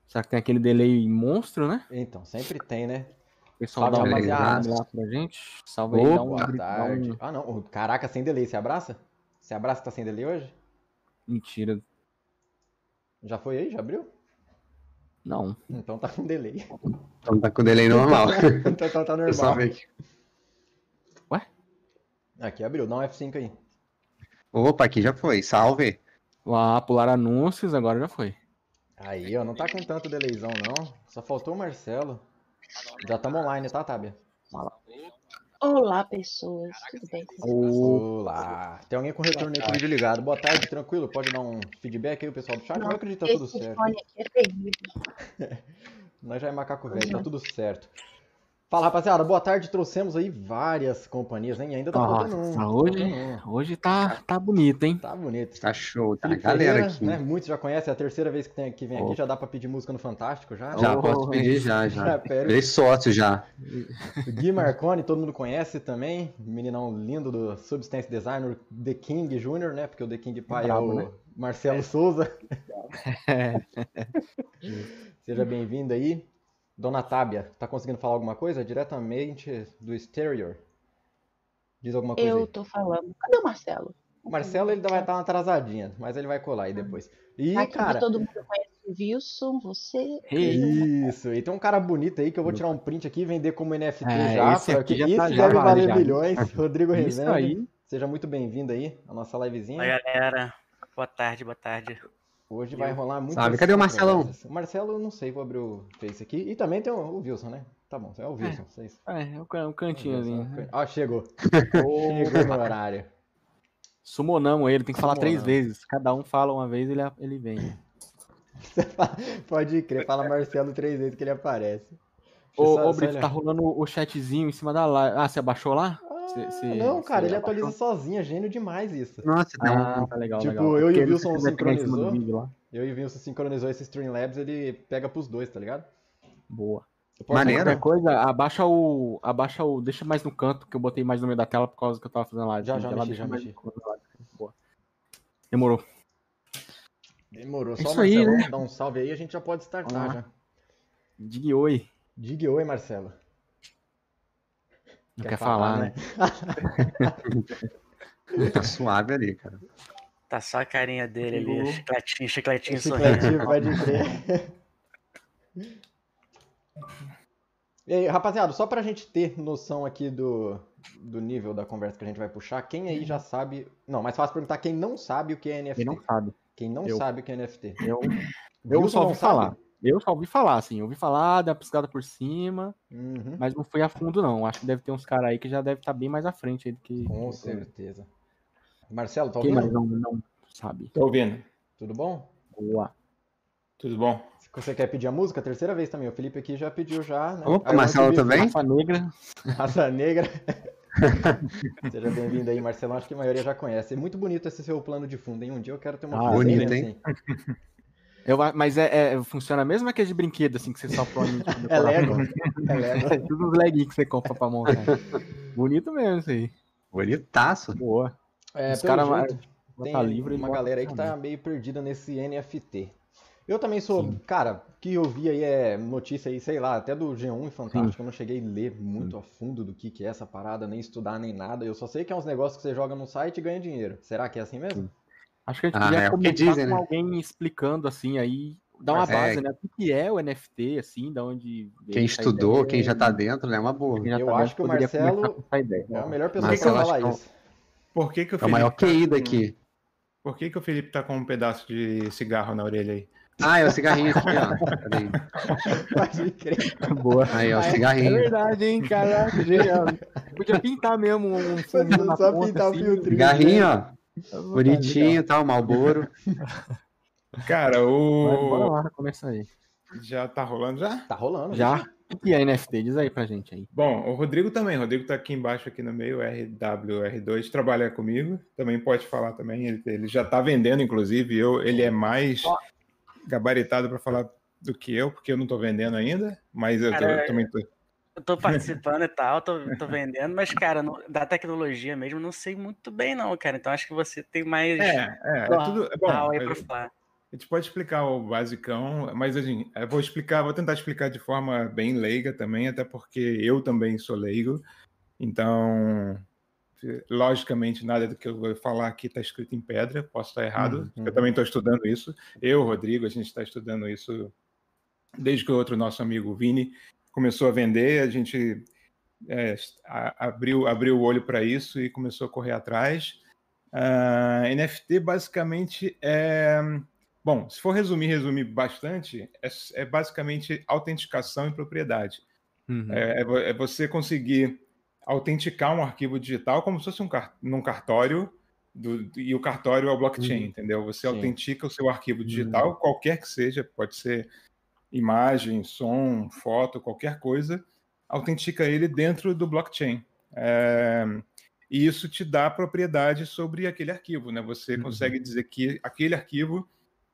Será que tem aquele delay monstro, né? Então, sempre tem, né? O pessoal Salve, dá um rapaziada. lá pra gente. Salve aí, dá um Boa grito, dá tarde. um... Ah, não. Caraca, sem delay. Você abraça? Você abraça que tá sem delay hoje? Mentira. Já foi aí? Já abriu? Não. Então tá com delay. Então tá com delay normal. Então tá Eu só normal. vi aqui. Ué? Aqui abriu. Dá um F5 aí. Opa, aqui já foi. Salve. Lá, pular anúncios, agora já foi. Aí, ó. Não tá com tanto delayzão, não. Só faltou o Marcelo. Já estamos online, tá, Tábia? Olá, pessoas. Tudo bem? Olá. Tem alguém com retorno aí com o vídeo ligado. Boa tarde, tranquilo? Pode dar um feedback aí, o pessoal do chat? Eu acredito que tá tudo Esse certo. fone aqui é terrível. Nós já é macaco velho, tá tudo certo. Fala, rapaziada, boa tarde. Trouxemos aí várias companhias, hein? E ainda tá faltando um. Nossa, hoje tá bonito, hein? Tá bonito. Tá show. Tá a Felipe galera Ferreira, aqui. né? Muitos já conhecem, é a terceira vez que vem aqui, já dá pra pedir música no Fantástico, já? Já posso pedir, já. Virei sócio já. O Gui Marconi, todo mundo conhece também, meninão lindo do Substance Designer, The King Jr., né? Porque o The King pai Bravo, é o né? Marcelo Souza. Seja bem-vindo aí. Dona Tábia, tá conseguindo falar alguma coisa? Diretamente do exterior. Diz alguma coisa Eu aí. tô falando. Cadê o Marcelo? O Marcelo, ele vai estar uma atrasadinha, mas ele vai colar aí depois. E, Aqui cara... todo mundo conhece o Wilson, você... Isso, e tem um cara bonito aí que eu vou tirar um print aqui e vender como NFT Esse porque aqui já esse tá- já deve vale valer já. milhões. Rodrigo Isso Rezende, aí. seja muito bem-vindo aí à nossa livezinha. Oi, galera. Boa tarde, boa tarde. Hoje vai rolar muito. Sabe, cadê o Marcelão? O Marcelo, eu não sei, vou abrir o Face aqui. E também tem o Wilson, né? Tá bom, é o Wilson. Vocês... É um cantinho ali. Ó, chegou. Chegou no horário. Sumonamos ele, tem que falar 3 Sumonamos. vezes. Cada um fala uma vez, ele vem. Pode crer, fala Marcelo 3 vezes que ele aparece. Ô, Brito, tá rolando o chatzinho em cima da live. Ah, você abaixou lá? Não, cara, ele abaixou? atualiza sozinho, é gênio demais isso. Nossa, tem Tá legal, Tipo, legal. eu e Porque o Wilson se quiser pegar em cima do sincronizou. vídeo lá. Eu e o Wilson sincronizou esse Streamlabs, ele pega pros dois, tá ligado? Boa. Eu posso Maneiro. mostrar? Qualquer coisa, abaixa o. Deixa mais no canto, que eu botei mais no meio da tela por causa que eu tava fazendo live. Já Ela mexi, deixa já mais mexi. no canto da live. Boa. Demorou. Demorou. Só Isso o Marcelo aí, né? dá um salve aí, a gente já pode startar Ah. já. Diga oi. Diga oi, Marcelo. Não quer falar, né? Tá suave ali, cara. Tá só a carinha dele ali, chicletinho Chicletinho, sorrindo. pode crer. E aí, rapaziada, só pra gente ter noção aqui do nível da conversa que a gente vai puxar, quem aí já sabe... Não, mais fácil perguntar quem não sabe o que é NFT. Quem não sabe. Quem não Eu. sabe o que é NFT. Eu Wilson só não ouvi sabe? falar. Eu só ouvi falar, assim. Ouvi falar, dei uma piscada por cima, Uhum, mas não fui a fundo, não. Acho que deve ter uns caras aí que já deve estar bem mais à frente aí do que. com certeza. Marcelo, tá Quem mais ouvindo? não sabe? Tô ouvindo. Tudo bom? Boa. Tudo bom? Se você quer pedir a música, terceira vez também. O Felipe aqui já pediu já, né? Opa, Aí o Marcelo Antibife- também? Raça Negra. Raça Negra. Seja bem-vindo aí, Marcelão. Acho que a maioria já conhece. É muito bonito esse seu plano de fundo, hein? Um dia eu quero ter uma Ah, coisa bonito, bem hein? assim. Mas funciona mesmo ou é que é de brinquedo, assim, que você só põe tipo, É Lego. decoração? É Lego. É tudo uns leguinhos que você compra pra montar. Bonito mesmo isso aí. Bonitaço. Boa. É, Os pelo caras jeito, tem tá livre, uma ele galera aí que tá meio perdida nesse NFT. Eu também sou, cara, o que eu vi aí é notícia aí, sei lá, até do G1 e Fantástico, eu não cheguei a ler muito a fundo do que é essa parada, nem estudar, nem nada. Eu só sei que é uns negócios que você joga no site e ganha dinheiro. Será que é assim mesmo? Acho que a gente Ah, podia é o que começar dizem, com né? alguém explicando, assim, aí, dar uma É. base, né? O que é o NFT, assim, da onde... Quem estudou, quem já tá dentro, né? É uma boa. Eu acho que o Marcelo ideia. É a melhor pessoa Marcelo, pra acho falar que é isso. Por que que o É o maior Felipe QI tá daqui. Por que que o Felipe tá com um pedaço de cigarro na orelha aí? Ah, é o cigarrinho aqui, ó. Cadê? Pode crer. Boa. Aí, ó, o É É cigarrinho. verdade, hein, caraca, genial. Podia pintar mesmo um fuminho na Só ponta, pintar o assim. filtrinho. Cigarrinho, ó. Legal. Bonitinho, tal, Marlboro. Cara, Bora o... lá, começa aí. Já tá rolando já? Tá rolando. Já? O que é NFT? Diz aí pra gente aí. Bom, o Rodrigo também. O Rodrigo tá aqui embaixo, aqui no meio, RWR2, trabalha comigo. Também pode falar também. Ele já tá vendendo, inclusive. Ele é mais gabaritado para falar do que eu, porque eu não tô vendendo ainda. Mas eu também tô... Eu tô participando e tal, tô vendendo, mas, cara, da tecnologia mesmo, não sei muito bem, não, cara. Então acho que você tem mais tudo... Bom, aí pra falar. A gente pode explicar o basicão, mas assim, eu vou tentar explicar de forma bem leiga também, até porque eu também sou leigo. Então, logicamente, nada do que eu vou falar aqui está escrito em pedra, posso estar errado. Eu também estou estudando isso. Eu, Rodrigo, a gente está estudando isso desde que o outro nosso amigo Vini começou a vender, a gente abriu o olho para isso e começou a correr atrás. NFT basicamente bom, se for resumir bastante, é basicamente autenticação e propriedade. É você conseguir autenticar um arquivo digital como se fosse num cartório, e o cartório é o blockchain, entendeu? Você autentica o seu arquivo digital, qualquer que seja, pode ser imagem, som, foto, qualquer coisa, autentica ele dentro do blockchain. E isso te dá propriedade sobre aquele arquivo, né? Você consegue dizer que aquele arquivo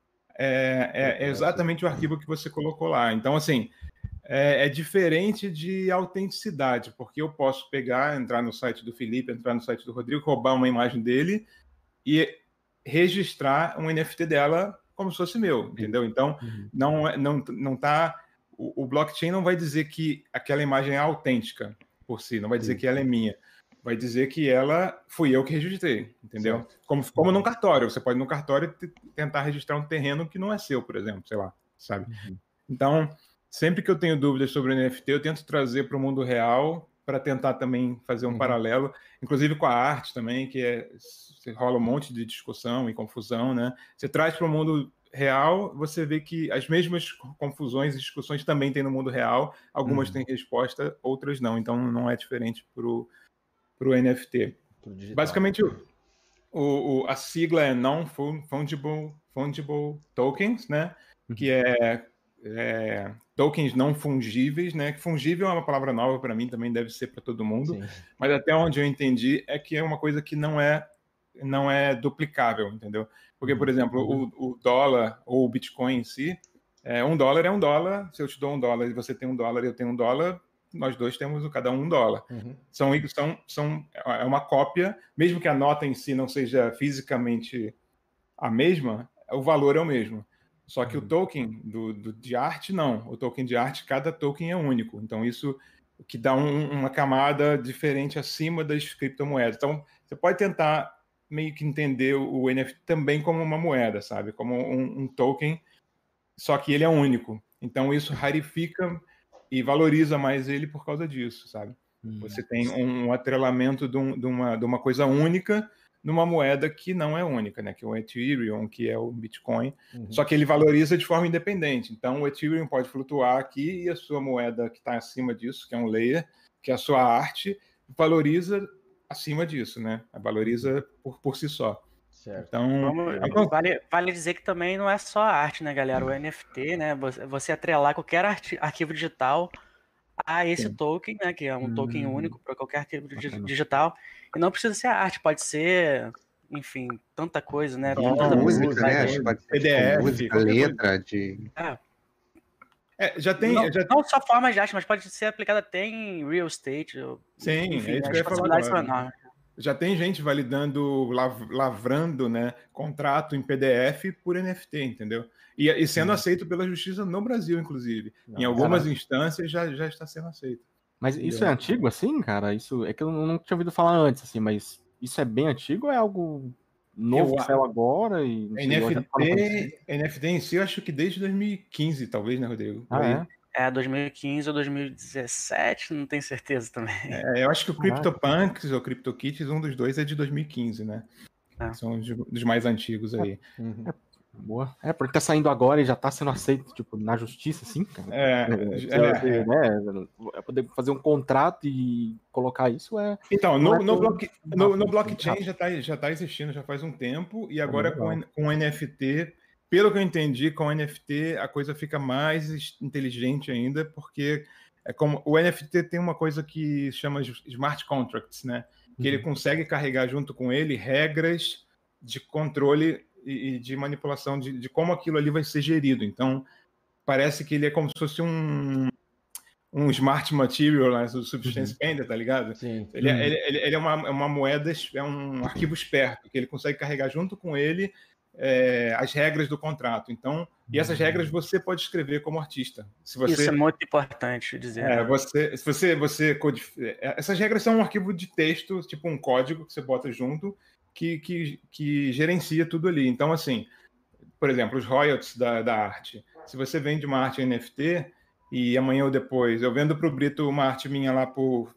é exatamente o arquivo que você colocou lá. Então, assim, é diferente de autenticidade, porque eu posso entrar no site do Felipe, entrar no site do Rodrigo, roubar uma imagem dele e registrar um NFT dela como se fosse meu, entendeu? Então, não tá... O blockchain não vai dizer que aquela imagem é autêntica por si, não vai dizer que ela é minha. Vai dizer que fui eu que registrei, entendeu? Como num cartório. Você pode, no cartório, tentar registrar um terreno que não é seu, por exemplo, sei lá, sabe? Então, sempre que eu tenho dúvidas sobre o NFT, eu tento trazer para o mundo real para tentar também fazer um paralelo, inclusive com a arte também, que rola um monte de discussão e confusão, né? Você traz para o mundo real, você vê que as mesmas confusões e discussões também tem no mundo real. Algumas têm resposta, outras não. Então, não é diferente para o NFT. Basicamente, a sigla é Non-Fungible Tokens, né? Que é tokens não fungíveis, né? Fungível é uma palavra nova para mim, também deve ser para todo mundo. Mas até onde eu entendi é que é uma coisa que não é duplicável, entendeu? Porque, por exemplo, o dólar ou o Bitcoin em si, $1 é $1. Se eu te dou $1 e você tem $1 e eu tenho $1, nós dois temos cada um $1. É uma cópia, mesmo que a nota em si não seja fisicamente a mesma, o valor é o mesmo. Só que o token de arte, não. O token de arte, cada token é único. Então, isso que dá uma camada diferente acima das criptomoedas. Então, você pode tentar meio que entender o NFT também como uma moeda, sabe? Como um token, só que ele é único. Então, isso rarifica e valoriza mais ele por causa disso, sabe? Você tem um atrelamento de uma coisa única numa moeda que não é única, né? Que é o Ethereum, que é o Bitcoin, só que ele valoriza de forma independente. Então, o Ethereum pode flutuar aqui e a sua moeda que está acima disso, que é um layer, que é a sua arte, valoriza acima disso, né? Valoriza por si só. Certo. Então, vale dizer que também não é só a arte, né, galera? O NFT, né? Você atrelar qualquer arquivo digital a esse token, né? Que é um token único para qualquer arquivo digital. E não precisa ser a arte, pode ser, enfim, tanta coisa, né? Música, né? Pode ser PDF, música, letra, já tem... Não só formas de arte, mas pode ser aplicada até em real estate. Sim, enfim, é isso que eu ia falar agora. Já tem gente validando, lavrando, né, contrato em PDF por NFT, entendeu? E sendo aceito pela justiça no Brasil, inclusive. Em algumas instâncias já está sendo aceito. Mas isso é antigo, assim, cara? Isso é que eu não tinha ouvido falar antes, assim, mas isso é bem antigo ou é algo novo que saiu agora? NFT em si, eu acho que desde 2015, talvez, né, Rodrigo? 2015 ou 2017, não tenho certeza também. Eu acho que o CryptoPunks ou CryptoKitties, um dos dois é de 2015, né? São dos mais antigos aí. Boa. Porque tá saindo agora e já tá sendo aceito, tipo, na justiça, assim, cara. Poder fazer um contrato e colocar isso Então, no blockchain já tá existindo já faz um tempo, e agora com o NFT, pelo que eu entendi, com o NFT a coisa fica mais inteligente ainda, porque como o NFT tem uma coisa que chama de smart contracts, né? Que ele consegue carregar junto com ele regras de controle e de manipulação de como aquilo ali vai ser gerido. Então, parece que ele é como se fosse um smart material, né, do Substance Painter, tá ligado? Sim. Ele é uma moeda, é um arquivo esperto, que ele consegue carregar junto com ele as regras do contrato. Então, e essas regras você pode escrever como artista. Isso é muito importante dizer. Essas regras são um arquivo de texto, tipo um código que você bota junto, que gerencia tudo ali. Então, assim, por exemplo, os royalties da arte. Se você vende uma arte NFT e amanhã ou depois eu vendo para o Brito uma arte minha lá por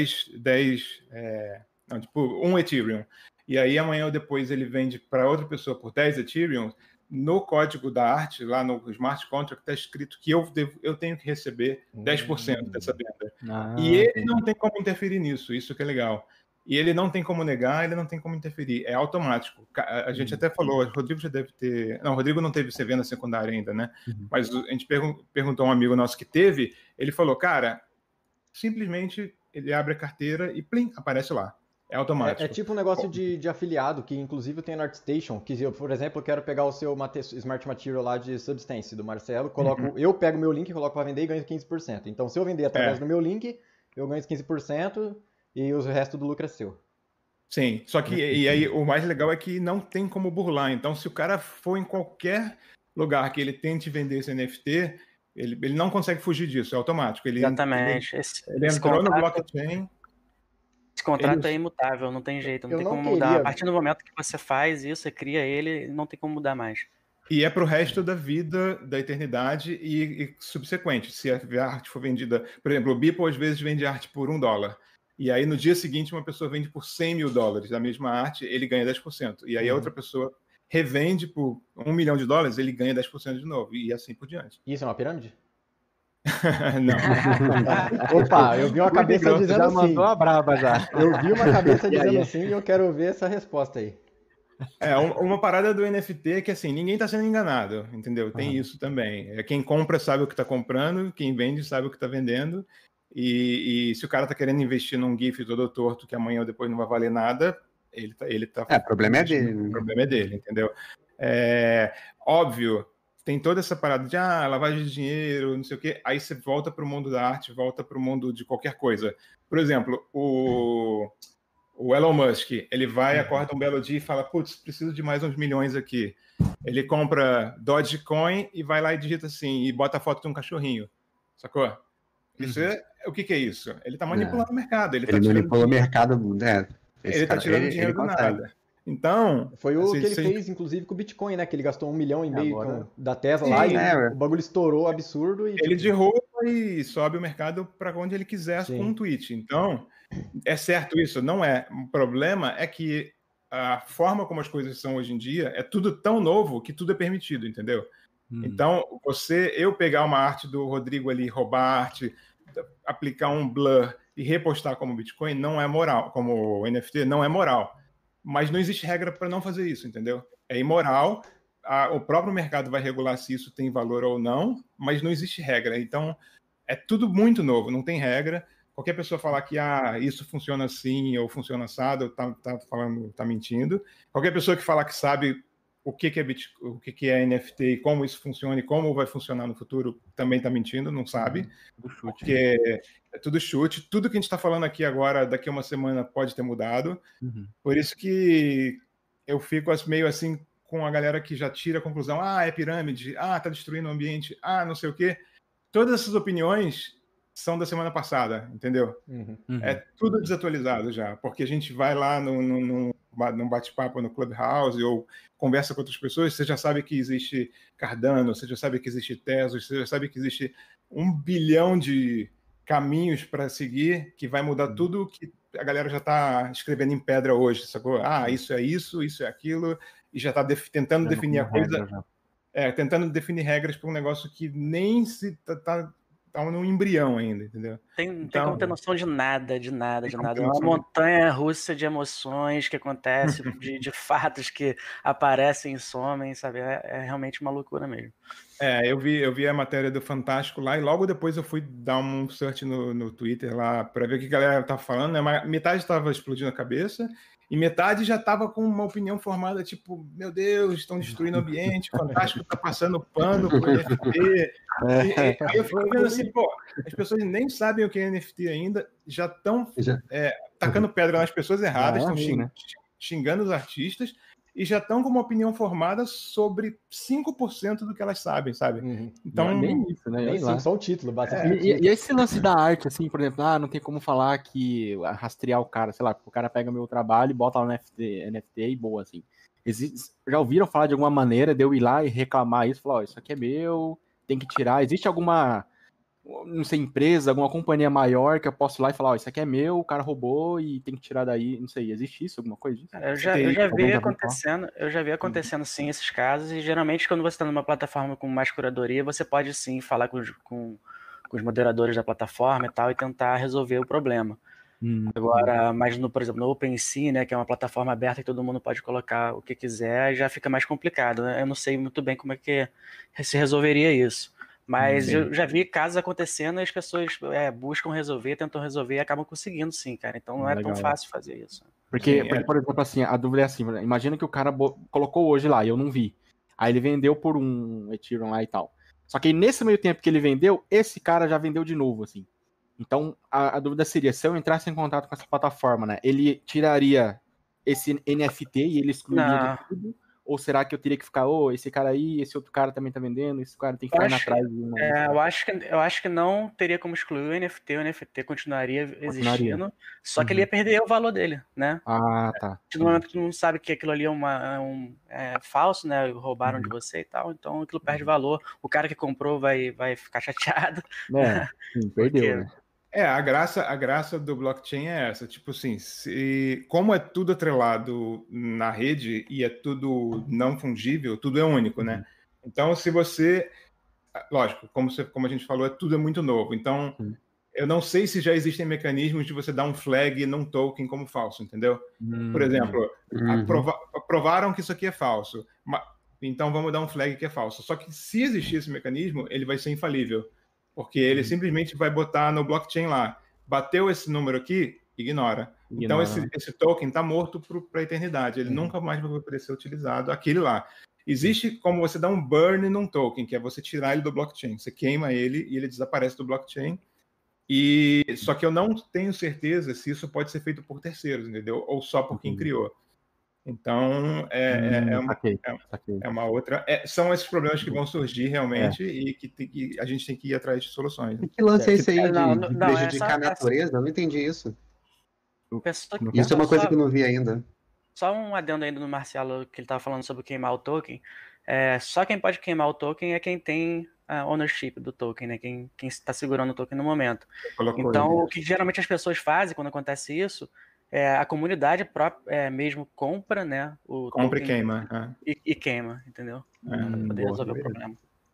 1 Ethereum, e aí amanhã ou depois ele vende para outra pessoa por 10 Ethereum, no código da arte, lá no smart contract, está escrito que eu tenho que receber 10% dessa venda. E ele não tem como interferir nisso, isso que é legal. E ele não tem como negar, ele não tem como interferir, é automático. A gente até falou, o Rodrigo já deve ter... Não, o Rodrigo não teve venda secundária ainda, né? Mas a gente perguntou a um amigo nosso que teve, ele falou, cara, simplesmente ele abre a carteira e plim, aparece lá. É automático. É tipo um negócio de afiliado, que inclusive tem no ArtStation, que eu, por exemplo, quero pegar o seu Smart Material lá de Substance, do Marcelo, eu pego o meu link, coloco para vender e ganho 15%. Então, se eu vender através do meu link, eu ganho 15% e o resto do lucro é seu. Sim, só que e aí o mais legal é que não tem como burlar. Então, se o cara for em qualquer lugar que ele tente vender esse NFT, ele não consegue fugir disso, é automático. Exatamente. Ele entrou no blockchain... Esse contrato é imutável, não tem jeito, não tem como mudar. A partir do momento que você faz isso, você cria ele, não tem como mudar mais. E é para o resto da vida, da eternidade e subsequente. Se a arte for vendida... Por exemplo, o Beeple às vezes vende arte por $1. E aí no dia seguinte uma pessoa vende por $100 mil da mesma arte, ele ganha 10%. E aí a outra pessoa revende por $1 milhão, ele ganha 10% de novo. E assim por diante. Isso é uma pirâmide? Não. Opa, eu vi uma cabeça dizendo já assim. Mandou a braba já. Eu vi uma cabeça dizendo assim e eu quero ver essa resposta aí. Uma parada do NFT é que assim, ninguém está sendo enganado, entendeu? Tem isso também. Quem compra sabe o que está comprando, quem vende sabe o que está vendendo. E se o cara está querendo investir num GIF todo torto que amanhã ou depois não vai valer nada, ele tá o problema é dele. O problema é dele, entendeu? Óbvio, tem toda essa parada de lavagem de dinheiro, não sei o quê, aí você volta para o mundo da arte, volta para o mundo de qualquer coisa. Por exemplo, o Elon Musk, ele acorda um belo dia e fala, putz, preciso de mais uns milhões aqui. Ele compra Dogecoin e vai lá e digita assim, e bota a foto de um cachorrinho, sacou? Isso o que é isso? Ele está manipulando o mercado. Ele manipula o mercado, ele está tirando dinheiro do nada. Então... Foi o que ele fez, inclusive, com o Bitcoin, né? Que ele gastou 1,5 milhão da Tesla lá e o bagulho estourou absurdo. E, ele derruba e sobe o mercado para onde ele quiser com um tweet. Então, é certo isso? Não é. O problema é que a forma como as coisas são hoje em dia é tudo tão novo que tudo é permitido, entendeu? Então, eu pegar uma arte do Rodrigo ali, roubar a arte, aplicar um blur e repostar como Bitcoin não é moral, como NFT não é moral. Mas não existe regra para não fazer isso, entendeu? É imoral, o próprio mercado vai regular se isso tem valor ou não, mas não existe regra. Então, é tudo muito novo, não tem regra. Qualquer pessoa falar que isso funciona assim ou funciona assado, tá mentindo. Qualquer pessoa que falar que sabe o que é NFT e como isso funciona e como vai funcionar no futuro também está mentindo, não sabe. Porque é tudo chute. Tudo que a gente está falando aqui agora, daqui a uma semana, pode ter mudado. Por isso que eu fico meio assim com a galera que já tira a conclusão, é pirâmide, tá destruindo o ambiente, não sei o quê. Todas essas opiniões são da semana passada, entendeu? É tudo desatualizado já, porque a gente vai lá num bate-papo no Clubhouse ou conversa com outras pessoas, você já sabe que existe Cardano, você já sabe que existe Tezos, você já sabe que existe 1 bilhão de caminhos para seguir que vai mudar tudo que a galera já está escrevendo em pedra hoje, sacou? Isso é isso, isso é aquilo, e já está tentando definir a coisa, tentando definir regras para um negócio que nem se tá num embrião ainda, entendeu? Tem como ter noção de nada. É uma montanha russa de emoções que acontece, de fatos que aparecem e somem, sabe? É realmente uma loucura mesmo. Eu vi a matéria do Fantástico lá e logo depois eu fui dar um search no Twitter lá para ver o que a galera estava falando, né? Mas metade estava explodindo a cabeça e metade já estava com uma opinião formada, tipo, meu Deus, estão destruindo o ambiente, o Fantástico está passando pano pro NFT. Aí eu fico vendo assim, as pessoas nem sabem o que é NFT ainda, já estão tacando pedra nas pessoas erradas, estão xingando os artistas e já estão com uma opinião formada sobre 5% do que elas sabem, sabe? Então, nem isso, né? Nem só o título, basicamente. E esse lance da arte, assim, por exemplo, não tem como falar que rastrear o cara, sei lá, o cara pega meu trabalho e bota lá no NFT e boa, assim. Já ouviram falar de alguma maneira de eu ir lá e reclamar isso, falar, isso aqui é meu, tem que tirar. Existe alguma, não sei, empresa, alguma companhia maior que eu posso ir lá e falar, isso aqui é meu, o cara roubou e tem que tirar daí, não sei, existe isso, alguma coisa disso? Eu já vi acontecendo sim esses casos, e geralmente quando você está numa plataforma com mais curadoria, você pode sim falar com os moderadores da plataforma e tal, e tentar resolver o problema. Agora, mas por exemplo, no OpenSea, né, que é uma plataforma aberta que todo mundo pode colocar o que quiser, já fica mais complicado, né? Eu não sei muito bem como é que se resolveria isso. Mas eu já vi casos acontecendo e as pessoas buscam resolver, tentam resolver e acabam conseguindo sim, cara. Então não é tão fácil fazer isso. Porque, por exemplo, assim, a dúvida é assim, imagina que o cara colocou hoje lá e eu não vi. Aí ele vendeu por um Ethereum lá e tal. Só que aí, nesse meio tempo que ele vendeu, esse cara já vendeu de novo, assim. Então, a dúvida seria, se eu entrasse em contato com essa plataforma, né, ele tiraria esse NFT e ele excluiria de tudo? Ou será que eu teria que ficar, esse cara aí, esse outro cara também tá vendendo, esse cara tem que ficar atrás de uma... eu acho que não teria como excluir o NFT continuaria existindo, só que ele ia perder o valor dele, né? Ah, tá. No momento que tu não sabe que aquilo ali é falso, né? Roubaram de você e tal, então aquilo perde valor. O cara que comprou vai ficar chateado. Perdeu, né? A graça do blockchain é essa, tipo assim, como é tudo atrelado na rede e é tudo não fungível, tudo é único, né? Então, se você... Lógico, como a gente falou, tudo é muito novo. Então, eu não sei se já existem mecanismos de você dar um flag num token como falso, entendeu? Por exemplo, provaram que isso aqui é falso, então vamos dar um flag que é falso. Só que se existir esse mecanismo, ele vai ser infalível. Porque ele simplesmente vai botar no blockchain lá, bateu esse número aqui, ignora. Então esse token está morto para a eternidade, ele nunca mais vai poder ser utilizado, aquele lá. Existe como você dar um burn num token, que é você tirar ele do blockchain, você queima ele e ele desaparece do blockchain. Só que eu não tenho certeza se isso pode ser feito por terceiros, entendeu? Ou só por quem criou. Então, é uma outra... são esses problemas que vão surgir realmente e que a gente tem que ir atrás de soluções. Né? Que lance é esse aí de prejudicar a natureza? Eu não entendi isso. Isso é uma coisa que eu não vi ainda. Só um adendo ainda no Marcelo, que ele estava falando sobre queimar o token. Só quem pode queimar o token é quem tem a ownership do token, né? Quem está segurando o token no momento. Então, o que geralmente as pessoas fazem quando acontece isso... a comunidade própria mesmo compra, né? Compra e queima. E queima, entendeu? Para poder resolver o problema.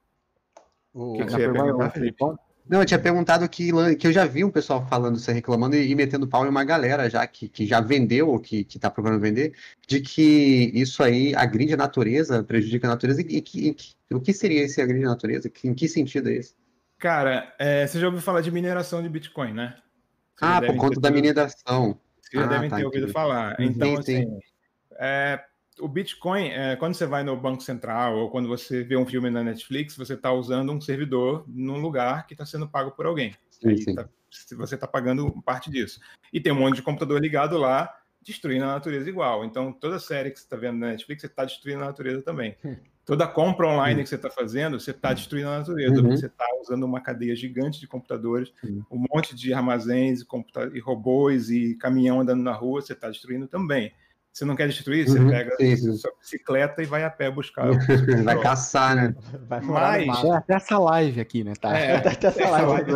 Não, eu tinha perguntado que eu já vi um pessoal falando, você reclamando e metendo pau em uma galera já que já vendeu ou que está procurando vender, de que isso aí agride a natureza, prejudica a natureza. O que seria esse agride a natureza? Em que sentido é esse? Cara, você já ouviu falar de mineração de Bitcoin, né? Por conta da mineração. Vocês já devem ter ouvido falar. Então, assim, o Bitcoin, quando você vai no Banco Central ou quando você vê um filme na Netflix, você está usando um servidor num lugar que está sendo pago por alguém. Você está pagando parte disso. E tem um monte de computador ligado lá, destruindo a natureza igual. Então, toda série que você está vendo na Netflix, você está destruindo a natureza também. Toda compra online que você está fazendo, você está destruindo a natureza. Você está usando uma cadeia gigante de computadores, um monte de armazéns e robôs e caminhão andando na rua, você está destruindo também. Você não quer destruir? Você pega sua bicicleta e vai a pé buscar. Vai caçar, né? Até essa live aqui, né? Até essa live.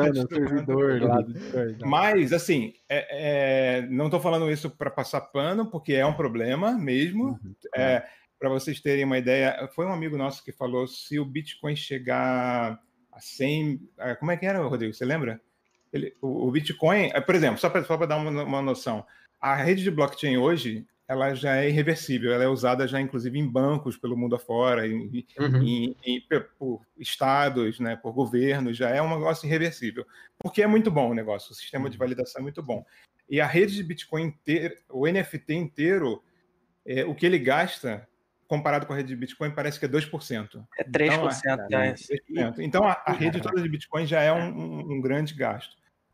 Mas, assim, não estou falando isso para passar pano, porque é um problema mesmo. Para vocês terem uma ideia, foi um amigo nosso que falou, se o Bitcoin chegar a 100... Como é que era, Rodrigo? Você lembra? O Bitcoin, por exemplo, só para dar uma noção, a rede de blockchain hoje, ela já é irreversível, ela é usada já, inclusive, em bancos pelo mundo afora, por estados, né, por governos, já é um negócio irreversível, porque é muito bom o negócio, o sistema de validação é muito bom. E a rede de Bitcoin inteira, o NFT inteiro, o que ele gasta... comparado com a rede de Bitcoin, parece que é 2%. É 3%. Então, a rede toda de Bitcoin já é um grande gasto.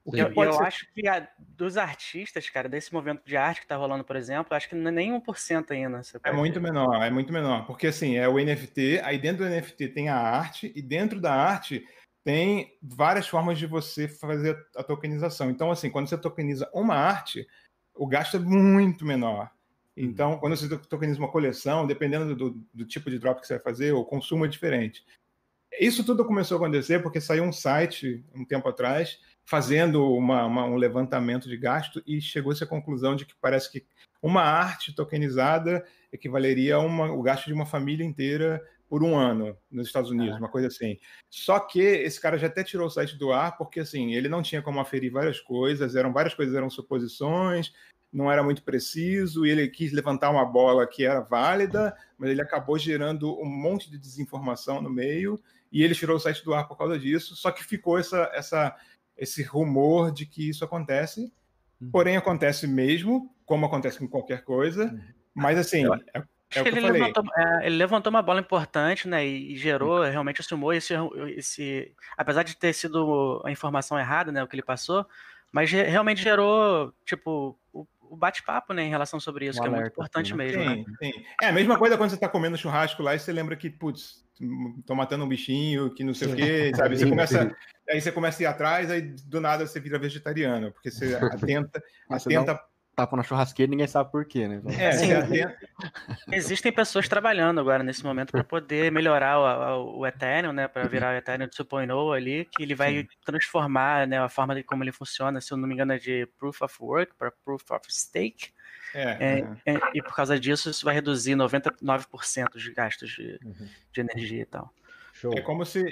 Eu acho que dos artistas, cara, desse movimento de arte que tá rolando, por exemplo, acho que não é nem 1% ainda. É muito menor. Porque assim, é o NFT, aí dentro do NFT tem a arte, e dentro da arte tem várias formas de você fazer a tokenização. Então, assim, quando você tokeniza uma arte, o gasto é muito menor. Então, quando você tokeniza uma coleção, dependendo do tipo de drop que você vai fazer, o consumo é diferente. Isso tudo começou a acontecer porque saiu um site, um tempo atrás, fazendo um levantamento de gasto e chegou-se à conclusão de que parece que uma arte tokenizada equivaleria a o gasto de uma família inteira por um ano nos Estados Unidos, uma coisa assim. Só que esse cara já até tirou o site do ar porque assim, ele não tinha como aferir várias coisas eram suposições, não era muito preciso, e ele quis levantar uma bola que era válida, mas ele acabou gerando um monte de desinformação no meio, e ele tirou o site do ar por causa disso, só que ficou esse rumor de que isso acontece, porém acontece mesmo, como acontece com qualquer coisa, mas assim, é o que eu falei. Ele levantou uma bola importante, né, e gerou realmente esse humor, apesar de ter sido a informação errada, né, o que ele passou, mas realmente gerou, tipo, o bate-papo, né, em relação sobre isso, que é muito importante mesmo, né? Sim. É a mesma coisa quando você tá comendo churrasco lá e você lembra que, putz, tô matando um bichinho, que não sei o quê, sabe? Aí você começa a ir atrás, aí do nada você vira vegetariano, porque você atenta tapa na churrasqueira e ninguém sabe por quê, né? Existem pessoas trabalhando agora nesse momento para poder melhorar o Ethereum, né? Para virar o Ethereum 2.0 ali, que ele vai transformar, né, a forma de como ele funciona, se eu não me engano, é de Proof of Work para Proof of Stake. E por causa disso, isso vai reduzir 99% dos gastos de energia e tal. É como se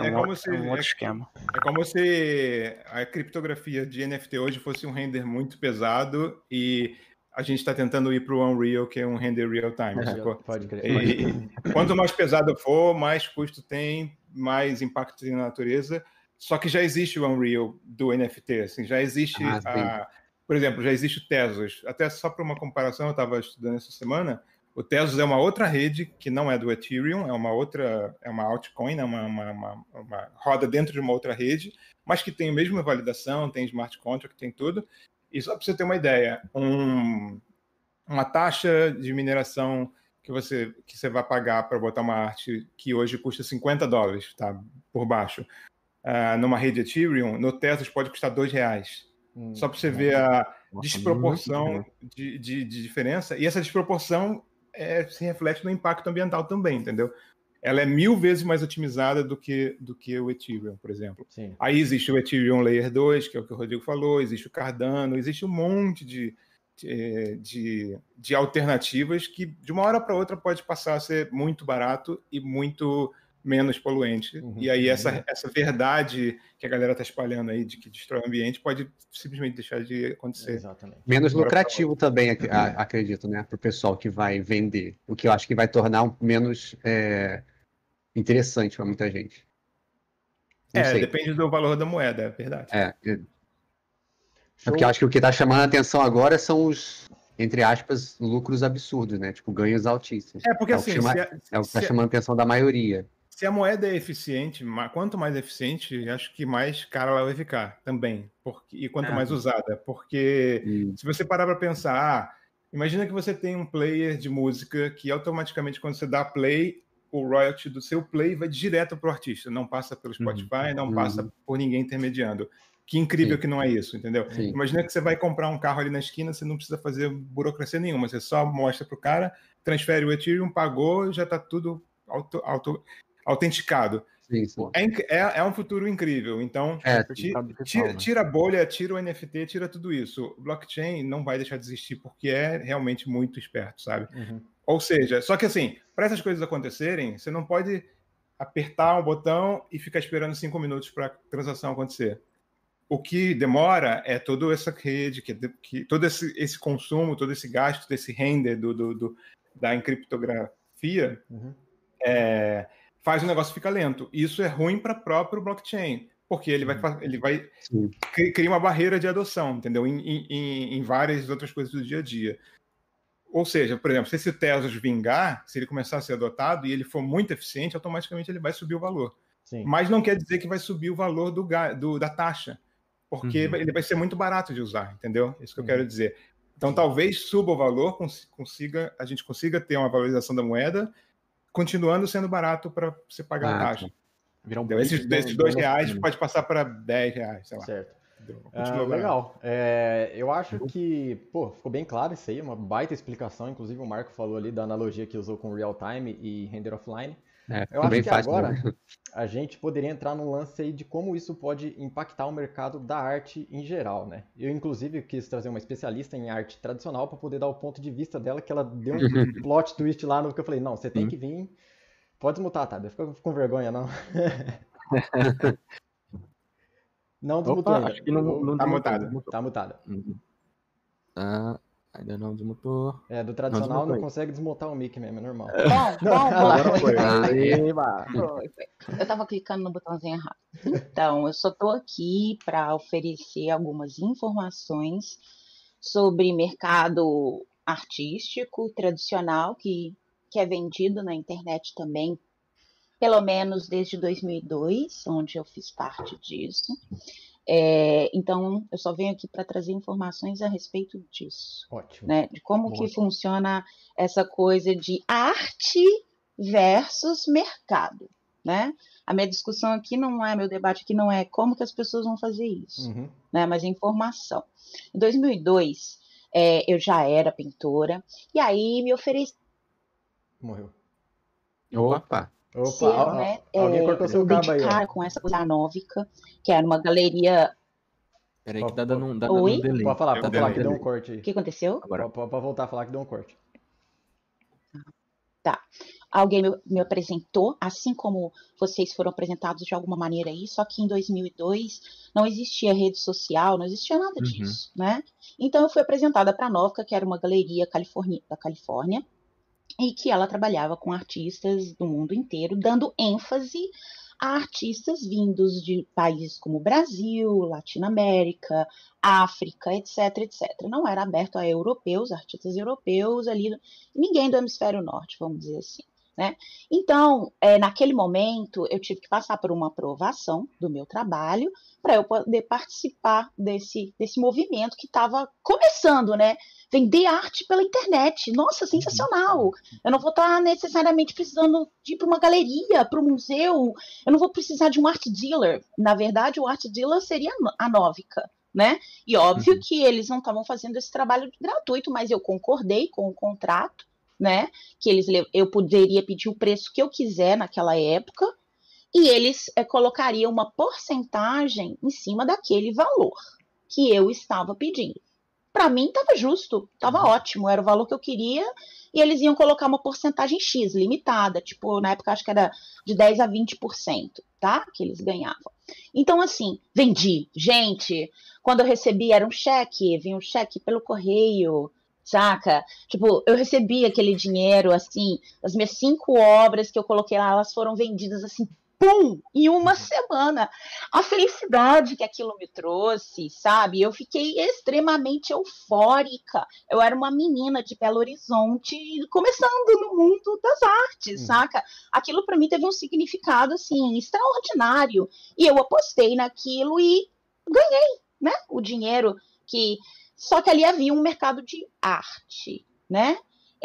a criptografia de NFT hoje fosse um render muito pesado e a gente está tentando ir para o Unreal, que é um render real-time. Pode crer. E quanto mais pesado for, mais custo tem, mais impacto tem na natureza. Só que já existe o Unreal do NFT, assim, já existe por exemplo, já existe o Tezos. Até só para uma comparação, eu estava estudando essa semana. O Tezos é uma outra rede que não é do Ethereum, é uma altcoin, é uma roda dentro de uma outra rede, mas que tem a mesma validação, tem smart contract, tem tudo. E só para você ter uma ideia, uma taxa de mineração que você vai pagar para botar uma arte que hoje custa $50, tá, por baixo, numa rede Ethereum, no Tezos pode custar R$2. Só para você ver a desproporção de diferença. E essa desproporção se reflete no impacto ambiental também, entendeu? Ela é 1000 vezes mais otimizada do que o Ethereum, por exemplo. Sim. Aí existe o Ethereum Layer 2, que é o que o Rodrigo falou, existe o Cardano, existe um monte de alternativas que, de uma hora para outra, pode passar a ser muito barato e muito menos poluente. E aí essa verdade que a galera está espalhando aí de que destrói o ambiente pode simplesmente deixar de acontecer. Exatamente. Menos lucrativo também, acredito, né? Para o pessoal que vai vender. O que eu acho que vai tornar menos interessante para muita gente. Depende do valor da moeda, é verdade. Porque eu acho que o que está chamando a atenção agora são os, entre aspas, lucros absurdos, né? Tipo, ganhos altíssimos. Porque assim... o que está chamando a atenção da maioria. Se a moeda é eficiente, quanto mais eficiente, acho que mais cara ela vai ficar também. E quanto mais usada. Porque se você parar para pensar, imagina que você tem um player de música que automaticamente, quando você dá play, o royalty do seu play vai direto para o artista. Não passa pelo Spotify, não passa por ninguém intermediando. Que incrível que não é isso, entendeu? Imagina que você vai comprar um carro ali na esquina, você não precisa fazer burocracia nenhuma. Você só mostra para o cara, transfere o Ethereum, pagou, já está tudo autenticado. É um futuro incrível. Então, tira a bolha, tira o NFT, tira tudo isso. O blockchain não vai deixar de existir porque é realmente muito esperto, sabe? Ou seja, só que assim, para essas coisas acontecerem, você não pode apertar um botão e ficar esperando 5 minutos para a transação acontecer. O que demora é toda essa rede, todo esse consumo, todo esse gasto, desse render da encriptografia, faz o negócio ficar lento. Isso é ruim para o próprio blockchain, porque ele vai criar uma barreira de adoção, entendeu? Em várias outras coisas do dia a dia. Ou seja, por exemplo, se esse Tezos vingar, se ele começar a ser adotado e ele for muito eficiente, automaticamente ele vai subir o valor. Mas não quer dizer que vai subir o valor da taxa, porque ele vai ser muito barato de usar, entendeu? Isso que eu quero dizer. Então, talvez suba o valor, a gente consiga ter uma valorização da moeda, continuando sendo barato para você pagar a taxa. Virar um Esses R$2 pode passar para R$10, sei lá. Certo. Continua legal. Eu acho que, ficou bem claro isso aí, uma baita explicação. Inclusive o Marco falou ali da analogia que usou com real time e render offline. Eu acho que fácil, agora a gente poderia entrar num lance aí de como isso pode impactar o mercado da arte em geral, né? Eu, inclusive, quis trazer uma especialista em arte tradicional para poder dar o ponto de vista dela, que ela deu um plot twist lá no que eu falei, não, você tem que vir. Pode desmutar, tá? Fica com vergonha, não. Não desmutou ainda. Acho que não tá mutado. Tá mutada. Ainda não desmutou. Do tradicional não consegue desmutar o mic mesmo, é normal. Bom. Foi. Eu tava clicando no botãozinho errado. Então, eu só tô aqui para oferecer algumas informações sobre mercado artístico tradicional que é vendido na internet também, pelo menos desde 2002, onde eu fiz parte disso. Então, eu só venho aqui para trazer informações a respeito disso. Ótimo. Né? De como que funciona essa coisa de arte versus mercado. Né? A minha discussão aqui meu debate aqui não é como que as pessoas vão fazer isso, né? Mas informação. Em 2002, eu já era pintora, e aí me ofereci... Morreu. Opa! Né? Alguém cortou seu cabo aí, ó. Com essa coisa nôvica, que era uma galeria... Peraí que tá dando um Oi? delay. Pode falar que deu um corte aí. O que aconteceu? Agora. Pode voltar a falar que deu um corte. Tá. Alguém me apresentou, assim como vocês foram apresentados de alguma maneira aí, só que em 2002 não existia rede social, não existia nada disso, né? Então eu fui apresentada para a Nôvica, que era uma galeria da Califórnia, e que ela trabalhava com artistas do mundo inteiro, dando ênfase a artistas vindos de países como Brasil, Latinoamérica, África, etc, etc. Não era aberto a europeus, artistas europeus ali, ninguém do hemisfério norte, vamos dizer assim. Né? Então, naquele momento, eu tive que passar por uma aprovação do meu trabalho para eu poder participar desse movimento que estava começando, né? Vender arte pela internet. Nossa, sensacional! Eu não vou estar necessariamente precisando de ir para uma galeria, para um museu, eu não vou precisar de um art dealer. Na verdade, o art dealer seria a Nôvica. Né? E óbvio que eles não estavam fazendo esse trabalho gratuito, mas eu concordei com o contrato, né? Que eu poderia pedir o preço que eu quiser naquela época e eles colocariam uma porcentagem em cima daquele valor que eu estava pedindo. Para mim estava justo, estava ótimo, era o valor que eu queria e eles iam colocar uma porcentagem X, limitada, tipo, na época acho que era de 10% a 20%, tá? Que eles ganhavam. Então, assim, vendi. Gente, quando eu recebi, era um cheque, vinha um cheque pelo correio, saca? Tipo, eu recebi aquele dinheiro, assim, as minhas 5 obras que eu coloquei lá, elas foram vendidas, assim, pum, em uma semana. A felicidade que aquilo me trouxe, sabe? Eu fiquei extremamente eufórica. Eu era uma menina de Belo Horizonte, começando no mundo das artes, saca? Aquilo para mim teve um significado, assim, extraordinário. E eu apostei naquilo e ganhei, né? O dinheiro que... Só que ali havia um mercado de arte, né?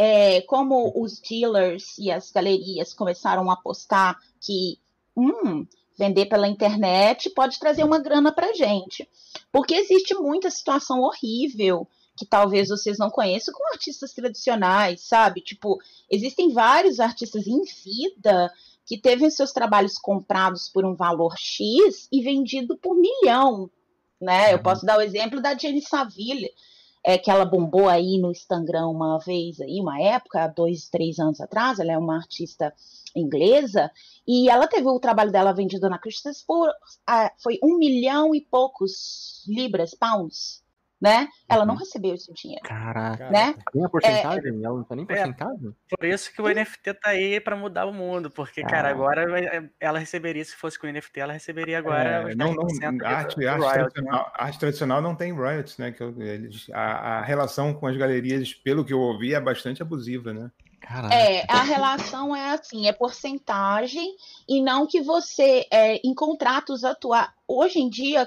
Como os dealers e as galerias começaram a apostar que vender pela internet pode trazer uma grana para a gente. Porque existe muita situação horrível que talvez vocês não conheçam com artistas tradicionais, sabe? Tipo, existem vários artistas em vida que teve seus trabalhos comprados por um valor X e vendido por 1 milhão, né? Eu posso dar o exemplo da Jenny Saville, que ela bombou aí no Instagram uma vez, aí, uma época, 2, 3 anos atrás. Ela é uma artista inglesa e ela teve o trabalho dela vendido na Christie's por foi 1 milhão e poucos libras, pounds, né? Ela não recebeu esse dinheiro. Caraca. Né? Tem a porcentagem? Ela não tá nem porcentagem? Por isso que o NFT tá aí pra mudar o mundo, porque, cara, agora ela receberia, se fosse com o NFT, ela receberia agora os 10% arte tradicional não tem royalties, né? A relação com as galerias, pelo que eu ouvi, é bastante abusiva, né? Caraca. A relação é assim, é porcentagem, e não que você, em contratos atuais, hoje em dia,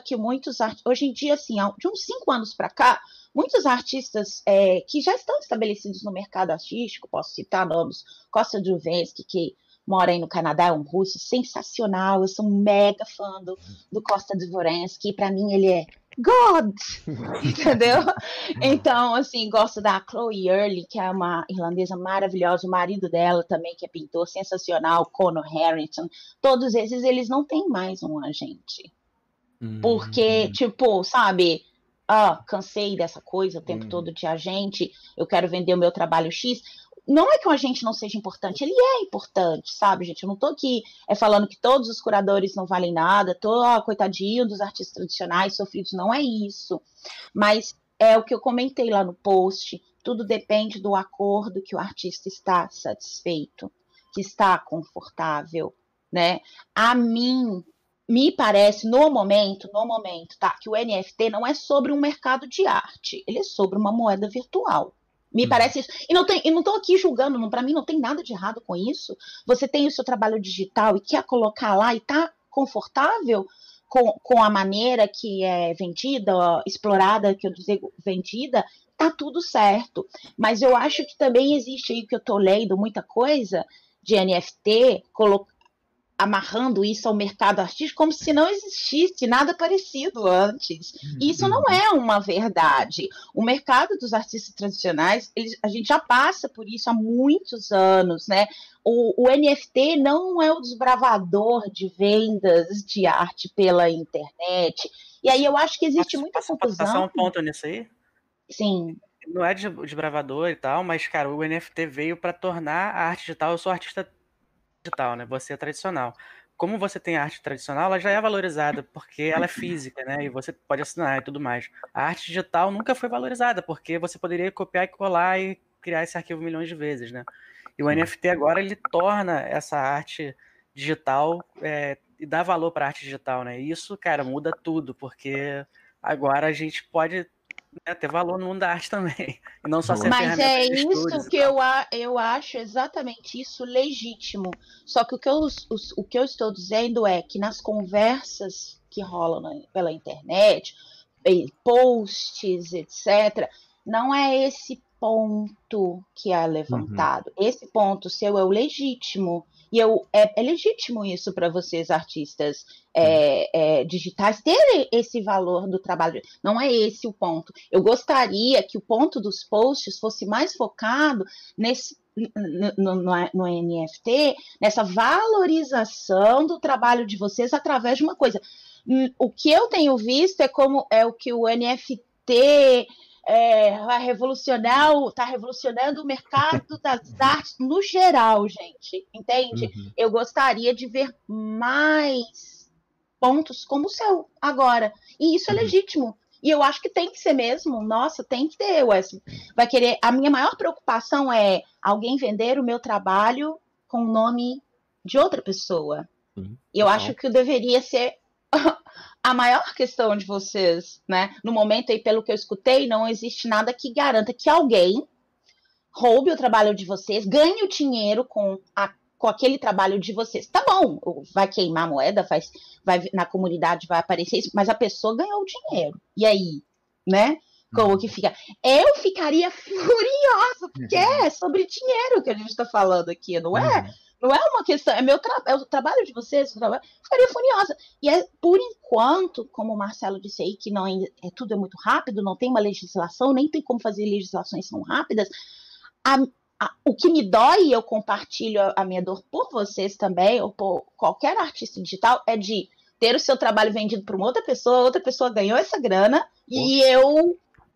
assim, de uns 5 anos para cá, muitos artistas que já estão estabelecidos no mercado artístico, posso citar nomes, Costa Juvensky, que mora aí no Canadá, é um russo sensacional, eu sou mega fã do Costa Dvorensky, para mim ele é God, entendeu? Então, assim, gosto da Chloe Early, que é uma irlandesa maravilhosa, o marido dela também, que é pintor sensacional, Conor Harrington, todos esses, eles não têm mais um agente. Porque, tipo, sabe, cansei dessa coisa o tempo todo de agente, eu quero vender o meu trabalho X. Não é que o agente não seja importante, ele é importante, sabe, gente? Eu não tô aqui falando que todos os curadores não valem nada, coitadinho dos artistas tradicionais sofridos, não é isso. Mas é o que eu comentei lá no post, tudo depende do acordo que o artista está satisfeito, que está confortável, né? A mim, me parece, no momento, tá, que o NFT não é sobre um mercado de arte, ele é sobre uma moeda virtual. Me parece isso. E não estou aqui julgando, para mim não tem nada de errado com isso. Você tem o seu trabalho digital e quer colocar lá e está confortável com a maneira que é vendida, explorada, que eu digo vendida, tá tudo certo. Mas eu acho que também existe aí, que eu estou lendo muita coisa de NFT, amarrando isso ao mercado artístico como se não existisse nada parecido antes. Isso não é uma verdade. O mercado dos artistas tradicionais, a gente já passa por isso há muitos anos, né? O NFT não é o desbravador de vendas de arte pela internet. E aí eu acho que existe muita confusão. Passar um ponto nisso aí? Sim. Não é desbravador e tal, mas, cara, o NFT veio para tornar a arte digital. Eu sou artista digital, né? Você é tradicional. Como você tem a arte tradicional, ela já é valorizada porque ela é física, né? E você pode assinar e tudo mais. A arte digital nunca foi valorizada porque você poderia copiar e colar e criar esse arquivo milhões de vezes, né? E o NFT agora ele torna essa arte digital e dá valor para a arte digital, né? E isso, cara, muda tudo porque agora a gente pode ter valor no mundo da arte também. E não só ser Mas é isso que eu acho exatamente isso legítimo. Só que o que eu estou dizendo é que nas conversas que rolam pela internet, posts, etc., não é esse ponto que é levantado. Esse ponto seu é o legítimo. E é legítimo isso para vocês, artistas digitais, terem esse valor do trabalho. Não é esse o ponto. Eu gostaria que o ponto dos posts fosse mais focado no NFT, nessa valorização do trabalho de vocês através de uma coisa. O que eu tenho visto é o que o NFT está revolucionando o mercado das artes no geral, gente, entende? Eu gostaria de ver mais pontos como o seu agora, e isso é legítimo, e eu acho que tem que ser mesmo, nossa, tem que ter, vai querer, a minha maior preocupação é alguém vender o meu trabalho com o nome de outra pessoa, e eu acho que deveria ser a maior questão de vocês, né? No momento aí, pelo que eu escutei, não existe nada que garanta que alguém roube o trabalho de vocês, ganhe o dinheiro com aquele trabalho de vocês. Tá bom, vai queimar a moeda, vai na comunidade vai aparecer isso, mas a pessoa ganhou o dinheiro. E aí, né? Como que fica? Eu ficaria furiosa, porque é sobre dinheiro que a gente está falando aqui, não é? Não é uma questão, é o trabalho de vocês, ficaria furiosa. E por enquanto, como o Marcelo disse aí, que não tudo é muito rápido, não tem uma legislação, nem tem como fazer legislações tão rápidas, o que me dói, e eu compartilho a minha dor por vocês também, ou por qualquer artista digital, é de ter o seu trabalho vendido para uma outra pessoa ganhou essa grana, e eu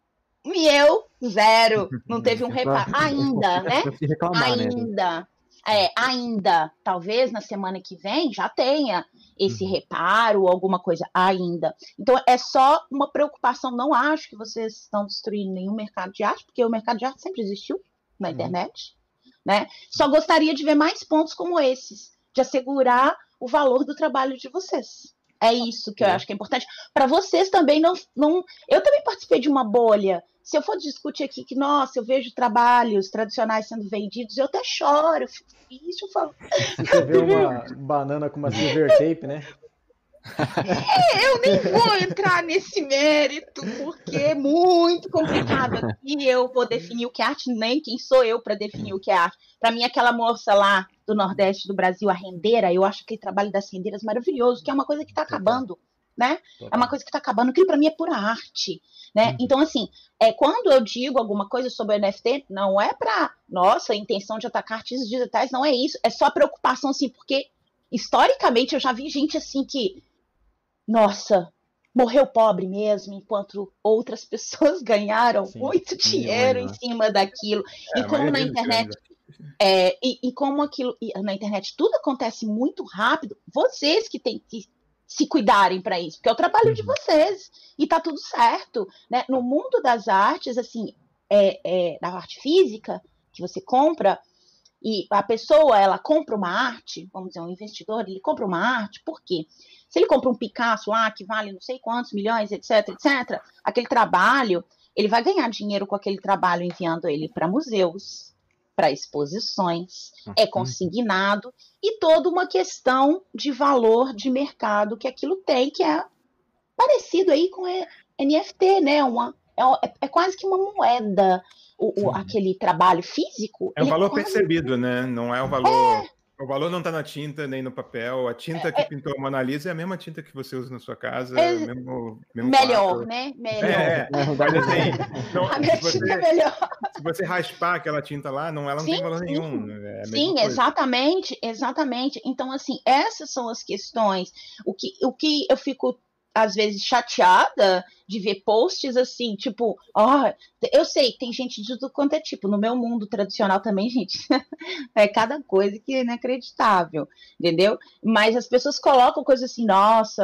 zero, não teve um reparo. Ainda, né? Ainda. Ainda, talvez na semana que vem já tenha esse reparo, alguma coisa ainda. Então é só uma preocupação, não acho que vocês estão destruindo nenhum mercado de arte, porque o mercado de arte sempre existiu na internet, né? Só gostaria de ver mais pontos como esses, de assegurar o valor do trabalho de vocês. É isso que eu acho que é importante. Para vocês também não. Eu também participei de uma bolha. Se eu for discutir aqui que, nossa, eu vejo trabalhos tradicionais sendo vendidos, eu até choro, eu fico triste, eu falo. Se você vê uma banana com uma silver tape, né? Eu nem vou entrar nesse mérito, porque é muito complicado aqui. Eu vou definir o que é arte, nem quem sou eu para definir o que é arte. Para mim, aquela moça lá do Nordeste do Brasil, a rendeira, eu acho aquele trabalho das rendeiras maravilhoso, que é uma coisa que está acabando, né? É uma coisa que está acabando, aquilo para mim é pura arte, né? Então, assim, quando eu digo alguma coisa sobre o NFT, não é para, nossa, a intenção de atacar artistas digitais, não é isso, é só preocupação, assim, porque historicamente eu já vi gente assim que, nossa, morreu pobre mesmo, enquanto outras pessoas ganharam muito dinheiro em cima daquilo. E como na internet... e como aquilo na internet tudo acontece muito rápido, vocês que têm que se cuidarem para isso, porque é o trabalho de vocês e tá tudo certo, né? No mundo das artes, assim, da arte física que você compra, e a pessoa, ela compra uma arte, vamos dizer, um investidor, ele compra uma arte, por quê? Se ele compra um Picasso lá, que vale não sei quantos milhões, etc, etc, aquele trabalho, ele vai ganhar dinheiro com aquele trabalho enviando ele para museus, para exposições, é consignado, e toda uma questão de valor de mercado que aquilo tem, que é parecido aí com NFT, né? É quase que uma moeda, aquele trabalho físico. É um valor percebido, né? Não é o valor... O valor não está na tinta nem no papel. A tinta que pintou a Mona Lisa é a mesma tinta que você usa na sua casa. Mesmo melhor, quadro. né? Melhor. Mas assim, então, se você raspar aquela tinta lá, ela não tem valor nenhum. Sim, exatamente. Então, assim, essas são as questões. O que eu fico, às vezes, chateada de ver posts assim, tipo, eu sei, tem gente de tudo quanto é tipo, no meu mundo tradicional também, gente, é cada coisa que é inacreditável, entendeu? Mas as pessoas colocam coisas assim, nossa,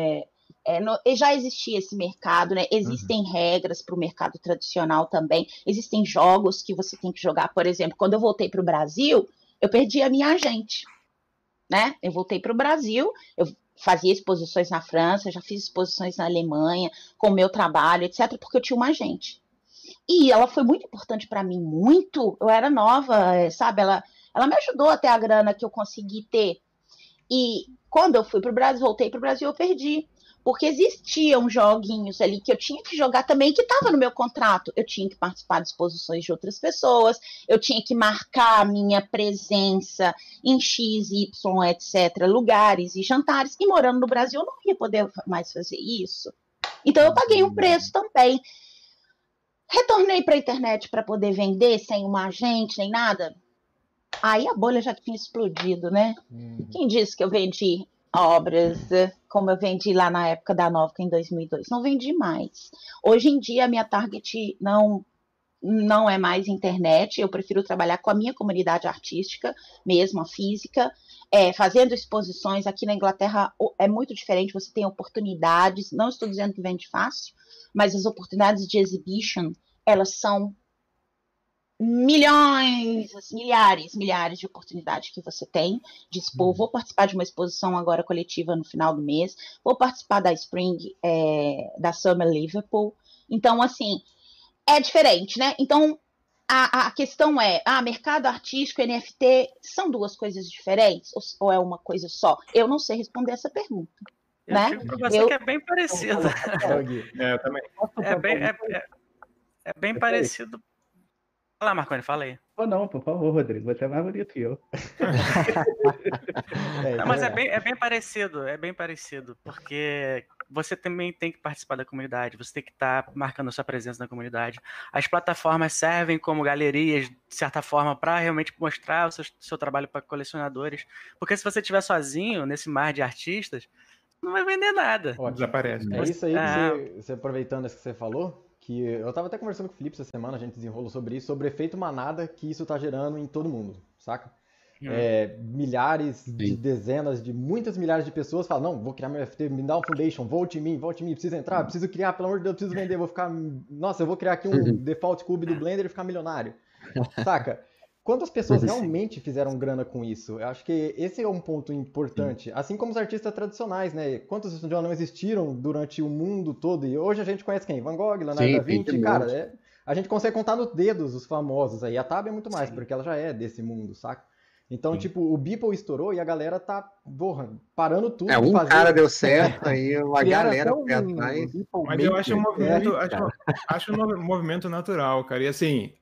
já existia esse mercado, né? Existem regras para o mercado tradicional também, existem jogos que você tem que jogar, por exemplo, quando eu voltei para o Brasil, eu perdi a minha agente, né? Eu voltei para o Brasil, eu fazia exposições na França, já fiz exposições na Alemanha, com o meu trabalho, etc., porque eu tinha uma agente. E ela foi muito importante para mim, muito. Eu era nova, sabe? Ela me ajudou até a grana que eu consegui ter. E quando eu fui para o Brasil, voltei para o Brasil, eu perdi. Porque existiam joguinhos ali que eu tinha que jogar também, que estava no meu contrato. Eu tinha que participar de exposições de outras pessoas, eu tinha que marcar a minha presença em X, Y, etc., lugares e jantares. E morando no Brasil, eu não ia poder mais fazer isso. Então, eu paguei um preço também. Retornei para a internet para poder vender sem uma agente, nem nada. Aí a bolha já tinha explodido, né? Quem disse que eu vendi obras como eu vendi lá na época da Novica em 2002? Não vendi mais. Hoje em dia, a minha target não é mais internet, eu prefiro trabalhar com a minha comunidade artística, mesmo a física, fazendo exposições. Aqui na Inglaterra é muito diferente, você tem oportunidades, não estou dizendo que vende fácil, mas as oportunidades de exhibition, elas são milhares de oportunidades que você tem de expor. Vou participar de uma exposição agora coletiva no final do mês, vou participar da Spring, da Summer Liverpool. Então, assim, é diferente, né? Então, a questão mercado artístico e NFT são duas coisas diferentes ou é uma coisa só? Eu não sei responder essa pergunta. Eu né? digo pra você que é bem parecido. Eu também. É bem parecido. Fala lá, Marconi, fala aí. Não, por favor, Rodrigo, você é mais bonito que eu. Não, mas é bem parecido, porque você também tem que participar da comunidade, você tem que estar marcando a sua presença na comunidade. As plataformas servem como galerias, de certa forma, para realmente mostrar o seu trabalho para colecionadores, porque se você estiver sozinho nesse mar de artistas, não vai vender nada. Ótimo. Desaparece. É isso aí que você aproveitando isso que você falou, que eu tava até conversando com o Felipe essa semana, a gente desenrolou sobre isso, sobre o efeito manada que isso tá gerando em todo mundo, saca? Milhares de dezenas de muitas milhares de pessoas falam, não, vou criar meu FT, me dá um foundation, volte em mim, preciso entrar, preciso criar, pelo amor de Deus, preciso vender, eu vou criar aqui um default cube do Blender e ficar milionário, saca? quantas pessoas realmente fizeram grana com isso? Eu acho que esse é um ponto importante. Assim como os artistas tradicionais, né? Quantos já não existiram durante o mundo todo? E hoje a gente conhece quem? Van Gogh, Leonardo da Vinci. Cara, a gente consegue contar nos dedos os famosos aí. A Tab é muito mais, porque ela já é desse mundo, saca? Então, tipo, o Beeple estourou e a galera tá, parando tudo. Cara deu certo, aí a galera foi atrás. Mas eu acho um movimento natural, cara. E assim,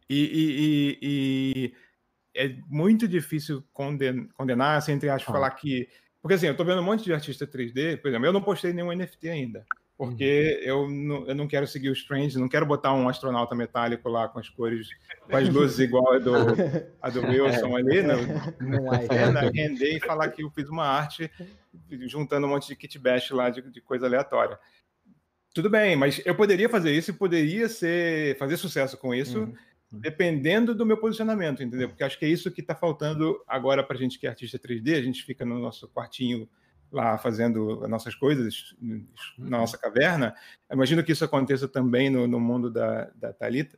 é muito difícil condenar, assim, entre aspas, falar que... Porque assim, eu tô vendo um monte de artista 3D, por exemplo, eu não postei nenhum NFT ainda, porque eu não quero seguir os trends, não quero botar um astronauta metálico lá com as cores, com as luzes igual a do Wilson ali, né? Render e falar que eu fiz uma arte juntando um monte de kit bash lá de coisa aleatória. Tudo bem, mas eu poderia fazer isso e poderia fazer sucesso com isso, dependendo do meu posicionamento, entendeu? Porque acho que é isso que está faltando agora para a gente que é artista 3D, a gente fica no nosso quartinho lá fazendo as nossas coisas, na nossa caverna. Eu imagino que isso aconteça também no mundo da Thalita.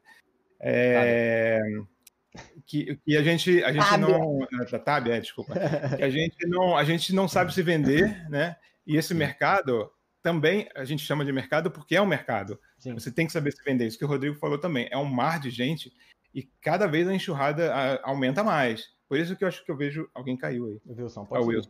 Que a gente não... Da Tabia, desculpa. Que a gente não sabe se vender, né? E esse mercado... Também a gente chama de mercado porque é um mercado. Sim. Você tem que saber se vender. Isso que o Rodrigo falou também. É um mar de gente e cada vez a enxurrada aumenta mais. Por isso que eu acho que eu vejo... Alguém caiu aí. Wilson, pode Wilson.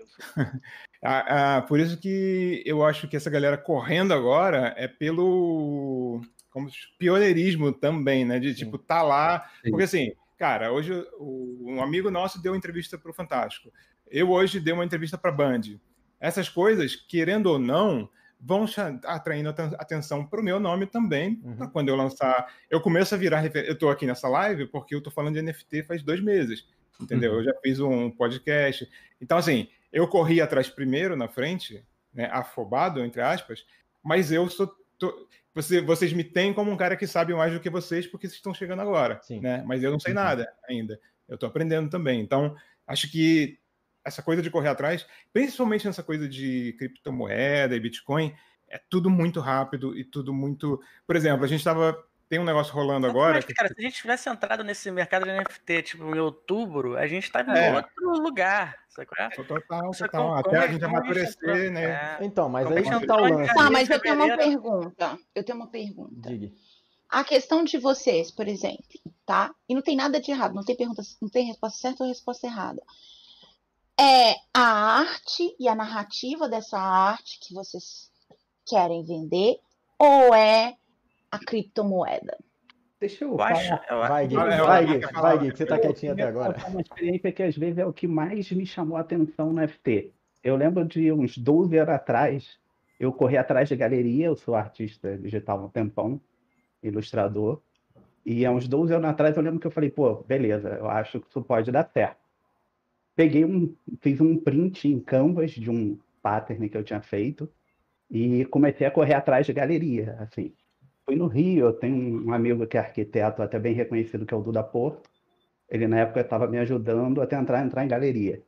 Por isso que eu acho que essa galera correndo agora é pelo pioneirismo também, né? De tipo, tá lá... Sim. Porque assim, cara, hoje um amigo nosso deu entrevista para o Fantástico. Eu hoje dei uma entrevista para a Band. Essas coisas, querendo ou não, vão atraindo atenção para o meu nome também. Pra quando eu lançar... Eu começo a virar referência. Eu estou aqui nessa live porque eu estou falando de NFT faz 2 meses. Entendeu? Eu já fiz um podcast. Então, assim, eu corri atrás primeiro, na frente, né, afobado, entre aspas, mas eu sou... Vocês me têm como um cara que sabe mais do que vocês porque vocês estão chegando agora. Né? Mas eu não sei nada ainda. Eu estou aprendendo também. Então, acho que essa coisa de correr atrás, principalmente nessa coisa de criptomoeda e Bitcoin, é tudo muito rápido e tudo muito... Por exemplo, a gente tem um negócio rolando agora... Mas, cara, se a gente tivesse entrado nesse mercado de NFT, tipo, em outubro, a gente tá em outro lugar, sabe qual é? Total. Até a gente amadurecer, né? Então, mas aí que tá o lance. Tá, mas eu tenho uma pergunta. Diga. A questão de vocês, por exemplo, tá? E não tem nada de errado, não tem resposta certa ou resposta errada. É a arte e a narrativa dessa arte que vocês querem vender ou é a criptomoeda? Deixa eu falar. Vai, Gui, que você tá quietinho até agora. Uma experiência que às vezes é o que mais me chamou a atenção no NFT. Eu lembro de uns 12 anos atrás, eu corri atrás de galeria, eu sou artista digital há um tempão, ilustrador, e há uns 12 anos atrás eu lembro que eu falei, pô, beleza, eu acho que isso pode dar certo. Fiz um print em Canvas de um pattern que eu tinha feito e comecei a correr atrás de galeria, assim. Fui no Rio, eu tenho um amigo que é arquiteto até bem reconhecido, que é o Duda Porto. Ele, na época, estava me ajudando até entrar em galeria.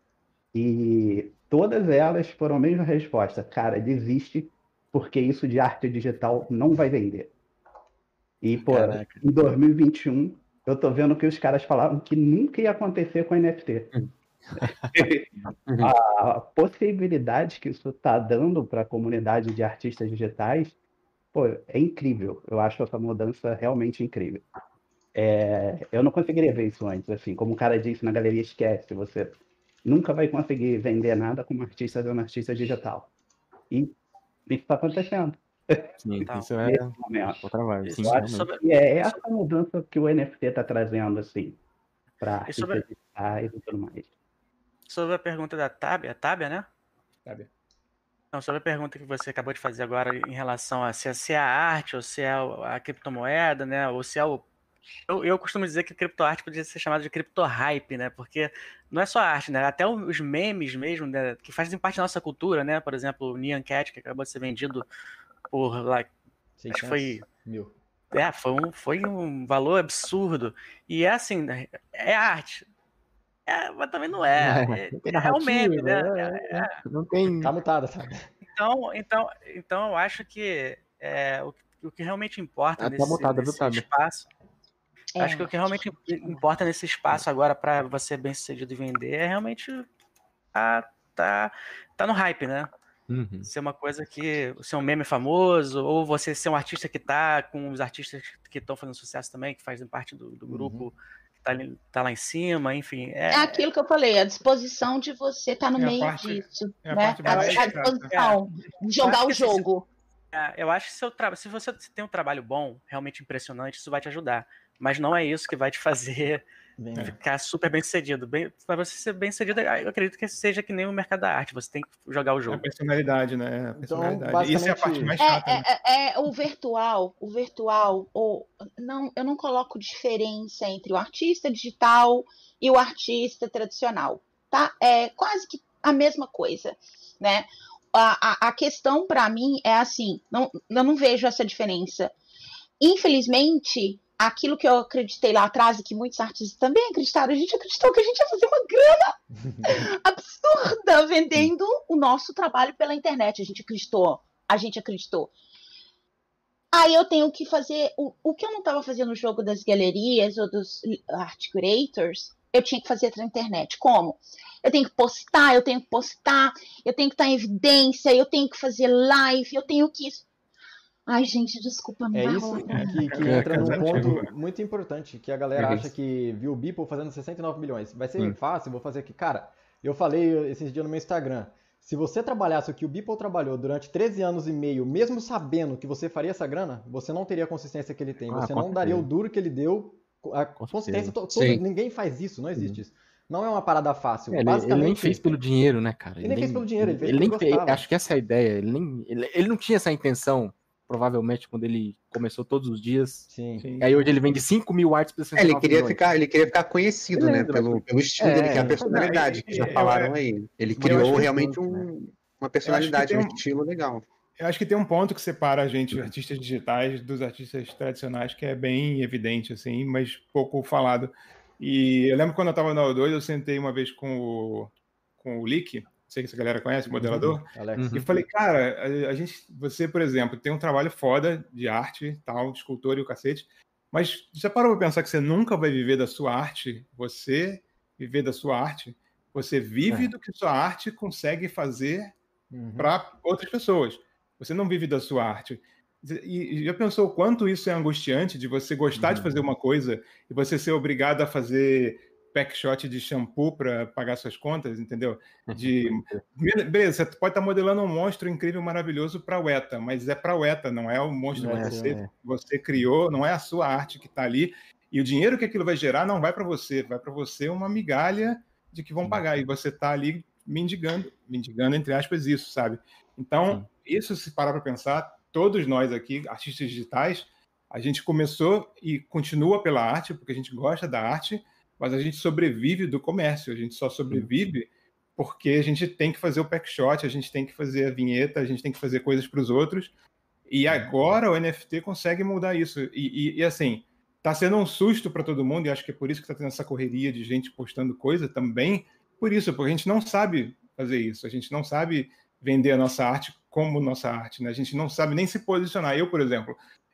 E todas elas foram a mesma resposta. Cara, desiste, porque isso de arte digital não vai vender. E, pô, em 2021, eu tô vendo que os caras falaram que nunca ia acontecer com NFT. A possibilidade que isso está dando para a comunidade de artistas digitais, pô, é incrível. Eu acho essa mudança realmente incrível. Eu não conseguiria ver isso antes, assim, como o cara disse na galeria, esquece, você nunca vai conseguir vender nada como artista sendo artista digital. E isso está acontecendo. Sim, isso é outra vibe. Eu acho que é essa mudança que o NFT está trazendo, assim, para artistas digitais e tudo mais. Sobre a pergunta da Tabia, né? Tabia. Não, sobre a pergunta que você acabou de fazer agora em relação a se é a arte ou se é a criptomoeda, né? Ou se é o... Eu costumo dizer que criptoarte poderia ser chamado de criptohype, né? Porque não é só arte, né? Até os memes mesmo, né? Que fazem parte da nossa cultura, né? Por exemplo, o Nyan Cat, que acabou de ser vendido por lá... Acho que foi... mil. Foi um valor absurdo. E é assim, é arte. Mas também não é. É um meme, né? Não tem. Tá mutada, sabe? Então eu acho que o que realmente importa nesse espaço. Acho que o que realmente importa nesse espaço agora para você ser bem sucedido e vender é realmente tá no hype, né? Ser uma coisa que... Ser um meme famoso, ou você ser um artista que tá com os artistas que estão fazendo sucesso também, que fazem parte do grupo que tá lá em cima, enfim. É aquilo que eu falei, a disposição de você estar no meio disso. Né? A disposição de jogar o jogo. Eu acho que se você tem um trabalho bom, realmente impressionante, isso vai te ajudar. Mas não é isso que vai te fazer ficar super bem sucedido. Para você ser bem sucedido, eu acredito que seja que nem o mercado da arte. Você tem que jogar o jogo. A personalidade, né? Então, basicamente... Isso é a parte mais chata. O virtual, não, eu não coloco diferença entre o artista digital e o artista tradicional, tá? É quase que a mesma coisa, né? A questão para mim é assim, eu não vejo essa diferença. Infelizmente, aquilo que eu acreditei lá atrás e que muitos artistas também acreditaram, a gente acreditou que a gente ia fazer uma grana absurda vendendo o nosso trabalho pela internet. A gente acreditou. Aí eu tenho que fazer o que eu não estava fazendo no jogo das galerias ou dos art curators, eu tinha que fazer na internet. Como? Eu tenho que postar, eu tenho que estar em evidência, eu tenho que fazer live, eu tenho que... Ai, gente, desculpa, não vai isso que entra num ponto muito importante, que a galera acha que viu o Beeple fazendo 69 milhões. Vai ser fácil, vou fazer aqui. Cara, eu falei esses dias no meu Instagram, se você trabalhasse o que o Beeple trabalhou durante 13 anos e meio, mesmo sabendo que você faria essa grana, você não teria a consistência que ele tem. Você não daria o duro que ele deu, a consistência toda. Ninguém faz isso, não existe isso. Não é uma parada fácil. Ele nem fez pelo dinheiro, né, cara? Ele nem fez pelo dinheiro, ele fez porque gostava. Acho que essa é a ideia. Ele não tinha essa intenção, provavelmente, quando ele começou todos os dias. Sim. E aí hoje ele vende 5 mil artes por 69 ele queria ficar conhecido, né? Pelo estilo dele, que é a personalidade, que já falaram aí. Ele criou realmente uma personalidade, um estilo legal. Eu acho que tem um ponto que separa a gente, artistas digitais, dos artistas tradicionais, que é bem evidente, assim, mas pouco falado. E eu lembro quando eu estava na O2, eu sentei uma vez com o Lick, não sei se a galera conhece, o modelador, e falei, cara, você, por exemplo, tem um trabalho foda de arte, tal, de escultor e o cacete, mas já parou para pensar que você nunca vai viver da sua arte? Você viver da sua arte? Você vive do que sua arte consegue fazer para outras pessoas. Você não vive da sua arte. E já pensou o quanto isso é angustiante de você gostar de fazer uma coisa e você ser obrigado a fazer packshot de shampoo para pagar suas contas, entendeu? Beleza, você pode estar modelando um monstro incrível, maravilhoso para a UETA, mas é para a UETA, não é o monstro que você criou, não é a sua arte que está ali. E o dinheiro que aquilo vai gerar não vai para você uma migalha de que vão pagar. E você está ali mendigando, entre aspas, isso, sabe? Então, isso, se parar para pensar, todos nós aqui, artistas digitais, a gente começou e continua pela arte, porque a gente gosta da arte, mas a gente sobrevive do comércio, a gente só sobrevive porque a gente tem que fazer o packshot, a gente tem que fazer a vinheta, a gente tem que fazer coisas para os outros, e agora o NFT consegue mudar isso. E assim, está sendo um susto para todo mundo, e acho que é por isso que está tendo essa correria de gente postando coisa também, porque a gente não sabe fazer isso, a gente não sabe vender a nossa arte como nossa arte, né? A gente não sabe nem se posicionar. Eu, por exemplo,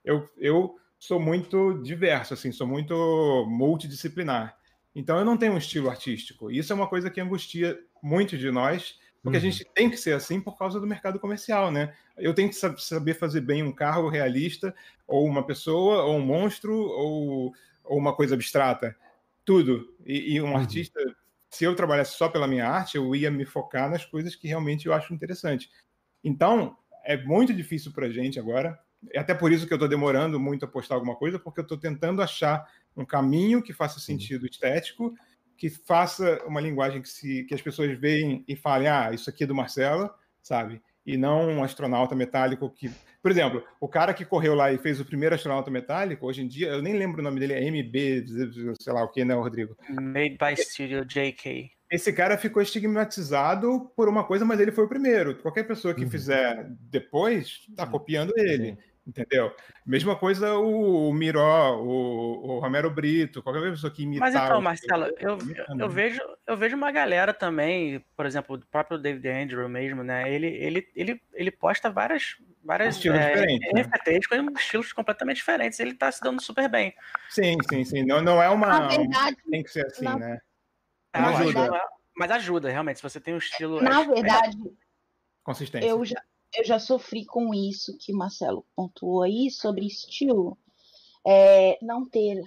eu sou muito diverso, assim, sou muito multidisciplinar. Então, eu não tenho um estilo artístico. Isso é uma coisa que angustia muito de nós, porque a gente tem que ser assim por causa do mercado comercial, né? Eu tenho que saber fazer bem um carro realista, ou uma pessoa, ou um monstro, ou uma coisa abstrata. Tudo. E um artista... Se eu trabalhasse só pela minha arte, eu ia me focar nas coisas que realmente eu acho interessante. Então, é muito difícil para a gente agora. É até por isso que eu estou demorando muito a postar alguma coisa, porque eu estou tentando achar um caminho que faça sentido estético, que faça uma linguagem que as pessoas veem e falem, isso aqui é do Marcelo, sabe? E não um astronauta metálico que... Por exemplo, o cara que correu lá e fez o primeiro astronauta metálico, hoje em dia, eu nem lembro o nome dele, é MB, sei lá o que, né, Rodrigo? Made by Studio JK. Esse cara ficou estigmatizado por uma coisa, mas ele foi o primeiro. Qualquer pessoa que fizer depois, tá copiando ele. Entendeu? Mesma coisa o Miró, o Romero Brito, qualquer pessoa que imitar... Mas então, Marcelo, eu vejo uma galera também, por exemplo, o próprio David Andrew mesmo, né? Ele posta várias estilos diferentes, né? NFTs com estilos completamente diferentes. Ele tá se dando super bem. Sim. Não é uma... Na verdade, tem que ser assim, né? Tá, Ajuda. Mas ajuda, realmente. Se você tem um estilo... na verdade, Consistência. eu já sofri com isso que o Marcelo pontuou aí sobre estilo. Não ter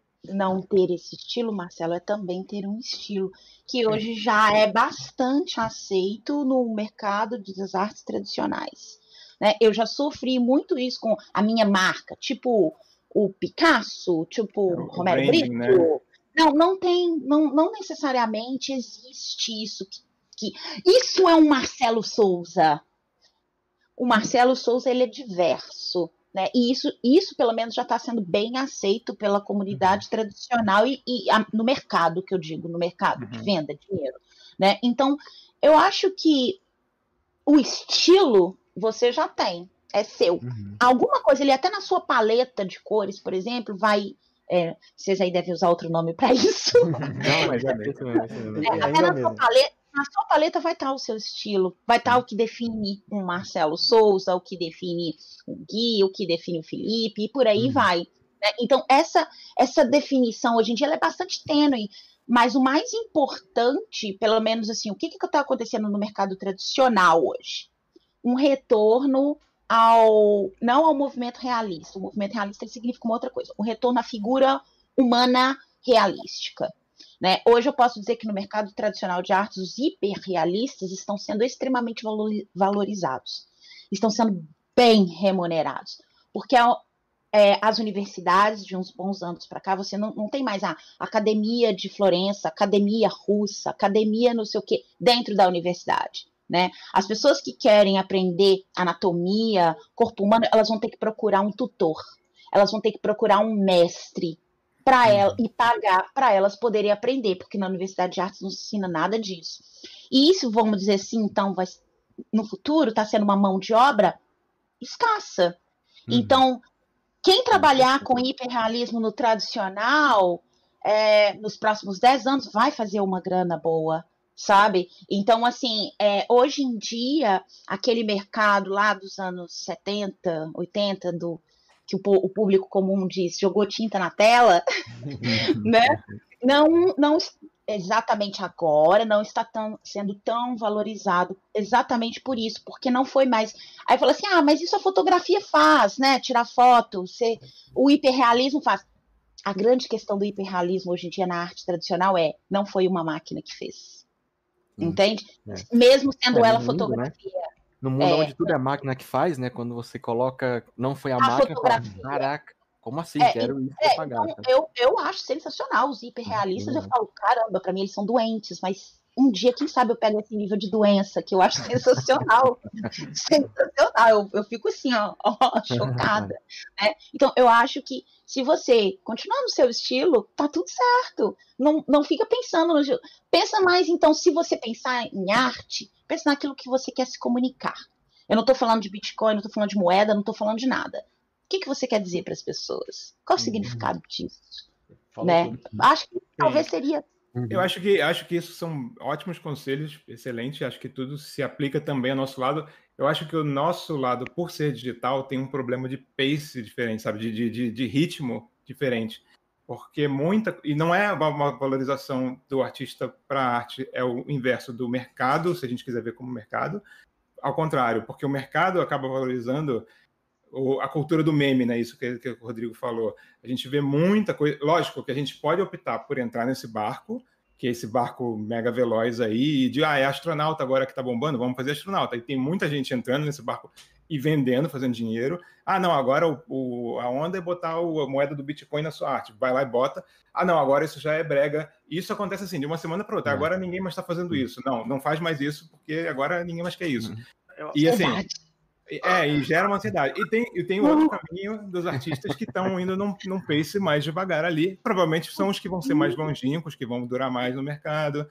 esse estilo, Marcelo, é também ter um estilo que hoje já é bastante aceito no mercado das artes tradicionais, né? Eu já sofri muito isso com a minha marca, tipo o Picasso, tipo o Romero branding, Brito. né? Não necessariamente existe isso. Isso é um Marcelo Souza. O Marcelo Souza, ele é diverso, né? E isso pelo menos já está sendo bem aceito pela comunidade tradicional no mercado, que eu digo, no mercado de venda de dinheiro, né? Então, eu acho que o estilo você já tem, é seu. Alguma coisa, ele até na sua paleta de cores, por exemplo, vai... vocês aí devem usar outro nome para isso. Não, mas é isso mesmo. Até na sua paleta vai estar o seu estilo, vai estar o que define um Marcelo Souza, o que define o Gui, o que define o Felipe, e por aí vai, né? Então, essa definição hoje em dia ela é bastante tênue, mas o mais importante, pelo menos assim, o que está acontecendo no mercado tradicional hoje? Um retorno não ao movimento realista. O movimento realista ele significa uma outra coisa, um retorno à figura humana realística. Né? Hoje eu posso dizer que no mercado tradicional de artes, os hiperrealistas estão sendo extremamente valorizados, estão sendo bem remunerados, porque as universidades, de uns bons anos para cá, você não tem mais a academia de Florença, academia russa, academia não sei o quê, dentro da universidade. Né? As pessoas que querem aprender anatomia, corpo humano, elas vão ter que procurar um tutor, elas vão ter que procurar um mestre, para ela e pagar para elas poderem aprender, porque na Universidade de Artes não se ensina nada disso. E isso, vamos dizer assim, então, no futuro está sendo uma mão de obra escassa. Então, quem trabalhar com hiperrealismo no tradicional, nos próximos 10 anos, vai fazer uma grana boa, sabe? Então, assim, hoje em dia, aquele mercado lá dos anos 70, 80, que o público comum diz, jogou tinta na tela, né? Não exatamente agora, não está sendo tão valorizado exatamente por isso, porque não foi mais... Aí fala assim, mas isso a fotografia faz, né? Tirar foto, o hiperrealismo faz. A grande questão do hiperrealismo hoje em dia na arte tradicional não foi uma máquina que fez. Entende? Mesmo sendo ela fotografia. Né? No mundo onde tudo é a máquina que faz, né? Quando você coloca, não foi a máquina, fala, caraca, como assim? Quero isso pra pagar. Então, eu acho sensacional os hiperrealistas. Eu falo, caramba, pra mim eles são doentes, mas um dia, quem sabe, eu pego esse nível de doença que eu acho sensacional. Sensacional. Eu fico assim, chocada. Né? Então, eu acho que se você continuar no seu estilo, tá tudo certo. Não fica pensando no... Pensa mais, então, se você pensar em arte, pensa naquilo que você quer se comunicar. Eu não estou falando de Bitcoin, não estou falando de moeda, não estou falando de nada. O que você quer dizer para as pessoas? Qual o significado disso? Né? Acho que talvez seria... Eu acho que isso são ótimos conselhos, excelente. Acho que tudo se aplica também ao nosso lado. Eu acho que o nosso lado, por ser digital, tem um problema de pace diferente, sabe? De ritmo diferente. Porque e não é uma valorização do artista para a arte, é o inverso do mercado, se a gente quiser ver como mercado. Ao contrário, porque o mercado acaba valorizando a cultura do meme, né? Isso que o Rodrigo falou. A gente vê muita coisa. Lógico que a gente pode optar por entrar nesse barco, que é esse barco mega veloz aí, e é astronauta agora que tá bombando, vamos fazer astronauta. E tem muita gente entrando nesse barco e vendendo, fazendo dinheiro. Não, agora a onda é botar a moeda do Bitcoin na sua arte. Vai lá e bota. Não, agora isso já é brega. E isso acontece assim, de uma semana para outra. Agora ninguém mais está fazendo isso. Não faz mais isso, porque agora ninguém mais quer isso. E assim... e gera uma ansiedade. E tem o outro caminho dos artistas que estão indo num pace mais devagar ali. Provavelmente são os que vão ser mais longínquos, que vão durar mais no mercado.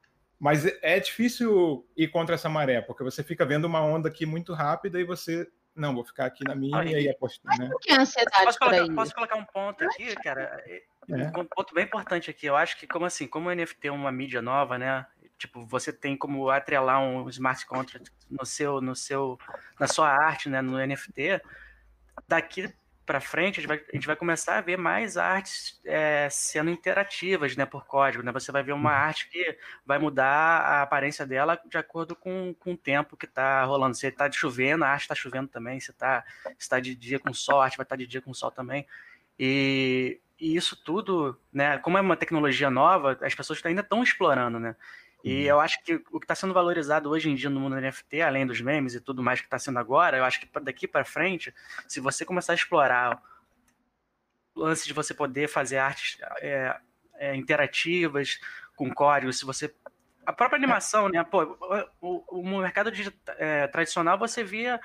Mas é difícil ir contra essa maré, porque você fica vendo uma onda aqui muito rápida e você não, vou ficar aqui na minha e apostar, né? Por que a ansiedade por aí? Posso colocar um ponto aqui, cara? Um ponto bem importante aqui. Eu acho que, como o NFT é uma mídia nova, né? Tipo, você tem como atrelar um smart contract na sua arte, né? No NFT. Daqui para frente, a gente vai começar a ver mais artes sendo interativas, né? Por código, né? Você vai ver uma arte que vai mudar a aparência dela de acordo com o tempo que tá rolando. Se tá chovendo, a arte tá chovendo também. Se tá de dia com sol, a arte vai estar de dia com sol também. E isso tudo, né, como é uma tecnologia nova, as pessoas ainda estão explorando, né? E eu acho que o que está sendo valorizado hoje em dia no mundo NFT, além dos memes e tudo mais que está sendo agora, eu acho que daqui para frente, se você começar a explorar o lance de você poder fazer artes interativas com código, se você... A própria animação, né? Pô, o mercado tradicional você via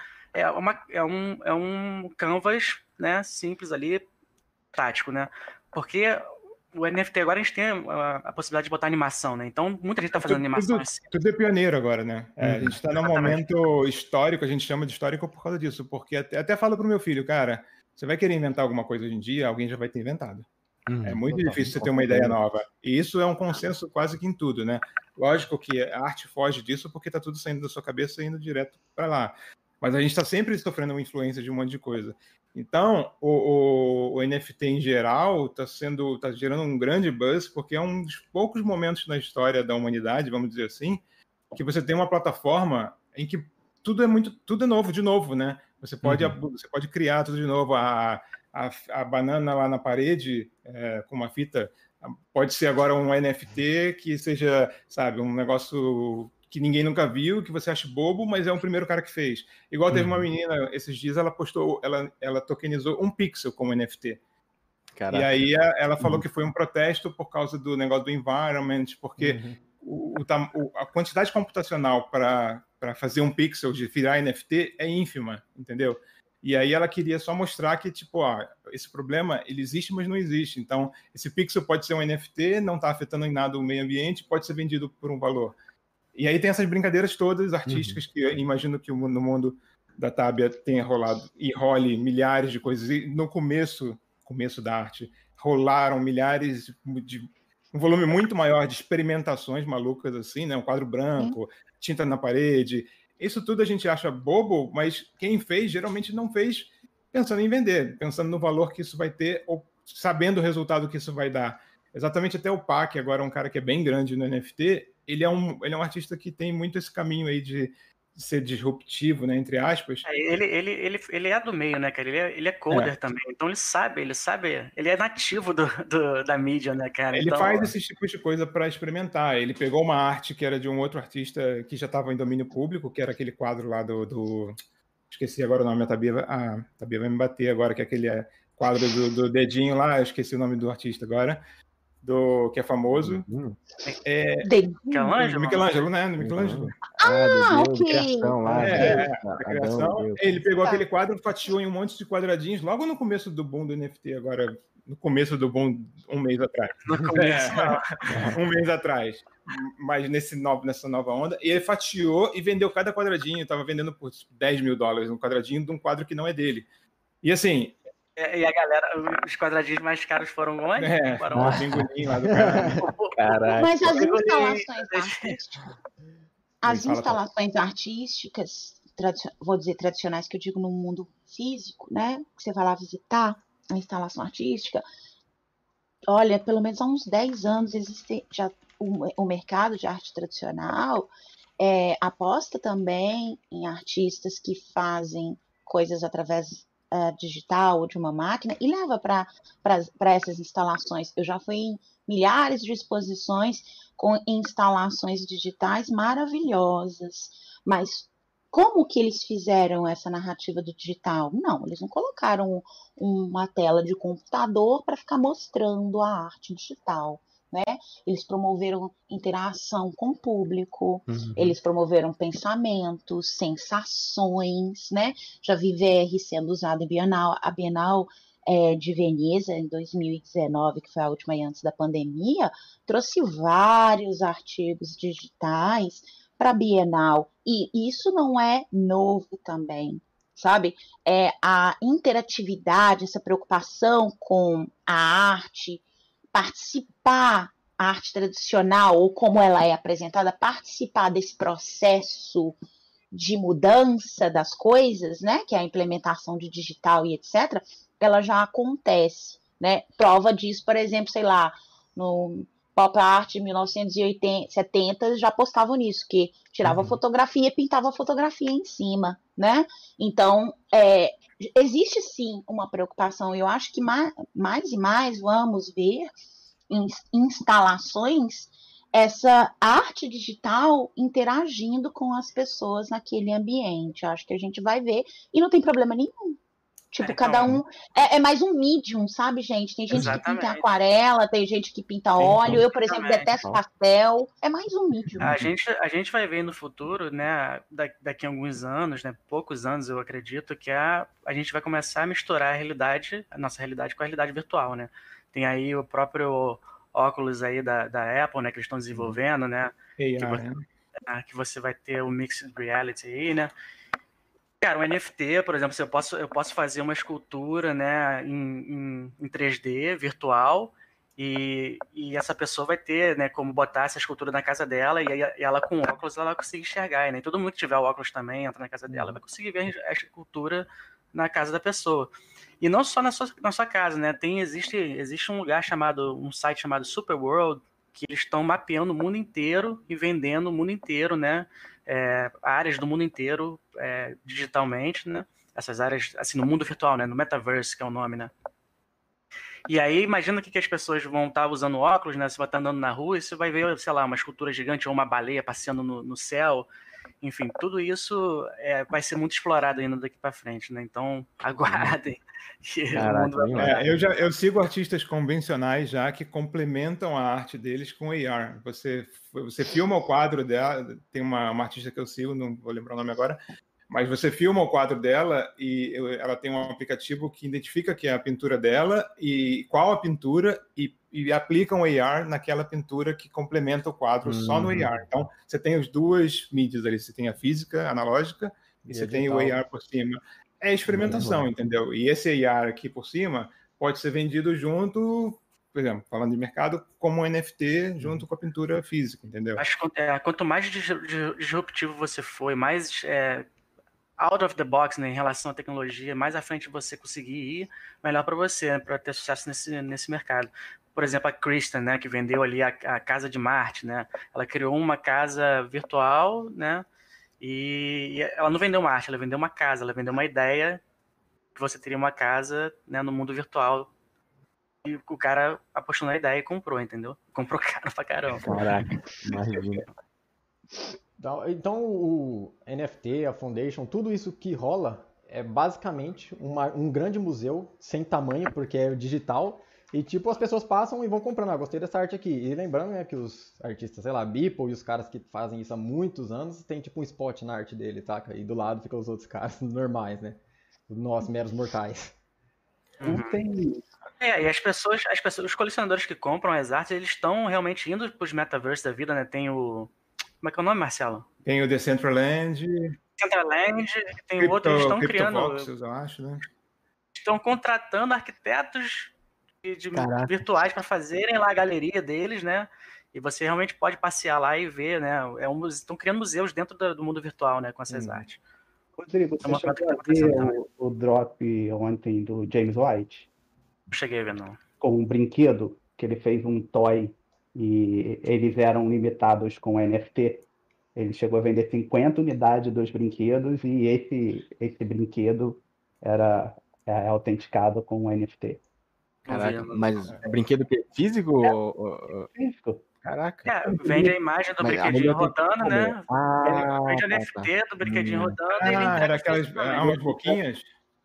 um canvas, né, simples ali, tático, né? Porque o NFT agora a gente tem a possibilidade de botar animação, né? Então muita gente está fazendo animação. Tudo é pioneiro agora, né? A gente está num momento histórico, a gente chama de histórico por causa disso, porque até falo pro meu filho, cara, você vai querer inventar alguma coisa hoje em dia, alguém já vai ter inventado. É muito difícil você ter uma ideia nova. E isso é um consenso quase que em tudo, né? Lógico que a arte foge disso porque está tudo saindo da sua cabeça e indo direto para lá. Mas a gente está sempre sofrendo uma influência de um monte de coisa. Então, o NFT em geral está gerando um grande buzz, porque é um dos poucos momentos na história da humanidade, vamos dizer assim, que você tem uma plataforma em que tudo é novo, de novo, né? Você pode criar tudo de novo. A banana lá na parede, com uma fita, pode ser agora um NFT que seja, sabe, um negócio que ninguém nunca viu, que você acha bobo, mas é o primeiro cara que fez. Igual teve uma menina, esses dias, ela postou, ela tokenizou um pixel como NFT. Caraca. E aí ela falou que foi um protesto por causa do negócio do environment, porque a quantidade computacional para fazer um pixel de virar NFT é ínfima, entendeu? E aí ela queria só mostrar que, tipo, esse problema, ele existe, mas não existe. Então, esse pixel pode ser um NFT, não está afetando em nada o meio ambiente, pode ser vendido por um valor. E aí tem essas brincadeiras todas artísticas que eu imagino que no mundo da Tábia tenha rolado e role milhares de coisas. E no começo da arte, rolaram milhares de... um volume muito maior de experimentações malucas, assim, né? Um quadro branco, tinta na parede. Isso tudo a gente acha bobo, mas quem fez, geralmente não fez pensando em vender, pensando no valor que isso vai ter ou sabendo o resultado que isso vai dar. Exatamente, até o PAC, agora um cara que é bem grande no NFT, ele é um artista que tem muito esse caminho aí de ser disruptivo, né, entre aspas. Ele é do meio, né, cara? Ele é coder também, então ele sabe, ele é nativo da mídia, né, cara? Ele faz esse tipo de coisa para experimentar. Ele pegou uma arte que era de um outro artista que já estava em domínio público, que era aquele quadro lá do... Esqueci agora o nome, a Tabia vai me bater agora, que é aquele quadro do dedinho lá, eu esqueci o nome do artista agora. Que é famoso. Michelangelo, né? Michelangelo. Criação lá. A criação. Ele pegou aquele quadro, fatiou em um monte de quadradinhos, logo no começo do boom do NFT, agora, no começo do boom, um mês atrás. Um mês atrás. Mas nessa nova onda. E ele fatiou e vendeu cada quadradinho. Estava vendendo por $10 mil um quadradinho de um quadro que não é dele. E assim... E a galera, os quadradinhos mais caros foram onde? Foram lá do cara. Mas as instalações artísticas, vou dizer tradicionais, que eu digo no mundo físico, né? Que você vai lá visitar a instalação artística, olha, pelo menos há uns 10 anos existe já o mercado de arte tradicional, aposta também em artistas que fazem coisas através digital ou de uma máquina e leva para essas instalações. Eu já fui em milhares de exposições com instalações digitais maravilhosas, mas como que eles fizeram essa narrativa do digital? Não, eles não colocaram uma tela de computador para ficar mostrando a arte digital. Né? Eles promoveram interação com o público, eles promoveram pensamentos, sensações, né? Já vi VR sendo usado em Bienal, a Bienal de Veneza em 2019, que foi a última antes da pandemia, trouxe vários artigos digitais para a Bienal, e isso não é novo também. sabe? A interatividade, essa preocupação com a arte, participar, a arte tradicional, ou como ela é apresentada, participar desse processo de mudança das coisas, né, que é a implementação de digital e etc., ela já acontece, né? Prova disso, por exemplo, sei lá, no Pop Art de 1970 já postavam nisso, que tirava fotografia e pintava fotografia em cima, né? Então, existe sim uma preocupação, eu acho que mais e mais vamos ver em instalações essa arte digital interagindo com as pessoas naquele ambiente. Eu acho que a gente vai ver, e não tem problema nenhum. Tipo, cada um é mais um medium, sabe, gente? Tem gente que pinta aquarela, tem gente que pinta óleo. Eu, por exemplo, detesto pastel. É mais um medium. A gente vai ver no futuro, né, daqui a alguns anos, né, poucos anos, eu acredito, que a gente vai começar a misturar a nossa realidade com a realidade virtual, né? Tem aí o próprio óculos aí da Apple, né, que eles estão desenvolvendo, né? Que você vai ter o Mixed Reality aí, né? Cara, o NFT, por exemplo, eu posso fazer uma escultura, né, em 3D virtual e essa pessoa vai ter, né, como botar essa escultura na casa dela e ela com óculos ela vai conseguir enxergar, né? E todo mundo que tiver óculos também entra na casa dela vai conseguir ver a escultura na casa da pessoa. E não só na sua casa, né? Existe um site chamado Superworld que eles estão mapeando o mundo inteiro e vendendo o mundo inteiro, né? Áreas do mundo inteiro digitalmente, né? Essas áreas, assim, no mundo virtual, né? No Metaverse, que é o nome, né? E aí, imagina que as pessoas vão estar usando óculos, né? Você vai estar andando na rua e você vai ver, sei lá, uma escultura gigante ou uma baleia passeando no céu. Enfim, tudo isso vai ser muito explorado ainda daqui para frente, né? Então, aguardem. Caraca, eu sigo artistas convencionais já que complementam a arte deles com AR. Você filma o quadro dela, tem uma artista que eu sigo, não vou lembrar o nome agora, mas você filma o quadro dela e ela tem um aplicativo que identifica que é a pintura dela e qual a pintura e aplica um AR naquela pintura que complementa o quadro só no AR. Então, você tem as duas mídias ali, você tem a física analógica e você tem o AR por cima. É experimentação, entendeu? E esse AR aqui por cima pode ser vendido junto, por exemplo, falando de mercado, como um NFT junto com a pintura física, entendeu? Quanto mais disruptivo você for, mais out of the box, né, em relação à tecnologia, mais à frente você conseguir ir, melhor para você, né, para ter sucesso nesse mercado. Por exemplo, a Kristen, né, que vendeu ali a Casa de Marte, né? Ela criou uma casa virtual, né? E ela não vendeu uma arte, ela vendeu uma casa, ela vendeu uma ideia que você teria uma casa, né, no mundo virtual. E o cara apostou na ideia e comprou, entendeu? Comprou caro pra caramba. Caraca, imagina. Então o NFT, a Foundation, tudo isso que rola é basicamente um grande museu sem tamanho, porque é digital. E tipo, as pessoas passam e vão comprando, gostei dessa arte aqui. E lembrando, né, que os artistas, sei lá, Beeple e os caras que fazem isso há muitos anos, tem tipo um spot na arte dele, tá? E do lado ficam os outros caras normais, né? Nós, meros mortais. E as pessoas, os colecionadores que compram as artes, eles estão realmente indo pros metaverse da vida, né? Tem o... Como é que é o nome, Marcelo? Tem o Decentraland. Tem o outro, eles estão criando... Voxels, eu acho, né? Estão contratando arquitetos virtuais para fazerem lá a galeria deles, né? E você realmente pode passear lá e ver, né? Estão criando museus dentro do mundo virtual, né? Com essas artes. Rodrigo, você chegou a ver o drop ontem do James White? Não cheguei a ver, não. Com um brinquedo, que ele fez um toy e eles eram limitados com NFT. Ele chegou a vender 50 unidades dos brinquedos e esse brinquedo era autenticado com um NFT. Caraca, mas é brinquedo físico? Físico. Caraca. Vende a imagem do brinquedinho rodando, né? Vende a NFT do brinquedinho rodando e ele entrega. Era aquelas umas boquinhas?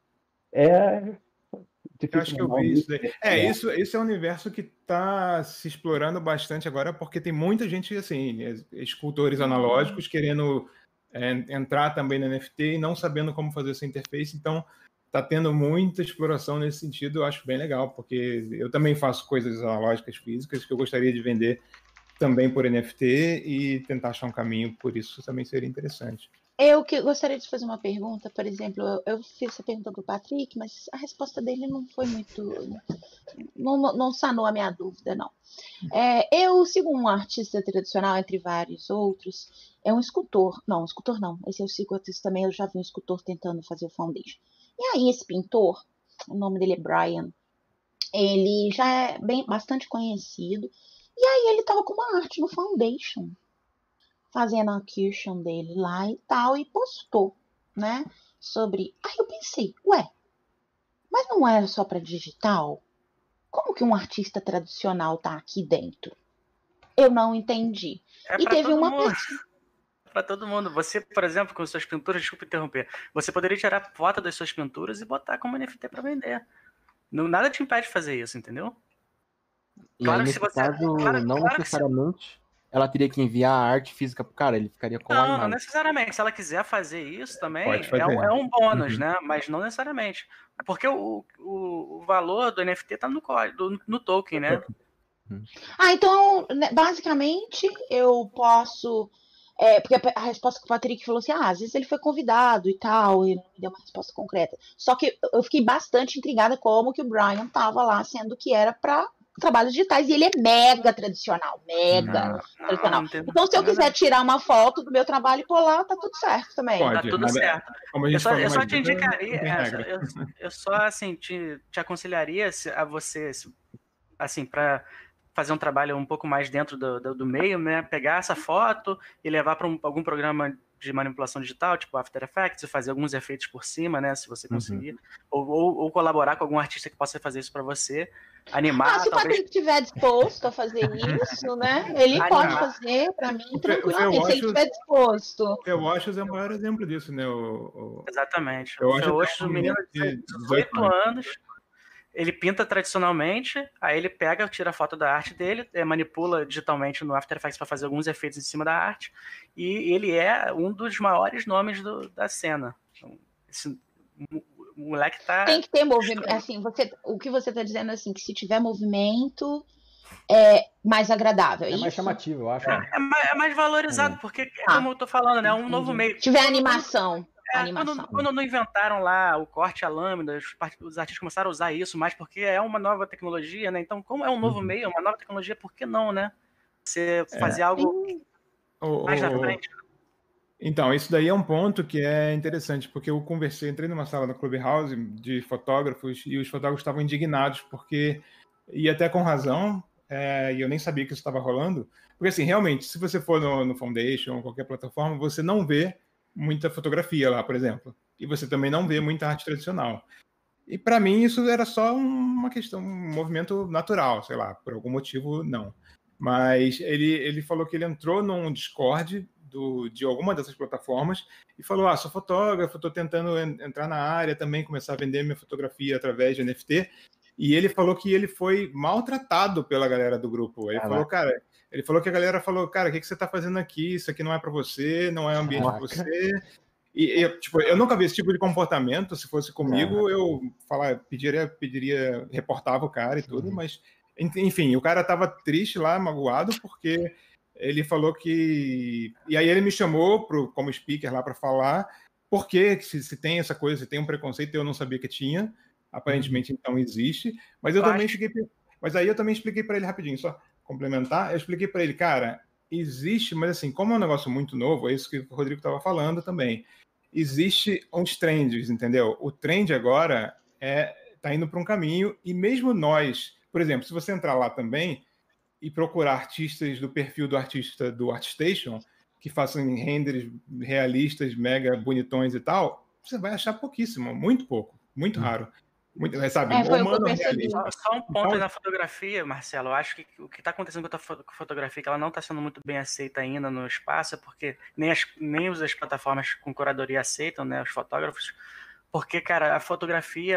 Eu acho que eu vi isso daí. Esse é um universo que está se explorando bastante agora, porque tem muita gente, assim, escultores analógicos querendo entrar também no NFT e não sabendo como fazer essa interface, então está tendo muita exploração nesse sentido, eu acho bem legal, porque eu também faço coisas analógicas físicas que eu gostaria de vender também por NFT e tentar achar um caminho por isso também seria interessante. Eu que gostaria de fazer uma pergunta, por exemplo, eu fiz essa pergunta para o Patrick, mas a resposta dele não foi muito. Não sanou a minha dúvida, não. Eu sigo um artista tradicional, entre vários outros, é um escultor. Não, um escultor não. Esse eu sigo também, eu já vi um escultor tentando fazer o foundation. E aí, esse pintor, o nome dele é Brian, ele já é bastante conhecido. E aí, ele estava com uma arte no foundation, fazendo a Kirschen dele lá e tal, e postou, né? Sobre. Aí eu pensei, ué, mas não era só para digital? Como que um artista tradicional tá aqui dentro? Eu não entendi. E teve uma pessoa. Para todo mundo. Você, por exemplo, com suas pinturas, desculpa interromper, você poderia tirar foto das suas pinturas e botar como NFT para vender. Nada te impede de fazer isso, entendeu? E aí, nesse caso, não necessariamente ela teria que enviar a arte física pro cara, ele ficaria com a imagem. Não necessariamente. Se ela quiser fazer isso também, é um bônus, né? Mas não necessariamente. Porque o valor do NFT tá no token, né? Então, basicamente, eu posso... porque a resposta que o Patrick falou assim, às vezes ele foi convidado e tal, e não me deu uma resposta concreta. Só que eu fiquei bastante intrigada como que o Brian tava lá, sendo que era para trabalhos digitais, e ele é mega tradicional, tradicional. Então, se eu quiser tirar uma foto do meu trabalho e pôr lá, tá tudo certo também. Tá tudo certo. Eu só te indicaria, eu só assim, te aconselharia a você, assim, para fazer um trabalho um pouco mais dentro do meio, né? Pegar essa foto e levar para algum programa de manipulação digital, tipo After Effects, e fazer alguns efeitos por cima, né? Se você conseguir. Ou colaborar com algum artista que possa fazer isso para você. Animar, se o Patrick estiver disposto a fazer isso, né? Ele pode fazer para mim tranquilamente, se ele estiver disposto. Eu acho que é o maior exemplo disso, né? Exatamente. Eu acho o menino de 18 anos. Ele pinta tradicionalmente, aí ele pega, tira a foto da arte dele, manipula digitalmente no After Effects para fazer alguns efeitos em cima da arte, e ele é um dos maiores nomes da cena. Então, o moleque tá... Tem que ter movimento, assim, o que você tá dizendo assim, que se tiver movimento, é mais agradável. É mais chamativo, eu acho. É mais valorizado, porque, como eu tô falando, né, é um novo meio. Se tiver animação. Quando não inventaram lá o corte à lâmina, os artistas começaram a usar isso mais porque é uma nova tecnologia, né? Então, como é um novo meio, uma nova tecnologia, por que não, né? Você fazer algo mais na frente. Então, isso daí é um ponto que é interessante, porque eu entrei numa sala da Clubhouse de fotógrafos e os fotógrafos estavam indignados porque, e até com razão, e eu nem sabia que isso estava rolando, porque assim, realmente, se você for no Foundation ou qualquer plataforma, você não vê muita fotografia lá, por exemplo. E você também não vê muita arte tradicional. E para mim isso era só uma questão, um movimento natural, sei lá, por algum motivo não. Mas ele falou que ele entrou num Discord de alguma dessas plataformas e falou, sou fotógrafo, estou tentando entrar na área também, começar a vender minha fotografia através de NFT. E ele falou que ele foi maltratado pela galera do grupo. Ele falou, cara... Ele falou que a galera falou, cara, o que você está fazendo aqui? Isso aqui não é para você, não é ambiente para você. E tipo, eu nunca vi esse tipo de comportamento. Se fosse comigo, eu pediria, reportava o cara e tudo, mas, enfim, o cara estava triste lá, magoado, porque ele falou que... E aí ele me chamou como speaker lá para falar porque se tem essa coisa, se tem um preconceito, eu não sabia que tinha. Aparentemente, então, existe. Mas aí eu também expliquei para ele rapidinho, só complementar, eu expliquei para ele, cara, existe, mas assim, como é um negócio muito novo, é isso que o Rodrigo estava falando também, existe uns trends, entendeu? O trend agora tá indo para um caminho, e mesmo nós, por exemplo, se você entrar lá também e procurar artistas do perfil do artista do ArtStation, que façam renders realistas, mega bonitões e tal, você vai achar pouquíssimo, muito pouco, muito raro. Muito, sabe, foi o que eu percebi. Só um ponto aí na fotografia, Marcelo. Eu acho que o que está acontecendo com a fotografia, que ela não está sendo muito bem aceita ainda no espaço, é porque nem as plataformas com curadoria aceitam, né, os fotógrafos, porque, cara, a fotografia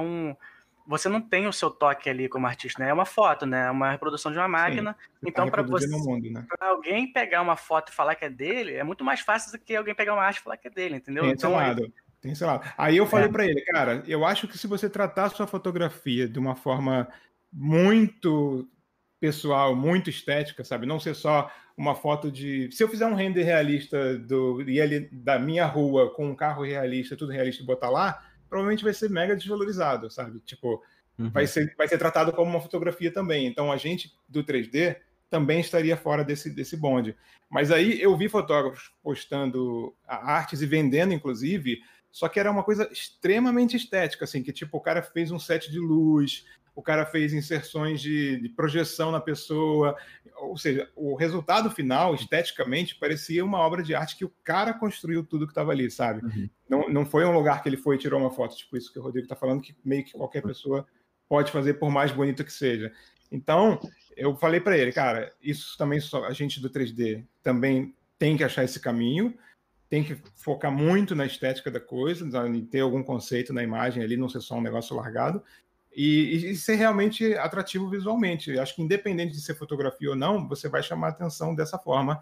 você não tem o seu toque ali como artista, né? É uma foto, né? É uma reprodução de uma máquina. Sim, então, para né? Alguém pegar uma foto e falar que é dele, é muito mais fácil do que alguém pegar uma arte e falar que é dele, entendeu? Tem, sei lá. Aí eu falei para ele, cara, eu acho que se você tratar a sua fotografia de uma forma muito pessoal, muito estética, sabe? Não ser só uma foto de... Se eu fizer um render realista da minha rua com um carro realista, tudo realista, e botar lá, provavelmente vai ser mega desvalorizado, sabe? Tipo, vai ser tratado como uma fotografia também. Então, a gente do 3D também estaria fora desse bonde. Mas aí eu vi fotógrafos postando artes e vendendo, inclusive, só que era uma coisa extremamente estética, assim, que tipo, o cara fez um set de luz, o cara fez inserções de projeção na pessoa, ou seja, o resultado final, esteticamente, parecia uma obra de arte que o cara construiu tudo que estava ali, sabe? Não foi um lugar que ele foi e tirou uma foto, tipo isso que o Rodrigo está falando, que meio que qualquer pessoa pode fazer, por mais bonito que seja. Então, eu falei para ele, cara, isso também a gente do 3D também tem que achar esse caminho, tem que focar muito na estética da coisa, ter algum conceito na imagem ali, não ser só um negócio largado, e ser realmente atrativo visualmente. Acho que independente de ser fotografia ou não, você vai chamar a atenção dessa forma.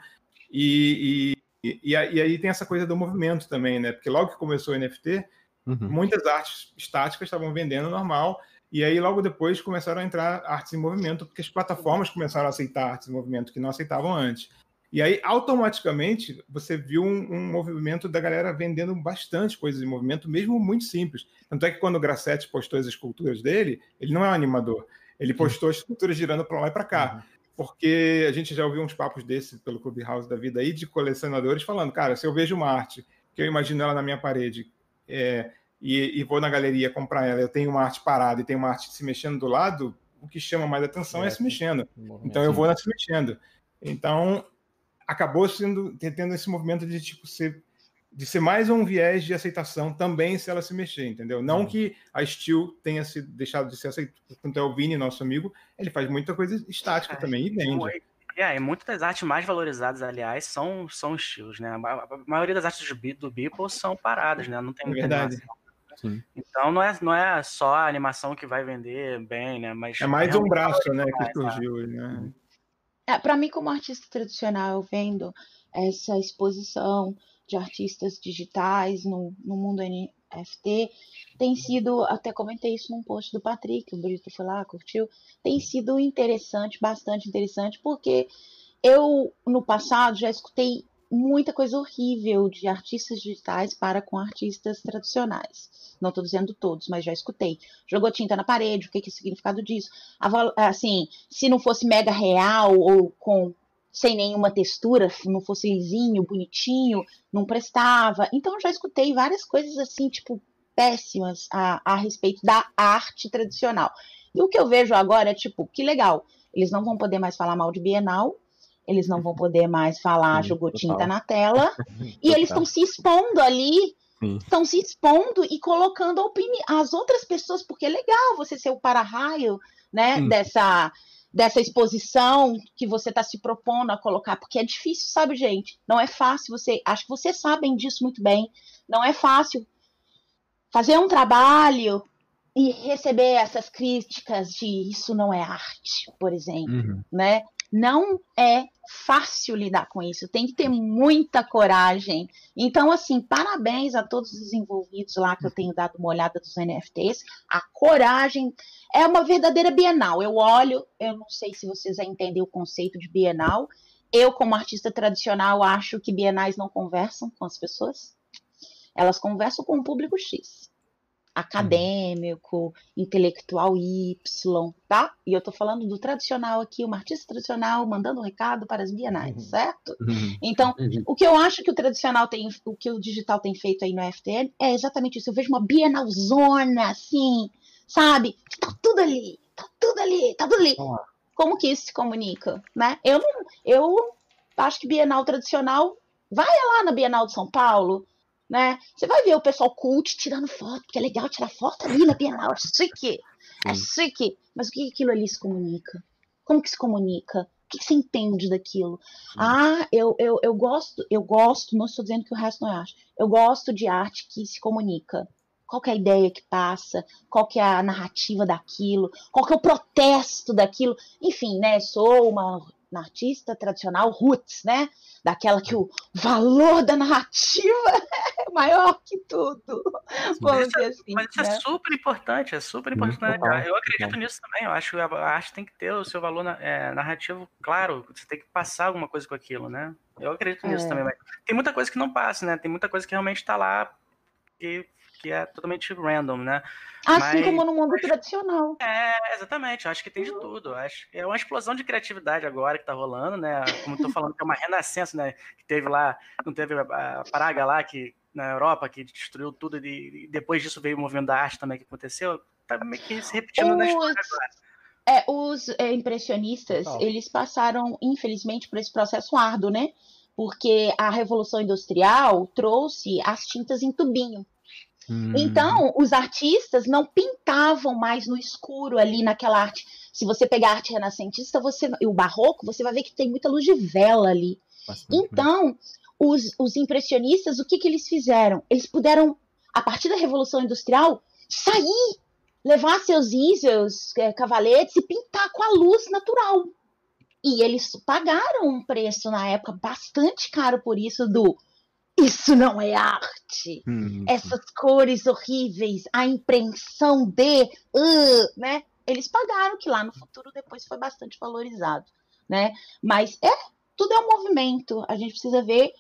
E aí tem essa coisa do movimento também, né? Porque logo que começou o NFT, muitas artes estáticas estavam vendendo normal, e aí logo depois começaram a entrar artes em movimento, porque as plataformas começaram a aceitar artes em movimento que não aceitavam antes. E aí, automaticamente, você viu um movimento da galera vendendo bastante coisas em movimento, mesmo muito simples. Tanto é que quando o Grassetti postou as esculturas dele, ele não é um animador. Ele postou as esculturas girando para lá e para cá. Porque a gente já ouviu uns papos desses pelo Clubhouse da vida aí, de colecionadores falando, cara, se eu vejo uma arte, que eu imagino ela na minha parede, e vou na galeria comprar ela, eu tenho uma arte parada e tenho uma arte se mexendo do lado, o que chama mais atenção é se mexendo. Então eu vou na se mexendo. Então acabou tendo esse movimento de tipo de ser mais um viés de aceitação também se ela se mexer, entendeu? Não que a Steel tenha deixado de ser aceitada, tanto é o Vini, nosso amigo, ele faz muita coisa estática também e vende. E muitas das artes mais valorizadas, aliás, são estilos, né? A maioria das artes do Beeple são paradas, né? Não tem muita animação. Sim. Então não é só a animação que vai vender bem, né? Mas é mais um braço, né, que surgiu, né? Para mim, como artista tradicional, eu vendo essa exposição de artistas digitais no mundo NFT, tem sido, até comentei isso num post do Patrick, o Brito foi lá, curtiu, tem sido interessante, bastante interessante, porque eu, no passado, já escutei muita coisa horrível de artistas digitais para com artistas tradicionais. Não estou dizendo todos, mas já escutei. Jogou tinta na parede, o que é o significado disso? Assim, se não fosse mega real ou sem nenhuma textura, se não fosse lisinho, bonitinho, não prestava. Então já escutei várias coisas assim, tipo, péssimas a respeito da arte tradicional. E o que eu vejo agora é, tipo, que legal, eles não vão poder mais falar mal de Bienal, eles não vão poder mais falar jogou tinta na tela, e eles estão se expondo ali, estão se expondo e colocando as outras pessoas, porque é legal você ser o para-raio, né, dessa exposição que você está se propondo a colocar, porque é difícil, sabe, gente? Não é fácil, acho que vocês sabem disso muito bem, não é fácil fazer um trabalho e receber essas críticas de isso não é arte, por exemplo, né? Não é fácil lidar com isso, tem que ter muita coragem. Então, assim, parabéns a todos os envolvidos lá, que eu tenho dado uma olhada dos NFTs. A coragem é uma verdadeira Bienal. Eu olho, eu não sei se vocês já entendem o conceito de Bienal. Eu, como artista tradicional, acho que bienais não conversam com as pessoas. Elas conversam com o público X. Acadêmico, intelectual Y, tá? E eu tô falando do tradicional aqui, uma artista tradicional mandando um recado para as bienais, certo? Então, o que eu acho que o que o digital tem feito aí no FTN é exatamente isso. Eu vejo uma bienalzona, assim, sabe? Tá tudo ali. Como que isso se comunica, né? Eu acho que Bienal tradicional, vai lá na Bienal de São Paulo, né? Você vai ver o pessoal cult tirando foto, porque é legal tirar foto ali na Bienal, é chique. Mas o que aquilo ali se comunica? Como que se comunica? O que você entende daquilo? Eu gosto, não estou dizendo que o resto não é arte, eu gosto de arte que se comunica. Qual que é a ideia que passa? Qual que é a narrativa daquilo? Qual que é o protesto daquilo? Enfim, né? Sou uma na artista tradicional roots, né? Daquela que o valor da narrativa é maior que tudo. Vamos dizer assim, Mas isso né? é super importante, Total. Eu acredito nisso também. Eu acho que a arte tem que ter o seu valor narrativo, claro. Você tem que passar alguma coisa com aquilo, né? Eu acredito nisso também. Mas tem muita coisa que não passa, né? Tem muita coisa que realmente está lá que é totalmente random, né? Assim como no mundo tradicional. Exatamente, eu acho que tem de tudo. Eu acho que é uma explosão de criatividade agora que tá rolando, né? Como eu tô falando, que é uma renascença, né? Que teve lá, não teve a praga lá que, na Europa, que destruiu tudo, e depois disso veio o movimento da arte também que aconteceu. Tá meio que se repetindo na história agora. Os impressionistas, Total. eles passaram, infelizmente, por esse processo árduo, né? Porque a Revolução Industrial trouxe as tintas em tubinho. Então, os artistas não pintavam mais no escuro ali naquela arte. Se você pegar a arte renascentista e o barroco, você vai ver que tem muita luz de vela ali. Bastante, Então, os impressionistas, o que eles fizeram? Eles puderam, a partir da Revolução Industrial, sair, levar seus easels, cavaletes e pintar com a luz natural. E eles pagaram um preço na época bastante caro por isso isso não é arte. Essas cores horríveis, a impressão né? Eles pagaram, que lá no futuro depois foi bastante valorizado, né? Mas tudo é um movimento. A gente precisa ver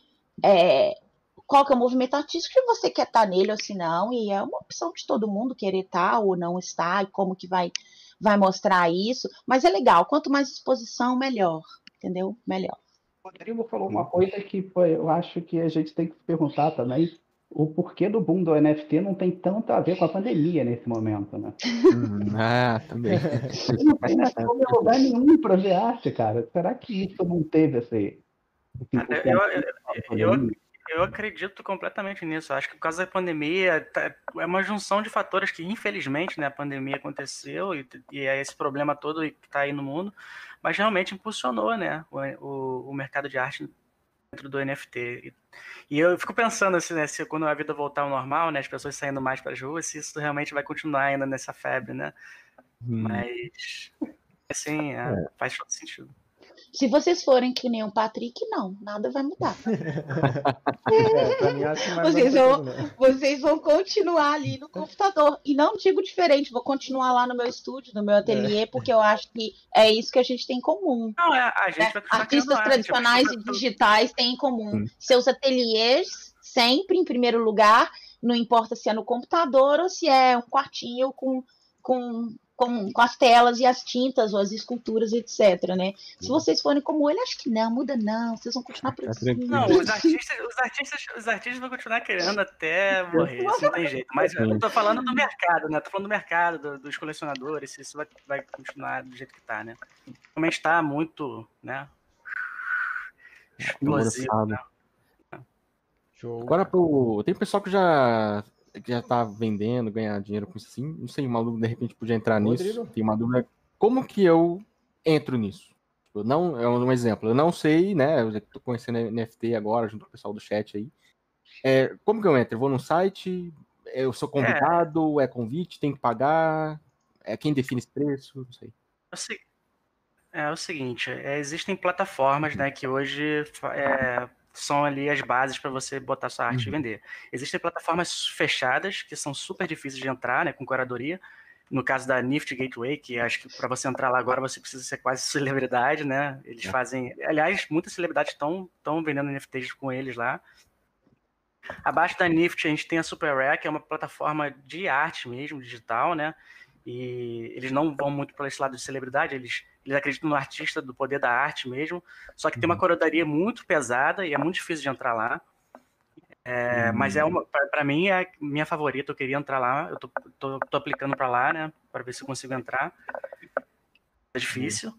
qual que é o movimento artístico, se você quer estar nele ou se não, e é uma opção de todo mundo querer estar ou não estar, e como que vai mostrar isso. Mas é legal, quanto mais exposição, melhor, entendeu? Melhor. O Rodrigo falou uma coisa que eu acho que a gente tem que se perguntar também, o porquê do boom do NFT não tem tanto a ver com a pandemia nesse momento, né? Também. Não tem lugar nenhum para ver arte, cara. Será que isso não teve Eu acredito completamente nisso. Acho que por causa da pandemia, é uma junção de fatores que, infelizmente, né, a pandemia aconteceu e é esse problema todo que está aí no mundo, mas realmente impulsionou, né, o mercado de arte dentro do NFT. E eu fico pensando assim, né, se quando a vida voltar ao normal, né, as pessoas saindo mais para as ruas, se isso realmente vai continuar ainda nessa febre, né? Mas, assim, faz todo sentido. Se vocês forem que nem o Patrick, não, nada vai mudar. Pra mim, acho que não vai vocês vão continuar ali no computador. E não digo diferente, vou continuar lá no meu estúdio, no meu ateliê, porque eu acho que é isso que a gente tem em comum. Não, a gente vai artistas tradicionais e digitais têm em comum. Seus ateliês, sempre em primeiro lugar, não importa se é no computador ou se é um quartinho com as telas e as tintas ou as esculturas, etc, né? Se vocês forem como ele, acho que não, muda não, vocês vão continuar produzindo. Não, os artistas vão continuar querendo até morrer, isso não tem jeito. Mas eu tô falando do mercado, né? Tô falando do mercado, dos colecionadores, isso vai continuar do jeito que tá, né? Realmente tá muito, né? Explosivo, né? Agora tem pessoal que já tá vendendo, ganhar dinheiro com isso assim. Não sei, uma dúvida, de repente podia entrar nisso. Tem uma dúvida, como que eu entro nisso? Não, é um exemplo, eu não sei, né? Eu tô conhecendo a NFT agora, junto com o pessoal do chat aí. Como que eu entro? Eu vou no site, eu sou convidado, é convite, tem que pagar, quem define esse preço? Não sei. É o seguinte, existem plataformas, né, que hoje são ali as bases para você botar sua arte e vender. Existem plataformas fechadas, que são super difíceis de entrar, né, com curadoria. No caso da Nifty Gateway, que acho que para você entrar lá agora você precisa ser quase celebridade, né? Eles fazem... Aliás, muitas celebridades estão vendendo NFTs com eles lá. Abaixo da Nifty a gente tem a Super Rare, que é uma plataforma de arte mesmo, digital, né? E eles não vão muito para esse lado de celebridade, eles acreditam no artista, do poder da arte mesmo, só que tem uma curadoria muito pesada e é muito difícil de entrar lá. Mas para mim é minha favorita, eu queria entrar lá, eu tô aplicando para lá, né, para ver se eu consigo entrar. É difícil.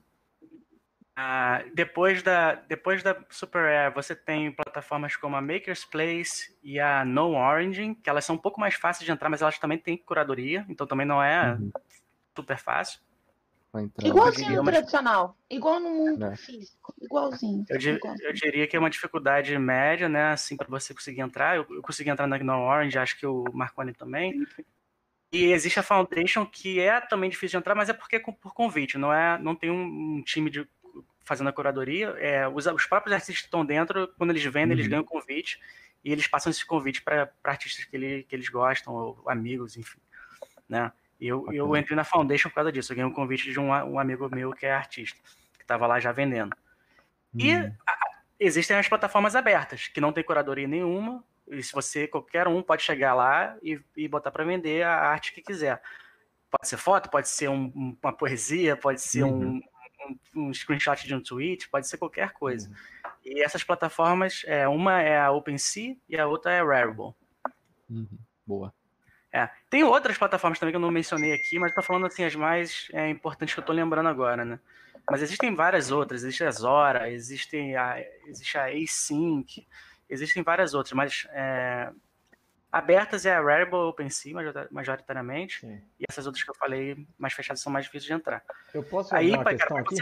Depois da Super Rare, você tem plataformas como a Maker's Place e a No Origin, que elas são um pouco mais fáceis de entrar, mas elas também têm curadoria, então também não é super fácil. Igualzinho no tradicional, igual no mundo físico, igualzinho. Eu diria que é uma dificuldade média, né, assim, para você conseguir entrar. Eu consegui entrar na No Orange, acho que o Marconi também. E existe a Foundation, que é também difícil de entrar, mas é porque é por convite, não tem um time fazendo a curadoria, os próprios artistas que estão dentro, quando eles vendem, eles ganham convite, e eles passam esse convite para artistas que eles gostam, ou amigos, enfim, né? Eu entrei na Foundation por causa disso, eu ganhei um convite de um amigo meu que é artista, que estava lá já vendendo. E existem as plataformas abertas, que não tem curadoria nenhuma, e se qualquer um pode chegar lá e botar para vender a arte que quiser. Pode ser foto, pode ser uma poesia, pode ser um screenshot de um tweet, pode ser qualquer coisa. E essas plataformas, uma é a OpenSea e a outra é a Rarible. Boa. Tem outras plataformas também que eu não mencionei aqui, mas estou falando assim as mais importantes que eu estou lembrando agora, né? Mas existem várias outras, existe a Zora, existe a Async, existem várias outras, mas abertas é a Rarible, OpenSea majoritariamente, sim. E essas outras que eu falei mais fechadas são mais difíceis de entrar. Eu posso abrir uma questão aqui?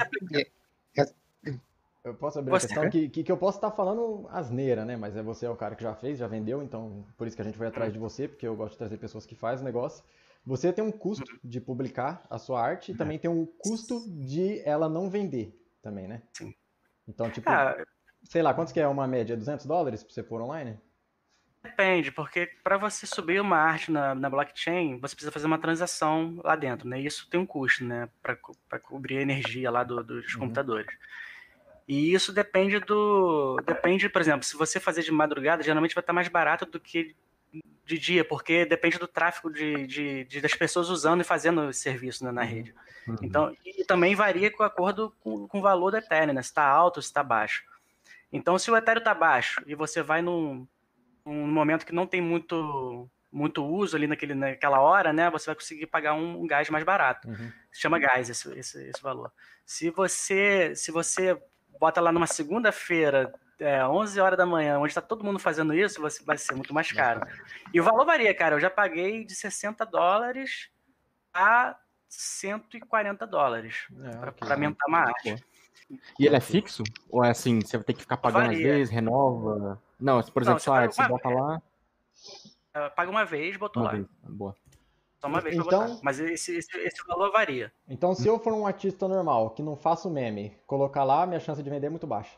Eu posso abrir uma questão que eu posso estar falando asneira, né? Mas você é o cara que já fez, já vendeu, então por isso que a gente foi atrás de você, porque eu gosto de trazer pessoas que fazem o negócio. Você tem um custo de publicar a sua arte e também tem um custo de ela não vender também, né? Sim. Então, tipo, sei lá, quantos que é uma média? $200 para você pôr online? Depende, porque para você subir uma arte na blockchain, você precisa fazer uma transação lá dentro, né? Isso tem um custo, né? Para cobrir a energia lá dos computadores. E isso depende, por exemplo, se você fazer de madrugada, geralmente vai estar mais barato do que de dia, porque depende do tráfego das pessoas usando e fazendo esse serviço, né, na rede. Então, e também varia com acordo com o valor do Ethereum, né? Se está alto ou se está baixo. Então, se o Ethereum está baixo e você vai num momento que não tem muito uso ali naquela hora, né? Você vai conseguir pagar um gás mais barato. Se chama gás esse valor. Se você bota lá numa segunda-feira, 11 horas da manhã, onde está todo mundo fazendo isso, vai ser muito mais caro. E o valor varia, cara. Eu já paguei de $60 a $140 para aumentar uma arte. E ele é fixo? Ou é assim, você vai ter que ficar pagando às vezes, renova? Não, por exemplo, sua arte, você bota lá... Paga uma vez, botou lá. Boa. Só uma vez pra botar. Mas esse valor varia. Então, se eu for um artista normal, que não faço meme, colocar lá, minha chance de vender é muito baixa.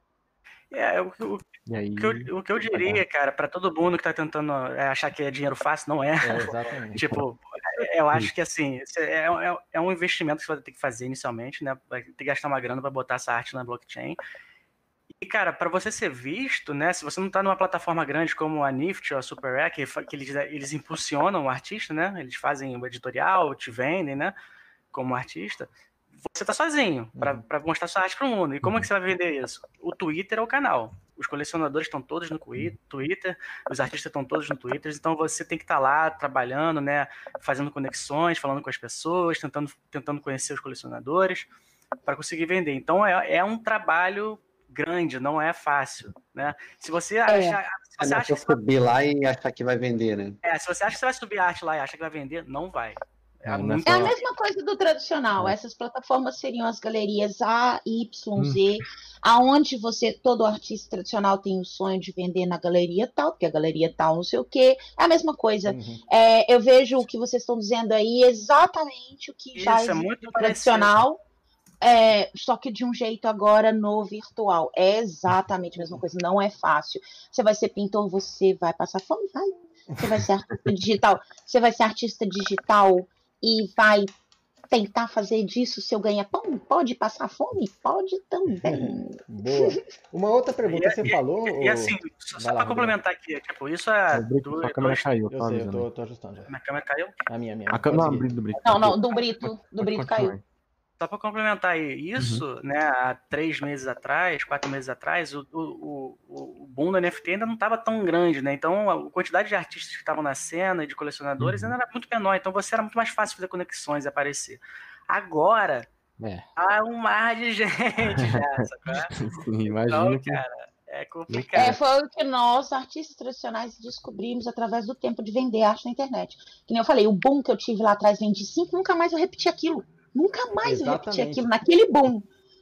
O que eu diria, cara, para todo mundo que tá tentando achar que é dinheiro fácil, não é. Exatamente. Tipo, eu acho que assim, é um investimento que você vai ter que fazer inicialmente, né? Vai ter que gastar uma grana para botar essa arte na blockchain. E, cara, para você ser visto, né? Se você não tá numa plataforma grande como a Nifty ou a SuperRare, que eles impulsionam o artista, né? Eles fazem o editorial, te vendem, né? Como artista. Você tá sozinho para mostrar sua arte pro mundo. E como é que você vai vender isso? O Twitter é o canal. Os colecionadores estão todos no Twitter, os artistas estão todos no Twitter, então você tem que estar lá trabalhando, né? Fazendo conexões, falando com as pessoas, tentando conhecer os colecionadores para conseguir vender. Então é um trabalho grande, não é fácil, né? Se você acha que subir lá e achar que vai vender, né? Se você acha que você vai subir a arte lá e acha que vai vender, não vai. É a mesma coisa do tradicional. Essas plataformas seriam as galerias A, Y, Z, aonde todo artista tradicional tem o sonho de vender na galeria tal, porque a galeria tal não sei o quê. É a mesma coisa. Eu vejo o que vocês estão dizendo aí, exatamente o que já existe no tradicional. Só que de um jeito agora no virtual. É exatamente a mesma coisa, não é fácil. Você vai ser pintor, você vai passar fome? Vai. Você vai ser artista digital. Você vai ser artista digital e vai tentar fazer disso seu ganha-pão? Pode passar fome? Pode também. Boa. Uma outra pergunta, você falou... E assim, só para complementar aqui, tipo, isso é... A câmera caiu. Eu sei, eu tô ajustando. Minha câmera caiu? A minha. A câmera do Brito. Não, do Brito caiu. Só para complementar aí, isso, né, há 3 meses atrás, 4 meses atrás, o boom do NFT ainda não estava tão grande, né? Então, a quantidade de artistas que estavam na cena e de colecionadores ainda era muito menor. Então, era muito mais fácil fazer conexões e aparecer. Agora, há um mar de gente já, sabe? Sim, imagino. Então, cara, é complicado. Foi o que nós, artistas tradicionais, descobrimos através do tempo de vender arte na internet. Que nem eu falei, o boom que eu tive lá atrás, vendi 5, nunca mais eu repeti aquilo. Nunca mais eu repeti aquilo naquele boom.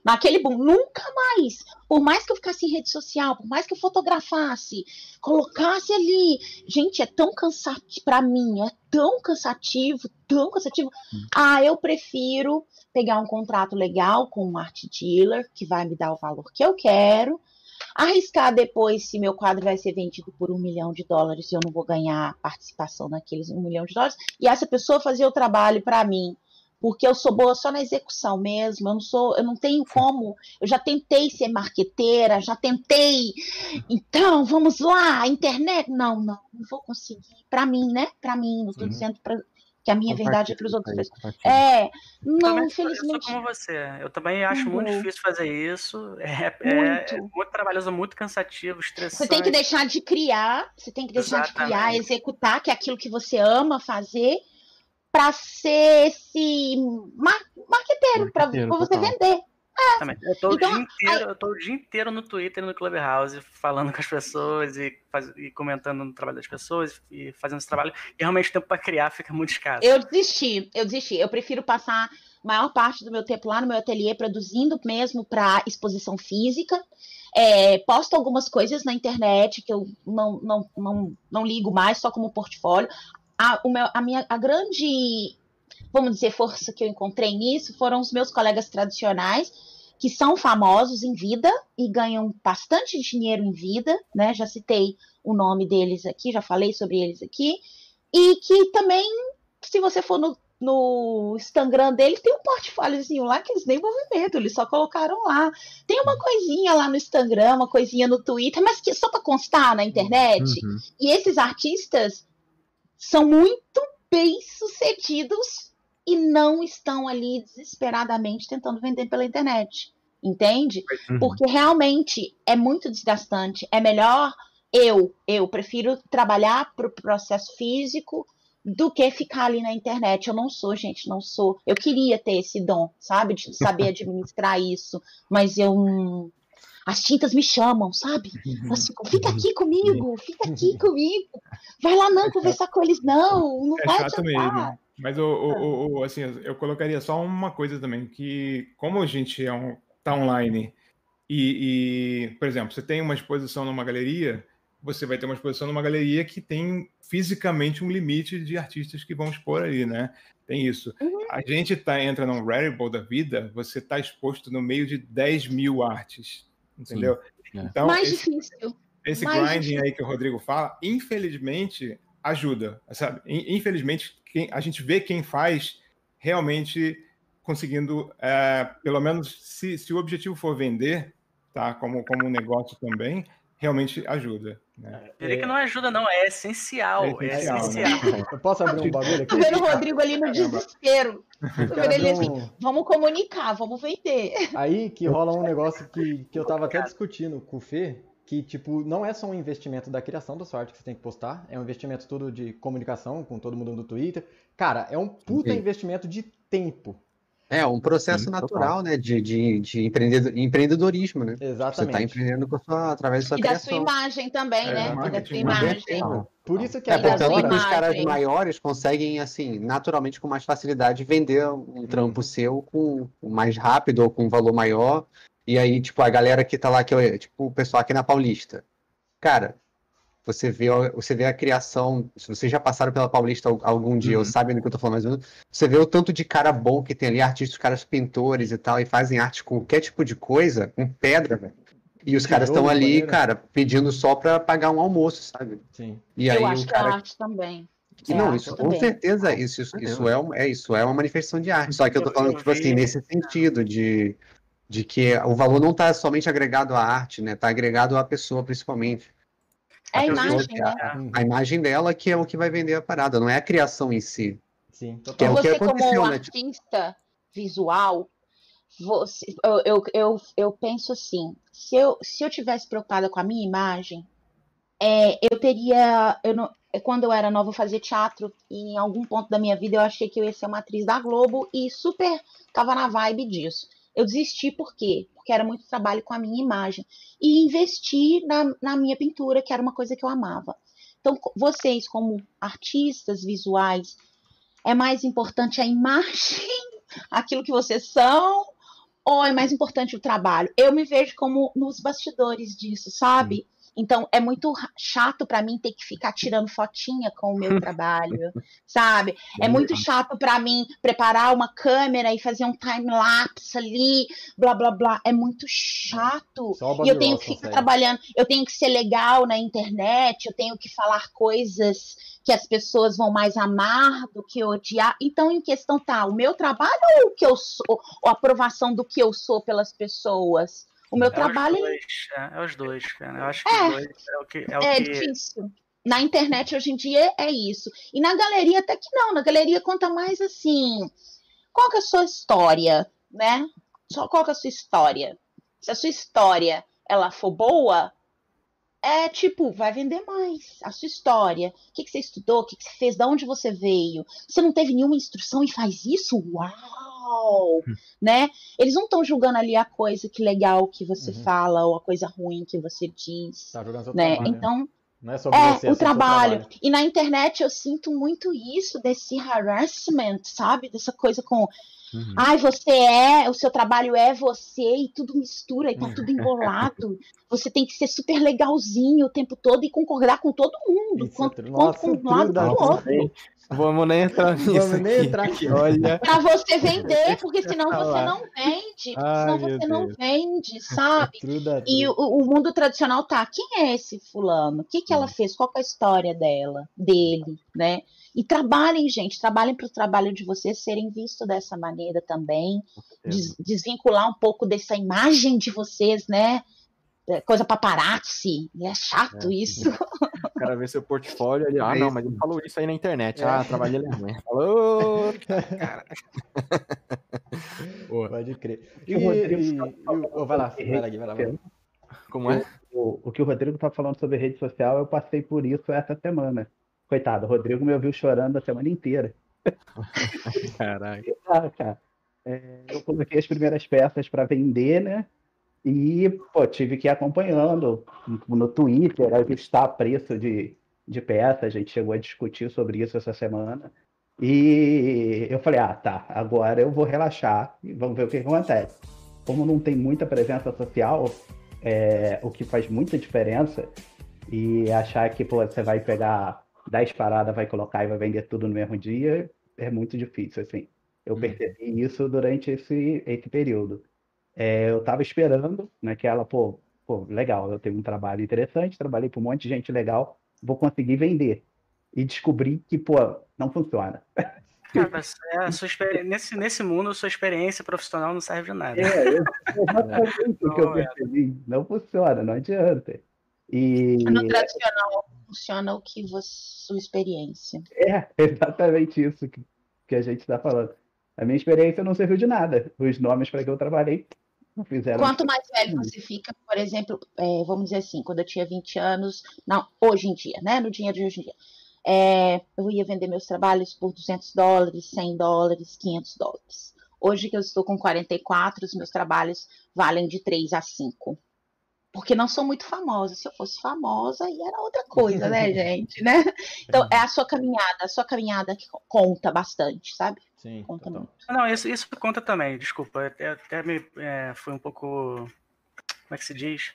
naquele boom, nunca mais. Por mais que eu ficasse em rede social, por mais que eu fotografasse, colocasse ali. Gente, é tão cansativo para mim, é tão cansativo, tão cansativo. Eu prefiro pegar um contrato legal com um art dealer, que vai me dar o valor que eu quero, arriscar depois se meu quadro vai ser vendido por $1 milhão e eu não vou ganhar participação naqueles $1 milhão, e essa pessoa fazer o trabalho para mim, porque eu sou boa só na execução mesmo, eu não tenho como, eu já tentei ser marqueteira, já tentei, então vamos lá, internet, não vou conseguir, para mim, né, para mim, não estou dizendo que a minha verdade é para os outros. Não, infelizmente. Eu sou como você. Eu também acho muito difícil fazer isso. É muito trabalhoso, muito cansativo, estressante. Você tem que deixar de criar, executar, que é aquilo que você ama fazer, para ser esse marqueteiro, para você vender. Eu tô o dia inteiro no Twitter e no Clubhouse falando com as pessoas e comentando no trabalho das pessoas e fazendo esse trabalho. E realmente o tempo para criar fica muito escasso. Eu desisti. Eu prefiro passar a maior parte do meu tempo lá no meu ateliê produzindo mesmo para exposição física. Posto algumas coisas na internet que eu não ligo mais, só como portfólio. A grande, vamos dizer, força que eu encontrei nisso foram os meus colegas tradicionais, que são famosos em vida e ganham bastante dinheiro em vida, né? Já citei o nome deles aqui, já falei sobre eles aqui, e que também, se você for no Instagram deles, tem um portfóliozinho lá que eles nem movimento, eles só colocaram lá. Tem uma coisinha lá no Instagram, uma coisinha no Twitter, mas que só para constar na internet. E esses artistas são muito bem-sucedidos e não estão ali desesperadamente tentando vender pela internet, entende? Porque realmente é muito desgastante. É melhor eu prefiro trabalhar para o processo físico do que ficar ali na internet. Eu não sou, gente, não sou. Eu queria ter esse dom, sabe? De saber administrar isso, mas as tintas me chamam, sabe? Elas ficam, fica aqui comigo. Vai lá não, conversar com eles não vai chato mesmo. Mas assim, eu colocaria só uma coisa também, que como a gente tá online e, por exemplo, você tem uma exposição numa galeria, você vai ter uma exposição numa galeria que tem fisicamente um limite de artistas que vão expor ali, né? Tem isso. A gente entra num Rarible da vida, você está exposto no meio de 10 mil artes, entendeu? Então, mais difícil. Esse grinding aí que o Rodrigo fala, infelizmente, ajuda, sabe? Infelizmente, a gente vê quem faz realmente conseguindo, pelo menos, se o objetivo for vender, tá? Como um negócio também, realmente ajuda. Né? Eu diria que não ajuda, não, é essencial. É essencial. Né? Eu posso abrir um bagulho aqui? Tô vendo o Rodrigo ali no desespero. Tô vendo ele assim, vamos comunicar, vamos vender. Aí que rola um negócio que eu tava até discutindo com o Fê, que, tipo, não é só um investimento da criação da sua arte que você tem que postar, é um investimento tudo de comunicação com todo mundo no Twitter. Cara, é um puta investimento de tempo. É um processo natural, né, de empreendedorismo, né? Exatamente. Você está empreendendo através da sua criação. E da sua imagem também, né? E da sua imagem. Por isso que portanto, que os caras maiores conseguem, assim, naturalmente, com mais facilidade, vender um trampo seu com mais rápido ou com um valor maior. E aí, tipo, a galera que tá lá, tipo, o pessoal aqui na Paulista. Cara, você vê a criação, se vocês já passaram pela Paulista algum dia, ou sabem do que eu tô falando mais ou menos, você vê o tanto de cara bom que tem ali, artistas, caras pintores e tal, e fazem arte com qualquer tipo de coisa, com pedra, velho. E os caras estão ali, cara, pedindo só pra pagar um almoço, sabe? Sim. E aí, eu acho que é arte também. Não, isso com certeza, isso é uma manifestação de arte. Só que eu tô falando, tipo assim, nesse sentido de que o valor não tá somente agregado à arte, né? Tá agregado à pessoa, principalmente. É a imagem, né? A imagem dela que é o que vai vender a parada, não é a criação em si. Sim, total. Que é o que aconteceu, como né? artista visual, eu penso assim, se eu tivesse preocupada com a minha imagem, eu teria... quando eu era nova, eu fazia teatro, e em algum ponto da minha vida eu achei que eu ia ser uma atriz da Globo, e super tava na vibe disso. Eu desisti por quê? Porque era muito trabalho com a minha imagem. E investi na minha pintura, que era uma coisa que eu amava. Então, vocês, como artistas visuais, é mais importante a imagem, aquilo que vocês são, ou é mais importante o trabalho? Eu me vejo como nos bastidores disso, sabe? Então, é muito chato para mim ter que ficar tirando fotinha com o meu trabalho, sabe? É muito chato para mim preparar uma câmera e fazer um time-lapse ali, blá, blá, blá. É muito chato. E eu tenho que ficar trabalhando, eu tenho que ser legal na internet, eu tenho que falar coisas que as pessoas vão mais amar do que odiar. Então, em questão tá o meu trabalho ou o que eu sou, ou a aprovação do que eu sou pelas pessoas? O meu trabalho... os dois, cara. Eu acho que os dois é difícil. Na internet, hoje em dia, é isso. E na galeria, até que não. Na galeria, conta mais assim... Qual que é a sua história, né? Qual que é a sua história? Se a sua história, ela for boa, vai vender mais. A sua história. O que você estudou? O que você fez? De onde você veio? Você não teve nenhuma instrução e faz isso? Uau! Né? Eles não estão julgando ali a coisa que legal que você fala ou a coisa ruim que você diz. Tá jogando seu né? trabalho. Então, não é sobre você, o trabalho. E na internet eu sinto muito isso, desse harassment, sabe? Dessa coisa com... Ai, o seu trabalho é você, e tudo mistura, e tá tudo embolado. Você tem que ser super legalzinho o tempo todo e concordar com todo mundo. Quanto com um lado com o outro. Vamos nem entrar nisso. Vamos nem entrar aqui. Olha. Pra você vender, porque senão você não vende. Senão você não vende, sabe? E o mundo tradicional tá. Quem é esse fulano? O que ela fez? Qual que é a história dele, né? E trabalhem, gente, trabalhem para o trabalho de vocês serem vistos dessa maneira também, desvincular um pouco dessa imagem de vocês, né? Coisa paparazzi, é chato isso. O cara vê seu portfólio ali, não, mas ele falou isso aí na internet, trabalhei ali. Falou, cara. Pode crer. Vai lá. Como é? O que o Rodrigo tá falando sobre rede social, eu passei por isso essa semana. Coitado, o Rodrigo me ouviu chorando a semana inteira. Caralho. Cara, eu coloquei as primeiras peças para vender, né? E, tive que ir acompanhando no Twitter, ajustar preço de peça. A gente chegou a discutir sobre isso essa semana. E eu falei, tá, agora eu vou relaxar e vamos ver o que acontece. Como não tem muita presença social, o que faz muita diferença, e achar que você vai pegar 10 paradas, vai colocar e vai vender tudo no mesmo dia, é muito difícil, assim. Eu percebi isso durante esse período. Eu estava esperando, né, que ela, legal, eu tenho um trabalho interessante, trabalhei para um monte de gente legal, vou conseguir vender. E descobri que, não funciona. Mas nesse mundo, a sua experiência profissional não serve de nada. Exatamente o que eu percebi. Não funciona, não adianta. No tradicional funciona o que sua experiência. Exatamente isso que a gente está falando. A minha experiência não serviu de nada. Os nomes para que eu trabalhei não fizeram. Quanto mais velho você fica, por exemplo, vamos dizer assim, quando eu tinha 20 anos, não, hoje em dia, né? No dinheiro de hoje em dia. Eu ia vender meus trabalhos por $200, $100, $500. Hoje que eu estou com 44, os meus trabalhos valem de 3 a 5. Porque não sou muito famosa. Se eu fosse famosa, aí era outra coisa, né, gente? Né? Então, é a sua caminhada que conta bastante, sabe? Sim, conta muito. Não, isso conta também, desculpa. Eu até fui um pouco... Como é que se diz?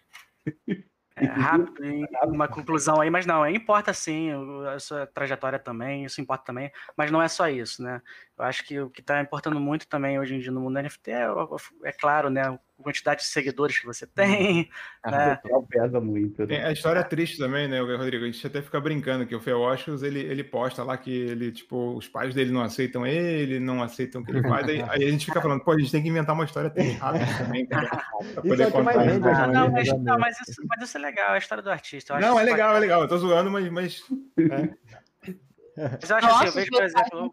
Rápido em uma conclusão aí, mas não, importa sim, a sua trajetória também, isso importa também, mas não é só isso, né? Eu acho que o que está importando muito também hoje em dia no mundo NFT é claro, né? A quantidade de seguidores que você tem, né? Pesa muito. Tem a história triste também, né, Rodrigo? A gente até fica brincando que o Feoshus, ele posta lá que ele, os pais dele não aceitam ele, não aceitam o que ele faz, aí a gente fica falando, a gente tem que inventar uma história triste rápida também, pra poder contar. Mas isso é legal, a história do artista. Eu acho legal, eu tô zoando, mas Mas eu acho assim, eu vejo, por exemplo,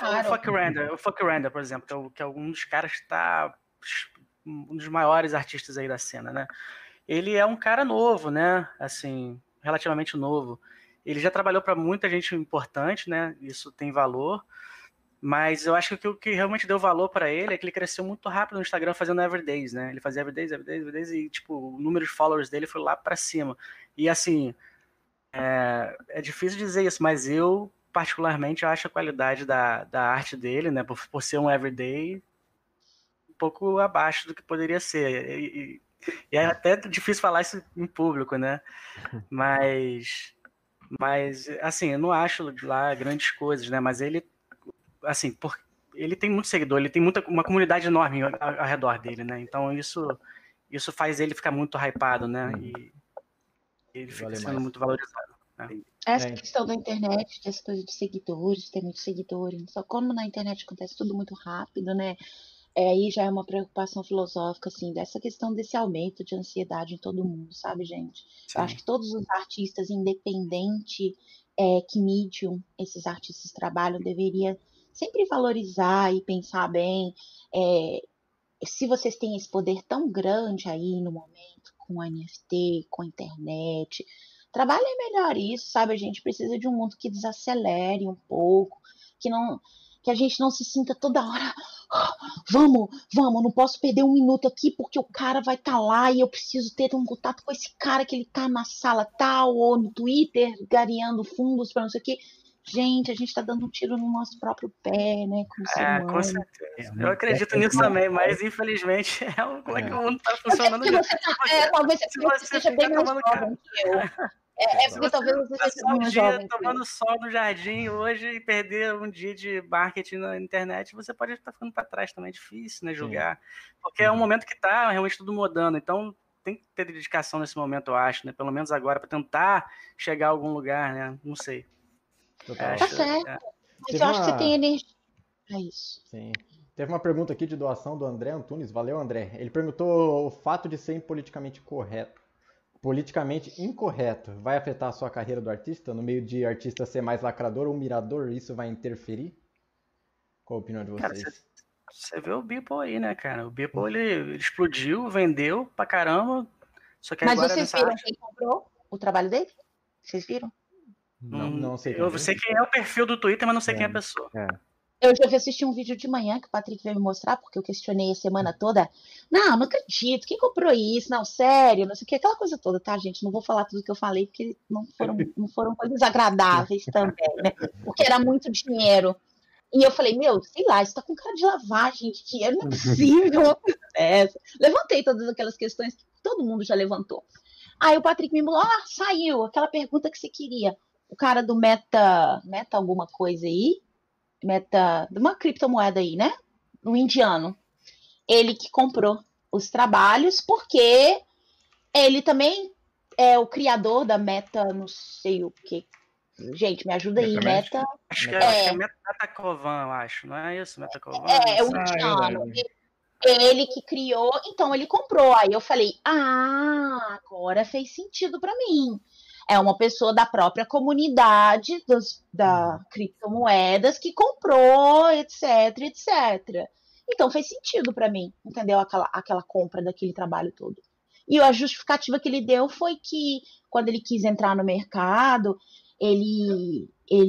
o Fuck Render, por exemplo, que é um dos caras que tá um dos maiores artistas aí da cena, né? Ele é um cara novo, né? Assim, relativamente novo. Ele já trabalhou para muita gente importante, né? Isso tem valor. Mas eu acho que o que realmente deu valor para ele é que ele cresceu muito rápido no Instagram fazendo everydays, né? Ele fazia everydays e, o número de followers dele foi lá para cima. E, assim, é difícil dizer isso, mas eu, particularmente, acho a qualidade da arte dele, né? Por ser um everyday pouco abaixo do que poderia ser. E é até difícil falar isso em público, né? Mas assim, eu não acho lá grandes coisas, né? Mas ele, assim, ele tem muito seguidor, ele tem uma comunidade enorme ao redor dele, né? Então isso faz ele ficar muito hypado, né? E ele fica sendo muito valorizado. Né? Essa questão da internet, dessa coisa de seguidores, ter muitos seguidores, só como na internet acontece tudo muito rápido, né? Aí já é uma preocupação filosófica, assim, dessa questão desse aumento de ansiedade em todo mundo, sabe, gente? Sim. Eu acho que todos os artistas, independente que medium esses artistas trabalham, deveria sempre valorizar e pensar bem se vocês têm esse poder tão grande aí no momento, com a NFT, com a internet, trabalhem melhor isso, sabe? A gente precisa de um mundo que desacelere um pouco, que a gente não se sinta toda hora, vamos, não posso perder um minuto aqui porque o cara vai estar lá e eu preciso ter um contato com esse cara que ele tá na sala tal, ou no Twitter, gareando fundos para não sei o quê. Gente, a gente tá dando um tiro no nosso próprio pé, né? Como ser humano. Com certeza. Eu acredito nisso também, mas infelizmente como é que o mundo tá funcionando. Talvez você seja bem mais jovem que eu. Porque talvez você seja mais jovem. Tomando sol no jardim hoje e perder um dia de marketing na internet, você pode estar ficando para trás também. É difícil, né, julgar. Porque é um momento que tá realmente tudo mudando. Então tem que ter dedicação nesse momento, eu acho, né? Pelo menos agora, para tentar chegar a algum lugar, né? Não sei. Tá certo. Mas eu acho que você tem energia pra isso. Sim. Teve uma pergunta aqui de doação do André Antunes. Valeu, André. Ele perguntou: o fato de ser politicamente incorreto vai afetar a sua carreira do artista? No meio de artista ser mais lacrador ou mirador, isso vai interferir? Qual a opinião de vocês? Cara, você vê o Beeple aí, né, cara? O Beeple, ele explodiu, vendeu pra caramba. Só que mas agora vocês viram quem comprou o trabalho dele? Vocês viram? Não sei. Eu sei quem é o perfil do Twitter, mas não sei quem é a pessoa. Eu já assisti um vídeo de manhã que o Patrick veio me mostrar, porque eu questionei a semana toda. Não acredito. Quem comprou isso? Não, sério, não sei o que. Aquela coisa toda, tá, gente? Não vou falar tudo que eu falei, porque não foram coisas agradáveis também, né? Porque era muito dinheiro. E eu falei, sei lá, isso tá com cara de lavagem de dinheiro, não é possível. Levantei todas aquelas questões que todo mundo já levantou. Aí o Patrick me falou, saiu aquela pergunta que você queria. O cara do Meta alguma coisa aí, de uma criptomoeda aí, né? Um indiano. Ele que comprou os trabalhos, porque ele também é o criador da Meta, não sei o que. Gente, me ajuda aí, Meta. Acho que é Metacovan, eu acho, não é isso? Metacovan? É o indiano. Ele que criou, então ele comprou. Aí eu falei, agora fez sentido para mim. É uma pessoa da própria comunidade da criptomoedas que comprou, etc, etc. Então fez sentido para mim, entendeu? Aquela compra daquele trabalho todo. E a justificativa que ele deu foi que quando ele quis entrar no mercado, ele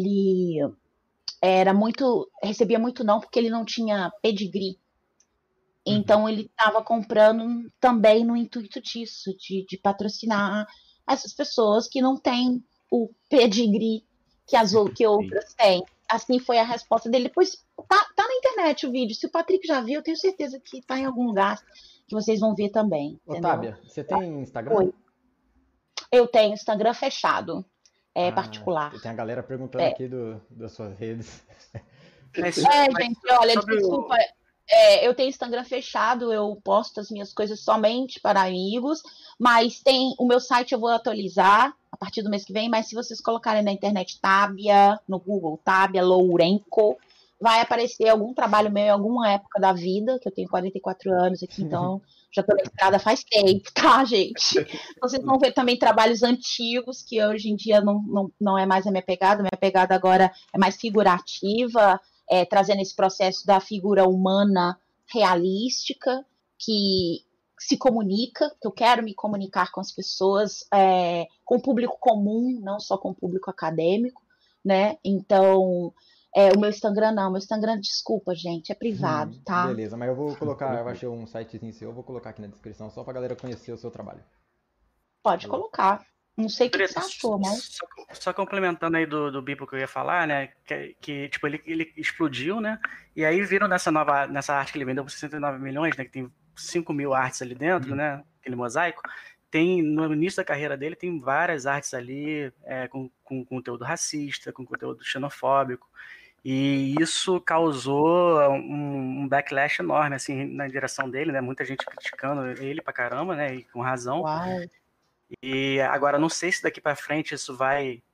recebia muito não, porque ele não tinha pedigree. Então ele estava comprando também no intuito disso, de patrocinar essas pessoas que não têm o pedigree que outras têm. Assim foi a resposta dele. Depois tá na internet o vídeo. Se o Patrick já viu, eu tenho certeza que tá em algum lugar que vocês vão ver também. Otávia, você tem Instagram? Oi. Eu tenho Instagram fechado. Particular. Tem a galera perguntando aqui das suas redes. Gente, olha, desculpa. Eu tenho Instagram fechado, eu posto as minhas coisas somente para amigos, mas tem o meu site, eu vou atualizar a partir do mês que vem, mas se vocês colocarem na internet Tábia, no Google, Tábia Lourenco, vai aparecer algum trabalho meu em alguma época da vida, que eu tenho 44 anos aqui, então já tô na estrada faz tempo, tá, gente? Vocês vão ver também trabalhos antigos, que hoje em dia não é mais a minha pegada agora é mais figurativa, trazendo esse processo da figura humana realística, que se comunica, que eu quero me comunicar com as pessoas, com o público comum, não só com o público acadêmico, né? Então, o meu Instagram não, desculpa, gente, é privado, tá? Beleza, mas eu vou colocar, eu achei um sitezinho seu, eu vou colocar aqui na descrição, só pra galera conhecer o seu trabalho. Pode colocar. Não sei o que você achou, mas... Só complementando aí do Beeple que eu ia falar, né? Que tipo, ele explodiu, né? E aí viram nessa arte que ele vendeu por 69 milhões, né? Que tem 5 mil artes ali dentro, né? Aquele mosaico. No início da carreira dele, tem várias artes ali com conteúdo racista, com conteúdo xenofóbico. E isso causou um backlash enorme, assim, na direção dele, né? Muita gente criticando ele pra caramba, né? E com razão. Uau. E agora, não sei se daqui para frente isso vai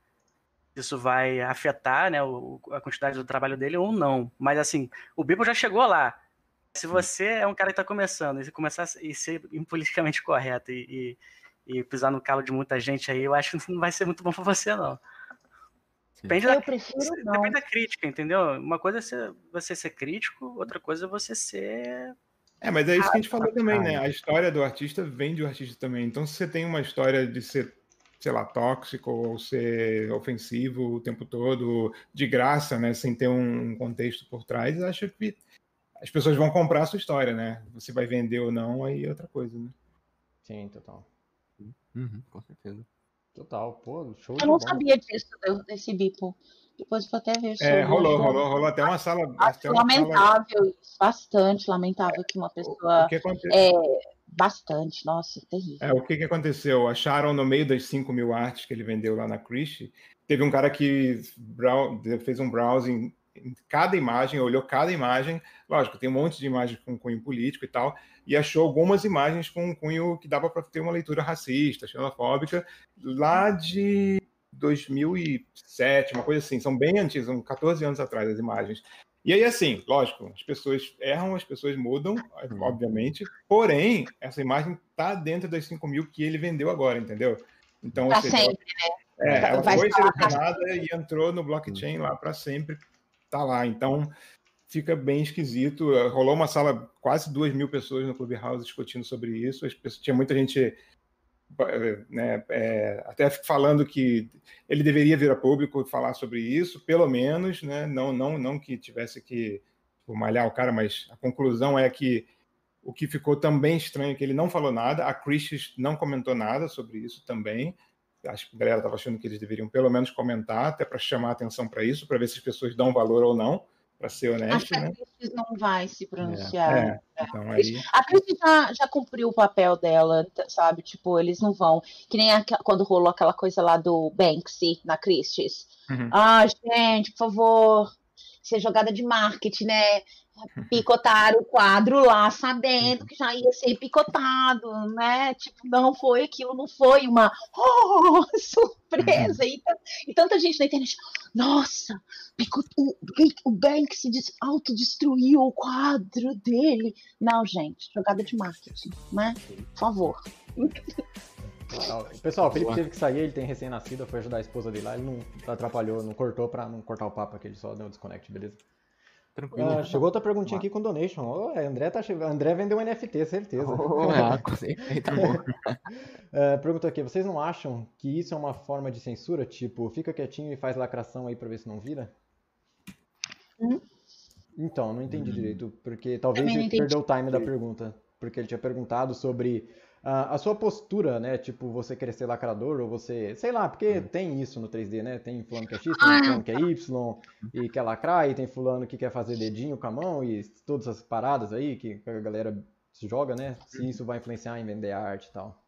afetar, né, a quantidade do trabalho dele ou não. Mas, assim, o Beeple já chegou lá. Se você é um cara que está começando e começar a ser politicamente correto e pisar no calo de muita gente aí, eu acho que não vai ser muito bom para você, não. Depende da crítica, entendeu? Uma coisa é você ser crítico, outra coisa é você ser... Mas é isso que a gente falou também, né? A história do artista vem do artista também. Então, se você tem uma história de ser, sei lá, tóxico ou ser ofensivo o tempo todo, de graça, né? Sem ter um contexto por trás, acho que as pessoas vão comprar a sua história, né? Você vai vender ou não, aí é outra coisa, né? Sim, total. Com certeza. Total, pô, show de Eu não bola. sabia disso, desse Beeple. Depois vou até ver. Rolou até uma sala... Acho lamentável isso, bastante lamentável que uma pessoa... O que aconteceu? Bastante, nossa, terrível. O que aconteceu? Acharam no meio das 5 mil artes que ele vendeu lá na Christie, teve um cara que fez um browsing em cada imagem, olhou cada imagem, lógico, tem um monte de imagens com cunho político e tal, e achou algumas imagens com um cunho que dava para ter uma leitura racista, xenofóbica, lá de 2007, uma coisa assim, são bem antigas, são 14 anos atrás as imagens. E aí, assim, lógico, as pessoas erram, as pessoas mudam, obviamente, porém, essa imagem está dentro das 5 mil que ele vendeu agora, entendeu? Então, Pra sempre, né? Ela foi selecionada e entrou no blockchain lá para sempre, tá lá. Então, fica bem esquisito. Rolou uma sala, quase 2 mil pessoas no Clubhouse discutindo sobre isso. Tinha muita gente... né, até falando que ele deveria vir a público falar sobre isso, pelo menos, né, não que tivesse que malhar o cara, mas a conclusão é que o que ficou também estranho é que ele não falou nada, a Christie não comentou nada sobre isso também. Acho que a galera estava achando que eles deveriam pelo menos comentar, até para chamar a atenção para isso, para ver se as pessoas dão valor ou não, para ser honesto, né? A Christie não vai se pronunciar. Então aí... A Christie já cumpriu o papel dela, sabe? Tipo, eles não vão. Que nem quando rolou aquela coisa lá do Banksy na Christie. Gente, por favor. Isso é jogada de marketing, né? Picotaram o quadro lá, sabendo que já ia ser picotado, né? Tipo, não foi aquilo, não foi uma surpresa. E tanta gente na internet, nossa, o Banksy autodestruiu o quadro dele. Não, gente, jogada de marketing, né? Por favor. Pessoal, o Felipe teve que sair, ele tem recém-nascido, foi ajudar a esposa dele lá, ele não atrapalhou, não cortou pra não cortar o papo aqui, ele só deu um desconnect, beleza? Tranquilo. Chegou outra perguntinha aqui com donation. André vendeu um NFT, certeza. Pergunta aqui, vocês não acham que isso é uma forma de censura? Tipo, fica quietinho e faz lacração aí pra ver se não vira? Então, não entendi direito, porque talvez ele perdeu o time da pergunta. Porque ele tinha perguntado sobre a sua postura, né? Tipo, você querer ser lacrador ou você... Sei lá, porque tem isso no 3D, né? Tem fulano que é X, tem fulano que é Y e quer lacrar, e tem fulano que quer fazer dedinho com a mão e todas essas paradas aí que a galera se joga, né? Se isso vai influenciar em vender arte e tal.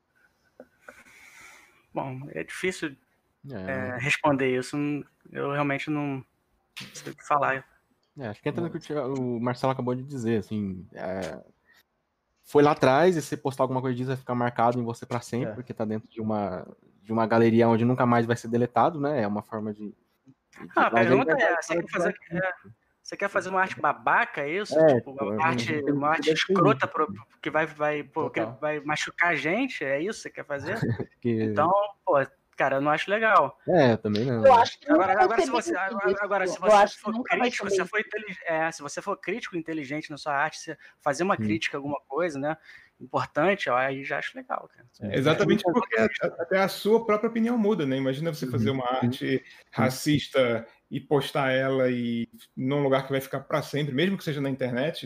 Bom, é difícil responder isso. Eu realmente não sei o que falar. Acho que entra no que o Marcelo acabou de dizer, assim... Foi lá atrás, e se postar alguma coisa disso vai ficar marcado em você para sempre, porque tá dentro de uma galeria onde nunca mais vai ser deletado, né? É uma forma de... A pergunta é, você quer fazer uma arte babaca, é isso? Tipo, uma arte escrota que vai machucar a gente? É isso que você quer fazer? Então, pô, cara, eu não acho legal. Também não. Eu acho que agora se você for crítico, se você for crítico inteligente na sua arte, você fazer uma crítica a alguma coisa, né? Importante, aí já acho legal, cara. Exatamente porque até a sua própria opinião muda, né? Imagina você fazer uma arte racista e postar ela num lugar que vai ficar para sempre, mesmo que seja na internet,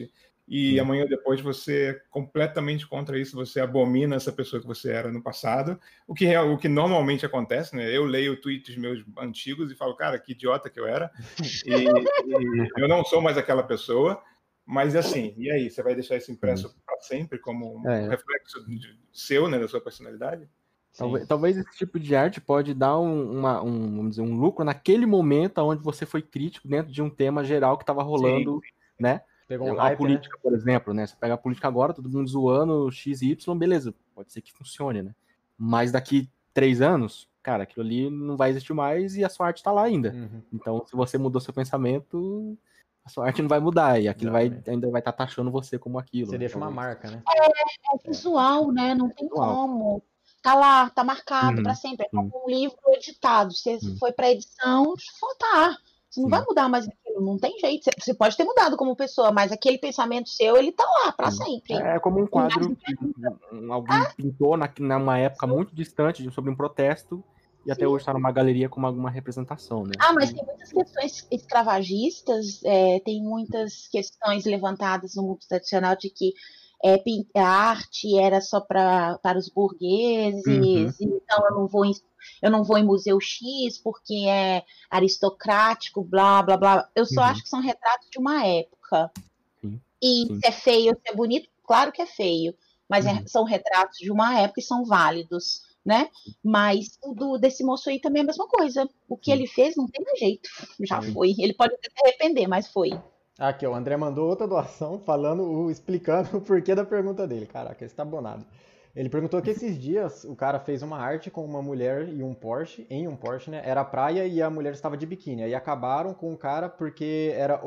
e amanhã depois você é completamente contra isso, você abomina essa pessoa que você era no passado, o que normalmente acontece, né? Eu leio tweets meus antigos e falo, cara, que idiota que eu era, e eu não sou mais aquela pessoa, mas assim, e aí, você vai deixar isso impresso para sempre como um reflexo seu, né, da sua personalidade? Talvez esse tipo de arte pode dar vamos dizer, um lucro naquele momento onde você foi crítico dentro de um tema geral que estava rolando, né? Pegou um a hype, política, por exemplo, né? Você pega a política agora, todo mundo zoando XY, beleza, pode ser que funcione, né? Mas daqui 3 anos, cara, aquilo ali não vai existir mais e a sua arte tá lá ainda. Então, se você mudou seu pensamento, a sua arte não vai mudar e aquilo ainda vai estar taxando você como aquilo. Você deixa uma marca, né? É visual, né? Não tem como. Tá lá, tá marcado pra sempre. É como um livro editado. Se foi pra edição, tá. Você não vai mudar mais aquilo, não tem jeito. Você pode ter mudado como pessoa, mas aquele pensamento seu, ele tá lá pra sempre. É como um quadro que alguém pintou numa época muito distante sobre um protesto e até hoje está numa galeria com alguma representação, né? Mas tem muitas questões escravagistas, tem muitas questões levantadas no mundo tradicional de que a arte era só para os burgueses, então eu não vou em museu X porque é aristocrático, blá, blá, blá. Eu só acho que são retratos de uma época. E se é feio, se é bonito, claro que é feio, mas são retratos de uma época e são válidos, né? Mas desse moço aí também é a mesma coisa. O que ele fez não tem jeito, já foi. Ele pode até se arrepender, mas foi. Aqui, o André mandou outra doação explicando o porquê da pergunta dele. Caraca, esse tá abonado. Ele perguntou que esses dias o cara fez uma arte com uma mulher e um Porsche, né? Era praia e a mulher estava de biquíni. Aí acabaram com o cara porque era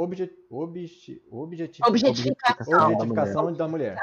objetificação da mulher.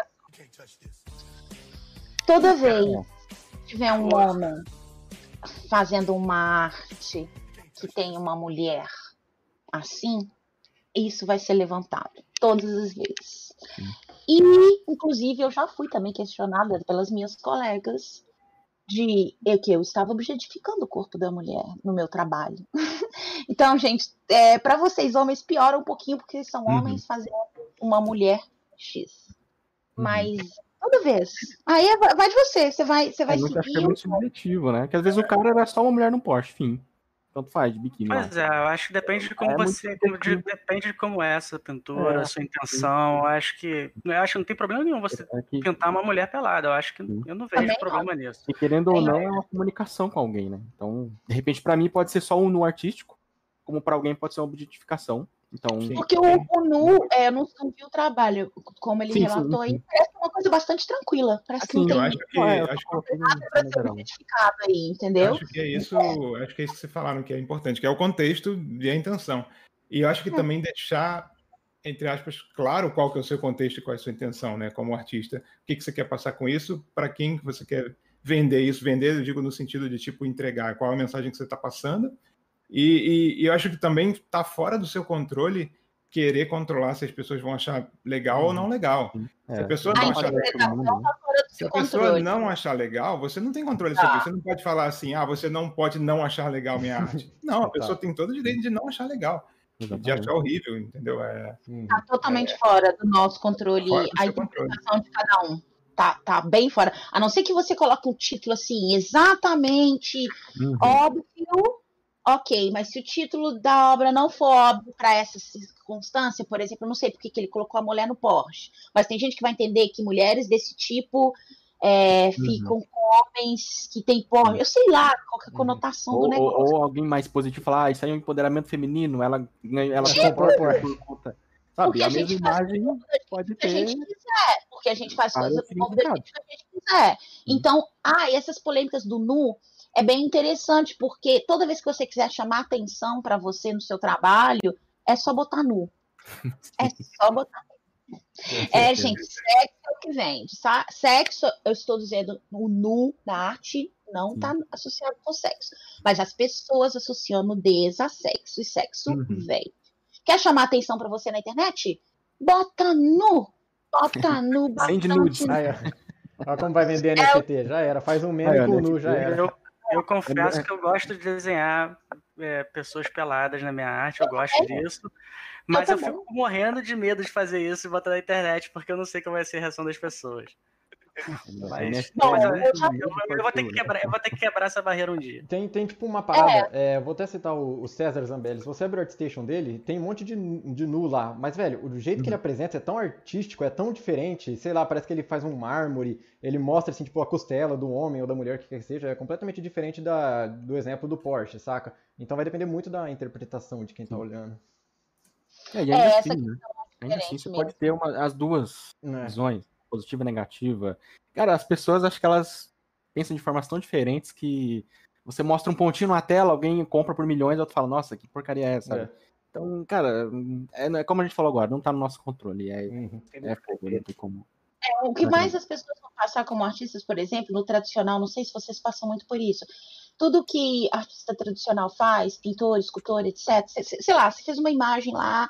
Toda vez que tiver um homem fazendo uma arte que tem uma mulher assim, isso vai ser levantado todas as vezes. E, inclusive, eu já fui também questionada pelas minhas colegas de que eu estava objetificando o corpo da mulher no meu trabalho. Então, gente, para vocês, homens, piora um pouquinho porque são homens fazendo uma mulher X. Mas toda vez. Aí vai de você vai seguir. Acho que é muito subjetivo, né? Porque às vezes o cara era só uma mulher no Porsche, fim. Tanto faz, de biquíni. Pois eu acho que depende de como depende de como é essa pintura, a sua intenção. Eu acho que não tem problema nenhum você pintar uma mulher pelada. Eu acho que eu não vejo problema nisso. E querendo ou não, é uma comunicação com alguém, né? Então, de repente, pra mim pode ser só um nu artístico, como pra alguém pode ser uma objetificação. Então, porque o nu, eu não vi o trabalho, como ele relatou aí, parece uma coisa bastante tranquila. Parece que não tem nada pra ser objetificado aí, entendeu? Acho que é isso que vocês falaram que é importante, que é o contexto e a intenção. E eu acho que também deixar, entre aspas, claro qual que é o seu contexto e qual é a sua intenção, né, como artista. O que você quer passar com isso, para quem você quer vender isso. Vender, eu digo no sentido de, tipo, entregar qual a mensagem que você está passando. E eu acho que também está fora do seu controle querer controlar se as pessoas vão achar legal ou não legal. Se a pessoa não achar legal, se a pessoa não achar legal, você não tem controle sobre isso. Você não pode falar assim, você não pode não achar legal minha arte. Não, a pessoa tem todo o direito de não achar legal. De achar horrível, entendeu? Está totalmente fora do nosso controle, a interpretação de cada um. Tá bem fora. A não ser que você coloque um título assim, exatamente óbvio. Ok, mas se o título da obra não for óbvio para essa circunstância, por exemplo, eu não sei porque que ele colocou a mulher no Porsche, mas tem gente que vai entender que mulheres desse tipo ficam com homens que têm Porsche. Eu sei lá qual é a conotação do negócio. Ou alguém mais positivo falar, isso aí é um empoderamento feminino, ela comprou por conta. Sabe, porque a mesma imagem pode ter. A gente quiser, porque a gente faz coisas do jeito que a gente quiser. Então, essas polêmicas do nu é bem interessante, porque toda vez que você quiser chamar atenção para você no seu trabalho, é só botar nu. É só botar nu. Gente, sexo é o que vende. Sexo, eu estou dizendo, o nu da arte não está associado com sexo. Mas as pessoas associam nudez a sexo, e sexo vende. Quer chamar atenção para você na internet? Bota nu. Bota nu. Send nudes. Olha como vai vender NFT. Já era. Faz um meme com nu, já era. Eu confesso que eu gosto de desenhar pessoas peladas na minha arte, eu gosto disso. Mas eu fico morrendo de medo de fazer isso e botar na internet, porque eu não sei como vai ser a reação das pessoas. Mas eu vou ter que quebrar essa barreira um dia. Tem tipo uma parada, vou até citar o César Zambelli. Se você abrir o ArtStation dele, tem um monte de nu lá. Mas, velho, o jeito que ele apresenta é tão artístico, é tão diferente. Sei lá, parece que ele faz um mármore, ele mostra, assim, tipo, a costela do homem ou da mulher, o que quer que seja. É completamente diferente do exemplo do Porsche, saca? Então vai depender muito da interpretação de quem tá olhando. E ainda assim, né? Ainda assim, você pode ter as duas visões, positiva e negativa. Cara, as pessoas, acho que elas pensam de formas tão diferentes que você mostra um pontinho na tela, alguém compra por milhões, outro fala, nossa, que porcaria é essa, sabe? Então, cara, é como a gente falou agora, não tá no nosso controle. Não tem como. O que mais as pessoas vão passar como artistas, por exemplo, no tradicional, não sei se vocês passam muito por isso. Tudo que artista tradicional faz, pintor, escultor, etc. Sei lá, você fez uma imagem lá,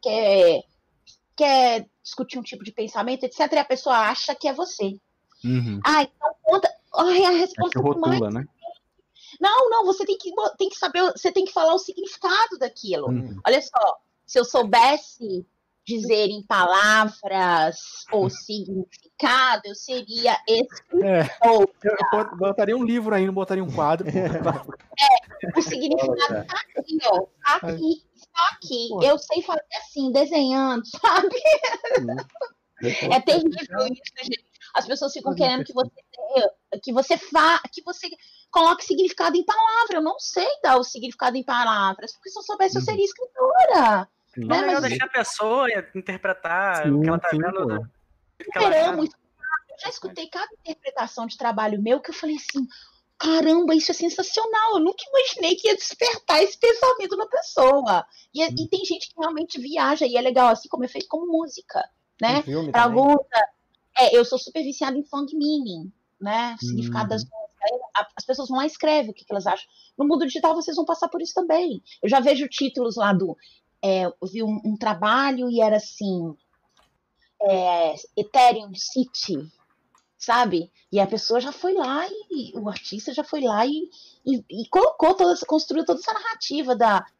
quer discutir um tipo de pensamento, etc. E a pessoa acha que é você. Então conta. A resposta rotula, né? Não, você tem que saber, você tem que falar o significado daquilo. Olha só, se eu soubesse dizer em palavras o significado, eu seria esse. Eu botaria um livro aí, não botaria um quadro. O significado tá aqui, ó. Tá aqui. Eu sei fazer assim, desenhando, sabe? É terrível isso, gente. As pessoas ficam querendo que você coloque significado em palavras. Eu não sei dar o significado em palavras, porque se eu soubesse, eu seria escritora. Não é melhor deixar a pessoa interpretar o que ela tá vendo. Eu já escutei cada interpretação de trabalho meu que eu falei assim, caramba, isso é sensacional. Eu nunca imaginei que ia despertar esse pensamento na pessoa. E tem gente que realmente viaja, e é legal, assim como é feito com música, né? Para alguns, eu sou super viciada em funk meaning, né? O significado das músicas. As pessoas vão lá e escrevem o que elas acham. No mundo digital, vocês vão passar por isso também. Eu já vejo títulos lá eu vi um trabalho e era assim, Ethereum City, sabe? E a pessoa já foi lá o artista já foi lá e construiu toda essa narrativa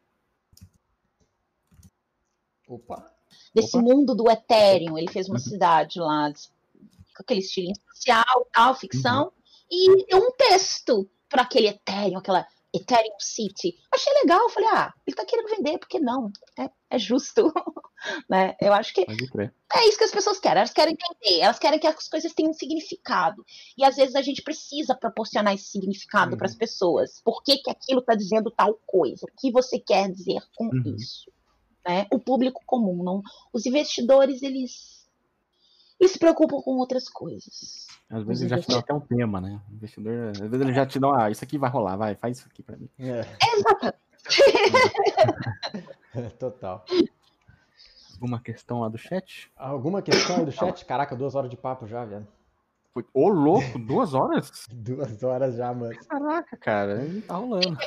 desse mundo do Ethereum. Ele fez uma cidade lá com aquele estilo espacial, tal, ficção, e deu um texto para aquele Ethereum, aquela Ethereum City. Achei legal, falei, ele tá querendo vender, por que não? É justo. Né? Eu acho que é isso que as pessoas querem. Elas querem entender, elas querem que as coisas tenham um significado. E às vezes a gente precisa proporcionar esse significado para as pessoas. Por que aquilo está dizendo tal coisa? O que você quer dizer com isso? Né? O público comum, não. Os investidores, eles se preocupam com outras coisas. Às vezes ele já te dá até um tema, né? O investidor, às vezes ele já te dá, isso aqui vai rolar, faz isso aqui pra mim. Exatamente. Total. Alguma questão lá do chat? Alguma questão aí do chat? Caraca, 2 horas de papo já, velho. Ô, louco, 2 horas? 2 horas já, mano. Caraca, cara, tá rolando.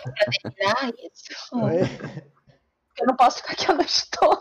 Isso. Eu não posso ficar aqui a noite toda.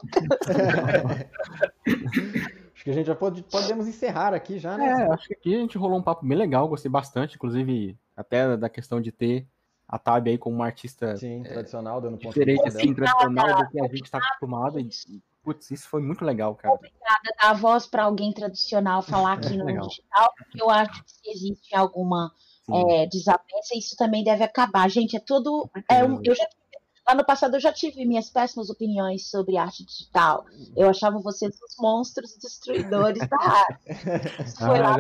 Acho que a gente já podemos encerrar aqui já, né? Acho que aqui a gente rolou um papo bem legal, gostei bastante, inclusive até da questão de ter a Tab aí como uma artista tradicional, dando ponto diferente, assim, tradicional do que a gente está acostumado. E, putz, isso foi muito legal, cara. Obrigada, dar voz para alguém tradicional falar aqui no digital, porque eu acho que se existe alguma desavença, isso também deve acabar. Gente, é tudo. Lá no passado eu já tive minhas péssimas opiniões sobre arte digital. Eu achava vocês os monstros destruidores da arte. Isso foi lá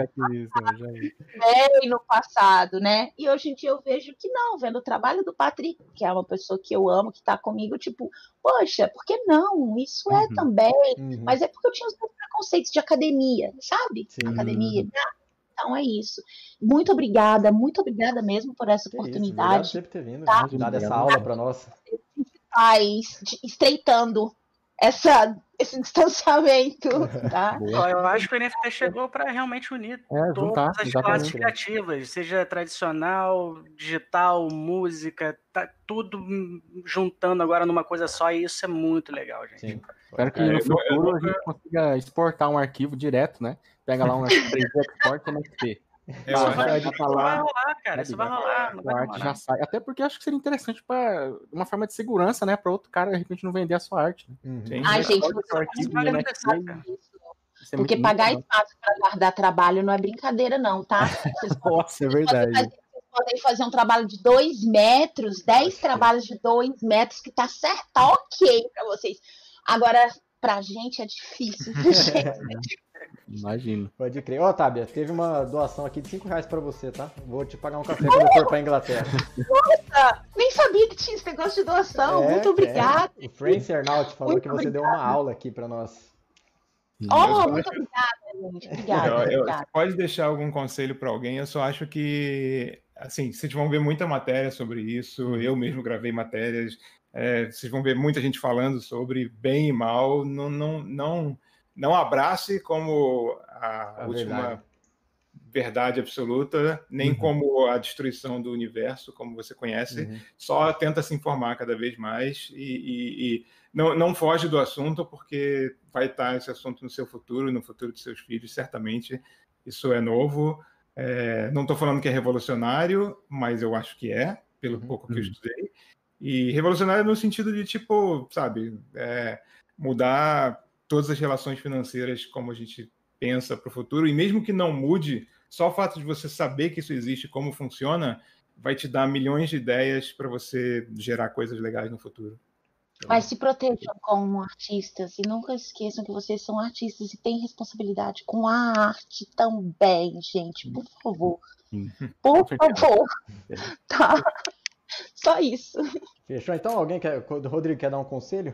no passado, né? E hoje em dia eu vejo que não, vendo o trabalho do Patrick, que é uma pessoa que eu amo, que tá comigo, tipo, poxa, por que não? Isso é também. Mas é porque eu tinha os meus preconceitos de academia, sabe? Academia. Então é isso. Muito obrigada mesmo por essa oportunidade. Obrigado por ter vindo, dado essa aula para nós. Estreitando esse distanciamento, tá? Eu acho que o NFT chegou para realmente unir todas as classes criativas, seja tradicional, digital, música, tá tudo juntando agora numa coisa só, e isso é muito legal, gente. Sim. Espero que no futuro a gente consiga exportar um arquivo direto, né? Pega lá um 3D Export NFT. Eu Isso acho vai, que isso tá lá, vai rolar, cara. né, Isso vai Bigode? rolar. Não A vai arte demorar. já sai. Até porque acho que seria interessante para uma forma de segurança, né? Para outro cara, de repente, não vender a sua arte. Né? Uhum. Sim. Ai, gente, Pode você ser um não arquivo pode em vai NFT, acontecer, pensar nisso. isso é Porque muito pagar legal. espaço para guardar trabalho não é brincadeira, não, tá? Vocês Nossa, é podem verdade. podem fazer um trabalho de 2 metros, 10 trabalhos de 2 metros, que tá certo, tá ok para vocês. Agora, pra gente é difícil, gente. Imagino. Pode crer. Ó, Tabia, teve uma doação aqui de R$5 pra você, tá? Vou te pagar um café quando eu for pra Inglaterra. Nossa, nem sabia que tinha esse negócio de doação. Muito obrigada. O Francis Arnaut falou Muito que você deu uma aula aqui pra nós. Oh, muito obrigada, gente. Obrigada, Você obrigada. pode deixar algum conselho para alguém? Eu só acho que, assim, vocês vão ver muita matéria sobre isso. Eu mesmo gravei matérias. Vocês vão ver muita gente falando sobre bem e mal. Não abrace como a última verdade absoluta, nem como a destruição do universo, como você conhece. Só tenta se informar cada vez mais e não foge do assunto, porque vai estar esse assunto no seu futuro, no futuro de seus filhos, certamente. Isso é novo. Não estou falando que é revolucionário, mas eu acho que é, pelo pouco que eu estudei. E revolucionário no sentido de, tipo, sabe, mudar todas as relações financeiras como a gente pensa para o futuro. E mesmo que não mude, só o fato de você saber que isso existe, como funciona, vai te dar milhões de ideias para você gerar coisas legais no futuro. Mas se protejam como artistas e nunca esqueçam que vocês são artistas e têm responsabilidade com a arte também, gente. Por favor. Por favor. Tá? Só isso. Fechou? Então, o Rodrigo quer dar um conselho?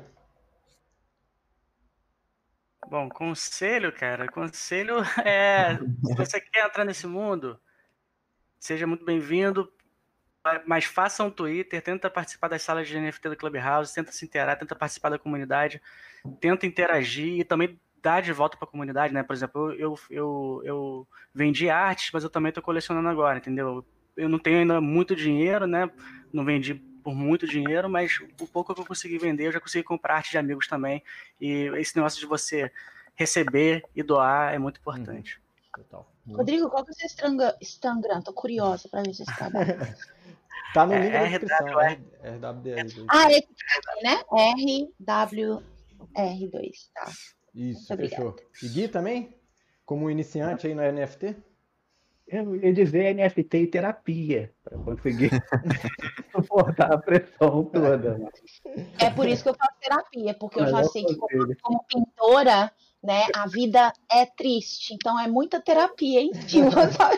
Bom, conselho, cara. Conselho se você quer entrar nesse mundo, seja muito bem-vindo. Mas faça um Twitter, tenta participar das salas de NFT do Clubhouse, tenta se inteirar, tenta participar da comunidade, tenta interagir e também dar de volta para a comunidade, né? Por exemplo, eu vendi artes, mas eu também estou colecionando agora, entendeu? Eu não tenho ainda muito dinheiro, né? Não vendi por muito dinheiro, mas o pouco que eu consegui vender, eu já consegui comprar arte de amigos também. E esse negócio de você receber e doar é muito importante. Total. Rodrigo, qual que é o seu Instagram? Tô curiosa para ver se você trabalha. Tá no link da descrição, RWR2. Ah, esse aqui, né? RWR2, tá. Isso, fechou. E Gui também? Como iniciante aí no NFT? Eu ia dizer NFT e terapia, para conseguir suportar a pressão toda. É por isso que eu faço terapia, porque eu já sei que como pintora, né, a vida é triste, então é muita terapia em cima, sabe?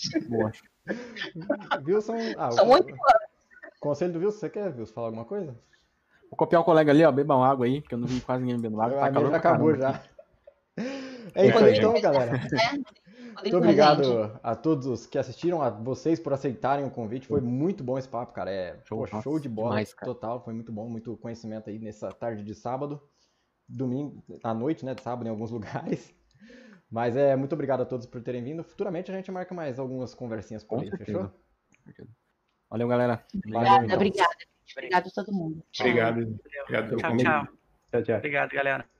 Wilson, São muito conselho do Wilson, você quer, Wilson, falar alguma coisa? Vou copiar o colega ali, ó, bebam água aí, porque eu não vi quase ninguém bebendo água. A minha já acabou já. É isso aí então, galera. Muito obrigado a todos que assistiram, a vocês por aceitarem o convite. Foi muito bom esse papo, cara. Show de bola, demais, total. Foi muito bom, muito conhecimento aí nessa tarde de sábado. Domingo, à noite, né, de sábado em alguns lugares. Mas muito obrigado a todos por terem vindo. Futuramente a gente marca mais algumas conversinhas por aí, fechou? Valeu, galera. Obrigada, então. Obrigada a todo mundo. Obrigado. Tchau. Tchau. Obrigado, galera.